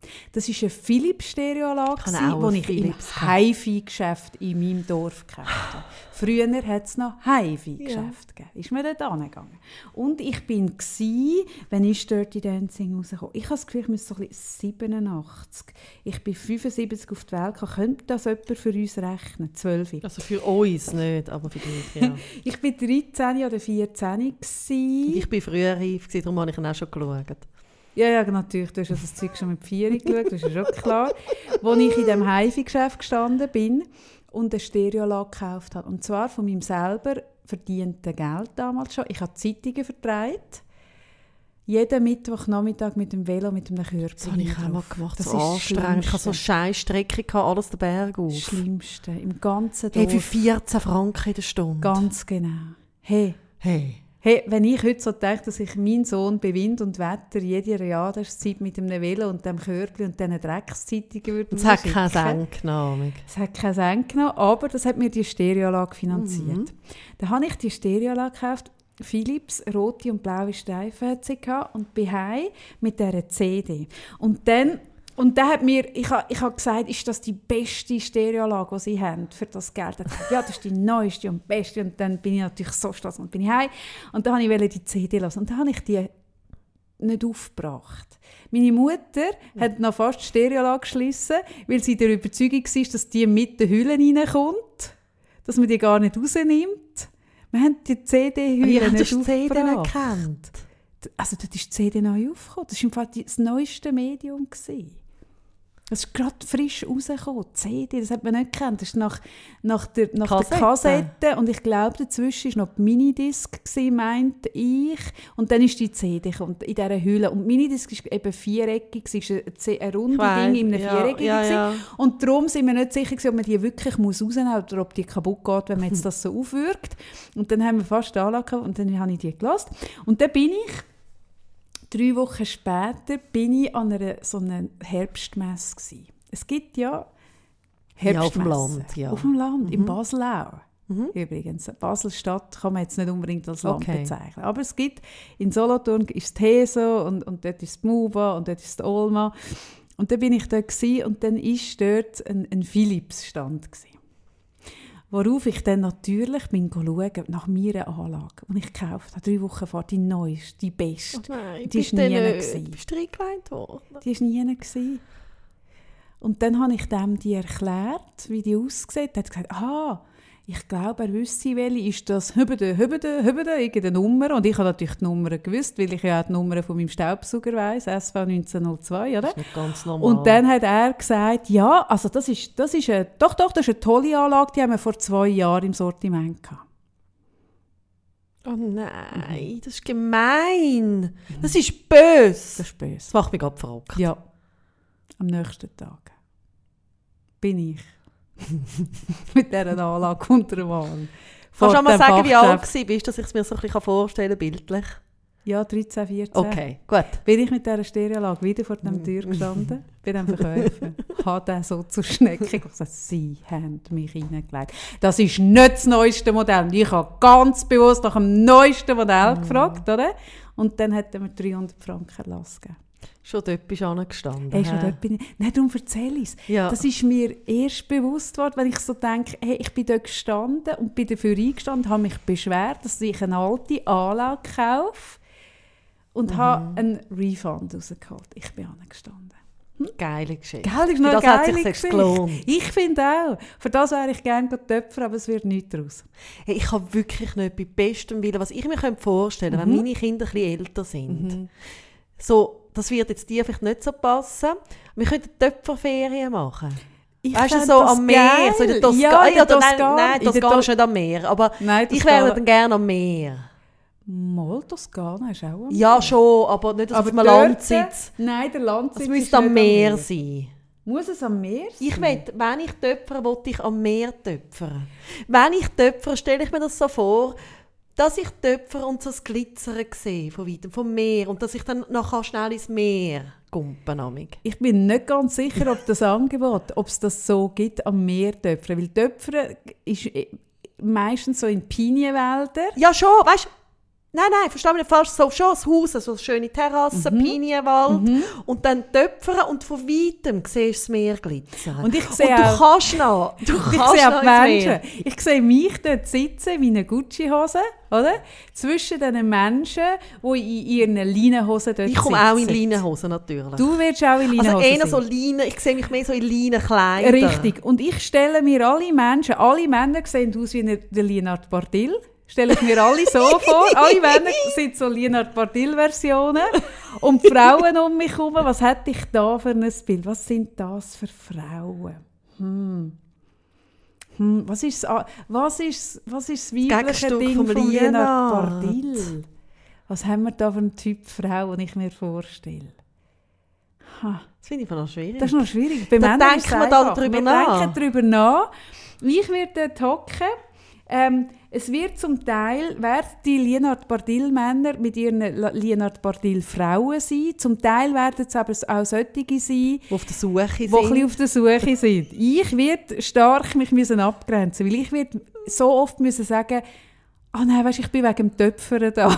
Das war eine Philips-Stereoanlage, die ich im HiFi-Geschäft in meinem Dorf gekauft habe. Früher hat es noch HiFi-Geschäfte gegeben. Ist mir dort angegangen. Und ich war, wenn ich Dirty Dancing rauskam. Ich habe das Gefühl, ich müsste so ein bisschen 87. Ich bin 75 auf die Welt gekommen. Könnte das jemand für uns rechnen? 12. Also für uns nicht, aber für dich, ja. Ich war 13 oder 14 gewesen. Ich war früher reif, darum habe ich ihn auch schon geschaut. Ja, natürlich. Du hast das Zeug schon mit 4 geschaut, das ist schon klar. Als ich in diesem HiFi-Geschäft gestanden bin und eine Stereoanlage gekauft habe. Und zwar von meinem selber verdienten Geld damals schon. Ich habe Zeitungen vertreiben. Jeden Mittwochnachmittag mit dem Velo, mit einem Körbchen. Das habe ich auch mal gemacht. Das so anstrengend. Ich hatte so eine Scheißstrecke, alles den Berg auf. Das Schlimmste. Im ganzen Dorf. Hey, für 14 Franken in der Stunde. Ganz genau. Hey, wenn ich heute so denke, dass ich meinen Sohn bei Wind und Wetter jede Jahreszeit mit einem Velo und dem Körbchen und diesen Dreckszeitungen würde es hat keinen Cent genommen. Es hat keinen Cent genommen, aber das hat mir die Stereoanlage finanziert. Dann habe ich die Stereoanlage gekauft. Philips, rote und blaue Streifen hat sie gehabt, und bin heim mit dieser CD. Und dann hat mir, ich habe gesagt, ist das die beste Stereoanlage, die sie haben für das Geld? Ja, das ist die neueste und beste. Und dann bin ich natürlich so stolz und bin ich heim. Und dann wollte ich die CD hören. Und dann habe ich die nicht aufgebracht. Meine Mutter hat noch fast die Stereoanlage geschlossen, weil sie der Überzeugung war, dass die mit den Hüllen reinkommt, dass man die gar nicht rausnimmt. Wir haben die CD-Hülle nicht aufgebracht. CD nicht gekannt. Also dort ist die CD neu aufgekommen. Das war im Fall das neueste Medium. Das ist gerade frisch rausgekommen. Die CD, das hat man nicht gekannt. Das ist nach der Kassette. Und ich glaube, dazwischen war noch die Minidisc, meinte ich. Und dann ist die CD in dieser Hülle. Und die Minidisc war eben viereckig. Es war ein rundes Ding in einem Viereckig. Ja. Und darum sind wir nicht sicher, ob man die wirklich rausnehmen muss oder ob die kaputt geht, wenn man jetzt das so aufwirkt. Und dann haben wir fast Anlage und dann habe ich die gelassen. Und dann bin ich 3 Wochen später an so einer Herbstmesse gsi. Es gibt ja Herbstmessen. Auf dem Land, ja. Auf dem Land, in Baselau. Übrigens, Basel-Stadt kann man jetzt nicht unbedingt als Land bezeichnen. Aber es gibt, in Solothurn ist die Heso und dort ist die Muba und dort ist die Olma. Und dann bin ich dort gsi und dann war dort ein Philips-Stand gsi. Worauf ich dann natürlich schauen nach meiner Anlage, die ich gekauft habe, 3 Wochen vor, die neueste, die beste. Oh nein, die war nie. Bist du reingelegt worden? Die war nie. Und dann habe ich dem die erklärt, wie die aussieht. Er hat gesagt, ich glaube, er wüsste, welche ist das irgendeine Nummer. Und ich habe natürlich die Nummer gewusst, weil ich ja auch die Nummer von meinem Staubsauger weiss, SV 1902, oder? Das ist nicht ganz normal. Und dann hat er gesagt, ja, also das ist eine tolle Anlage, die haben wir vor 2 Jahren im Sortiment gehabt. Oh nein, das ist gemein. Das ist böse. Das ist böse. Das macht mich gerade verrückt. Ja, am nächsten Tag bin ich mit dieser Anlage unter dem Arm. Kannst du mal sagen, wie alt du bist, dass ich es mir so ein bisschen vorstellen kann, bildlich? Ja, 13, 14. Okay, gut. Bin ich mit dieser Stereoanlage wieder vor der Tür gestanden, bei dem Verkäufer, habe den so zur Schnecke gesagt, sie haben mich reingelegt. Das ist nicht das neueste Modell. Und ich habe ganz bewusst nach dem neuesten Modell gefragt, oder? Und dann hat er mir 300 Franken Erlass gegeben. Schon dort bist du angestanden. Hey, schon dort bin ich. Nein, darum erzähle ich es. Ja. Das ist mir erst bewusst geworden, wenn ich so denke, hey, ich bin dort gestanden und bin dafür eingestanden, habe mich beschwert, dass ich eine alte Anlage kaufe und habe einen Refund rausgeholt. Ich bin angestanden. Geile Geschichte. Geil, ist noch das geile hat sich Geschichte. gelohnt. Ich finde auch. Für das wäre ich gerne töpfern, aber es wird nichts daraus. Hey, ich habe wirklich nicht bei bestem Willen, was ich mir vorstellen könnte, wenn meine Kinder ein bisschen älter sind. So, das wird jetzt dir vielleicht nicht so passen. Wir könnten Töpferferien machen. Weißt du, so am Meer, so in der Toskana. Ja, nein, Toskana ist nicht am Meer, aber nein, ich wäre dann gerne am Meer. Mal, Toskana ist auch am Meer. Ja, schon, aber nicht, dass auf einem Landsitz. Nein, der Landsitz es müsste am Meer sein. Muss es am Meer sein? Wenn ich töpfere, will ich am Meer töpfern. Wenn ich töpfere, stelle ich mir das so vor, dass ich töpfere und so das Glitzern sehe von weitem, vom Meer. Und dass ich dann nachher schnell ins Meer kumpen. Ich bin nicht ganz sicher, ob das Angebot, ob es das so gibt, am Meer töpfern. Weil töpfern ist meistens so in Pinienwäldern. Ja, schon, weißt du. Nein, versteh mich nicht falsch, so schon ein Haus, so eine schöne Terrasse, Pinienwald und dann töpfern und von weitem siehst du das Meer glitzern. Und ich sehe du kannst noch ich sehe auch Menschen. Ich sehe mich dort sitzen in meiner Gucci-Hose, oder? Zwischen den Menschen, die in ihren Leinenhosen dort sitzen. Ich komme auch in Leinenhosen, natürlich. Du wirst auch in Leinenhosen also eher so Leinen, ich sehe mich mehr so in Leinenkleidern. Richtig. Und ich stelle mir alle Männer sehen aus wie der Leonard Bardil. Stelle ich mir alle so vor. Alle Männer sind so Leonard Bardil-Versionen. Und die Frauen um mich herum, was hätte ich da für ein Bild? Was sind das für Frauen? Was ist das weibliche Ding von Leonard Bardil? Was haben wir da für einen Typ Frau, den ich mir vorstelle? Das finde ich noch schwierig. Das ist noch schwierig. Bei Männern denken wir da darüber nach. Wir denken darüber nach. Ich werde dort hocken. Es wird zum Teil, werden die Leonard Bardil-Männer mit ihren Leonard Bardil-Frauen sein. Zum Teil werden es aber auch solche sein, die auf der Suche sind. Auf der Suche sind. Ich werde stark mich abgrenzen, weil ich werde so oft müssen sagen, nein, weisst, ich bin wegen dem Töpfern da.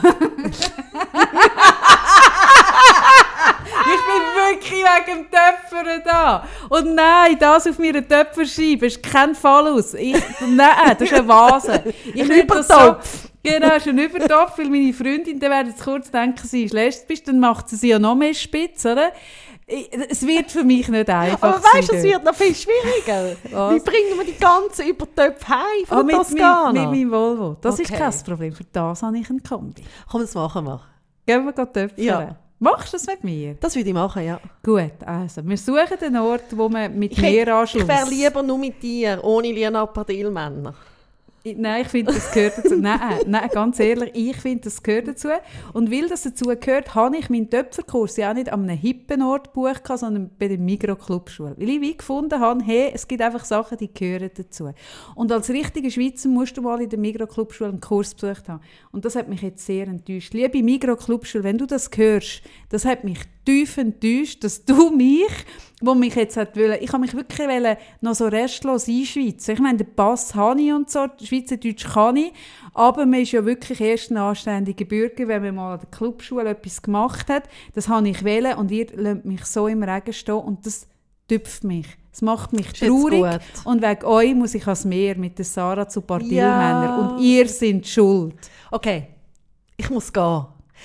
Ich bin wirklich wegen dem Töpfern da. Und nein, das auf meiner Töpferscheibe ist kein Phallus. Nein, das ist ein Vase. Ein Übertopf. Genau, das ist ein Übertopf, weil meine Freundin, dann werden jetzt kurz denken, sie ist lesbisch, dann macht sie ja noch mehr spitz, oder? Es wird für mich nicht einfach. Aber weißt du, es wird noch viel schwieriger. Was? Wie bringen wir die ganzen Übertöpfe heim von Toskana? Mit meinem Volvo. Das ist kein Problem. Für das habe ich einen Kombi. Komm, das machen wir. Gehen wir töpfern? Ja. Machst du das mit mir? Das würde ich machen, ja. Gut, also wir suchen den Ort, wo man mit mir anschließt. Ich wäre lieber nur mit dir, ohne Leonard Bardil-Männer. Nein, ich finde, das gehört dazu. Nein, ganz ehrlich, ich finde, das gehört dazu. Und weil das dazu gehört, habe ich meinen Töpferkurs ja auch nicht an einem hippen Ort gebucht, sondern bei der Migros-Clubschule. Weil ich wie gefunden habe, hey, es gibt einfach Sachen, die gehören dazu. Und als richtiger Schweizer musst du mal in der Migros-Clubschule einen Kurs besucht haben. Und das hat mich jetzt sehr enttäuscht. Liebe Migros-Clubschule, wenn du das hörst, das hat mich tief enttäuscht, dass du mich, wo mich jetzt hat wollen, ich habe mich wirklich noch so restlos einschweizen. Ich meine, den Pass habe ich und so, Schweizerdeutsch kann ich, aber man ist ja wirklich erst ein anständiger Bürger, wenn man mal an der Clubschule etwas gemacht hat. Das habe ich wollen und ihr lasst mich so im Regen stehen und das tüpft mich. Es macht mich traurig und wegen euch muss ich ans Meer mit der Sarah zu Bardil-Männern und ihr seid schuld. Okay, ich muss gehen.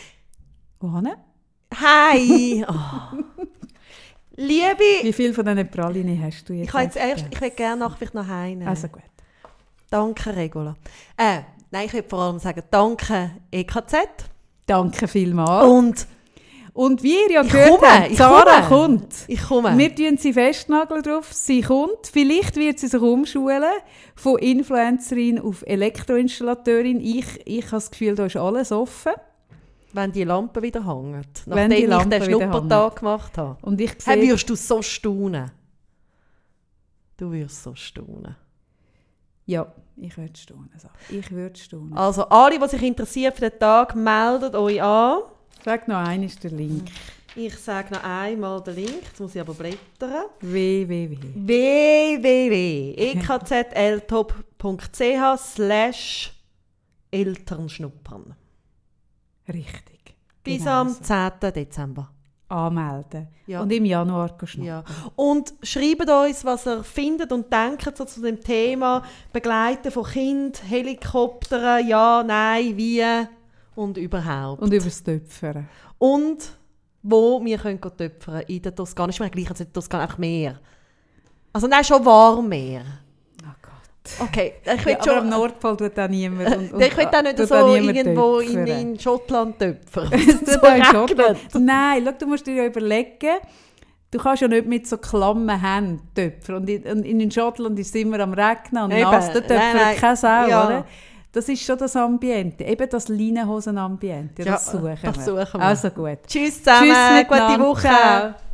Wohin? Hi! Oh. Liebe... Wie viel von diesen Pralinen hast du jetzt? Ich will gerne nachher noch heim. Also gut. Danke, Regula. Nein, ich will vor allem sagen, danke EKZ. Danke vielmals. Und wie ihr ja gehört habt, Sarah kommt. Ich komme. Wir tun sie festnageln drauf. Sie kommt. Vielleicht wird sie sich umschulen. Von Influencerin auf Elektroinstallateurin. Ich habe das Gefühl, da ist alles offen. Wenn die Lampe wieder hängt. Nachdem ich den Schnuppertag gemacht habe. Und ich sehe, wirst du so staunen. Du wirst so staunen. Ja, ich würde staunen. Also alle, die sich interessieren für den Tag, meldet euch an. Sag noch einmal den Link. Ich sage noch einmal den Link. Jetzt muss ich aber blättern. www.ekzltop.ch/Elternschnuppern. Richtig. Bis am 10. Dezember. Anmelden. Ja. Und im Januar schnuppern. Ja. Und schreibt uns, was ihr findet und denkt so zu dem Thema Begleiten von Kind, Helikoptern, ja, nein, wie und überhaupt. Und über das Töpfern. Und wo wir können töpfern in der Toskana. Ist mir gleich als in der Toskana einfach Meer. Also nein, schon warm Meer. Okay, ich will schon... Aber am Nordpol tut auch niemand. Ich will auch nicht so irgendwo in Schottland töpfern. Nein, schau, du musst dir ja überlegen, du kannst ja nicht mit so klammen Händen töpfern. Und in Schottland ist es immer am Regnen und nass, da töpfern keine Sau, oder? Das ist schon das Ambiente, eben das Leinenhosen-Ambiente. Das suchen wir. Das suchen wir. Also gut. Tschüss zusammen, gute Woche. Ciao.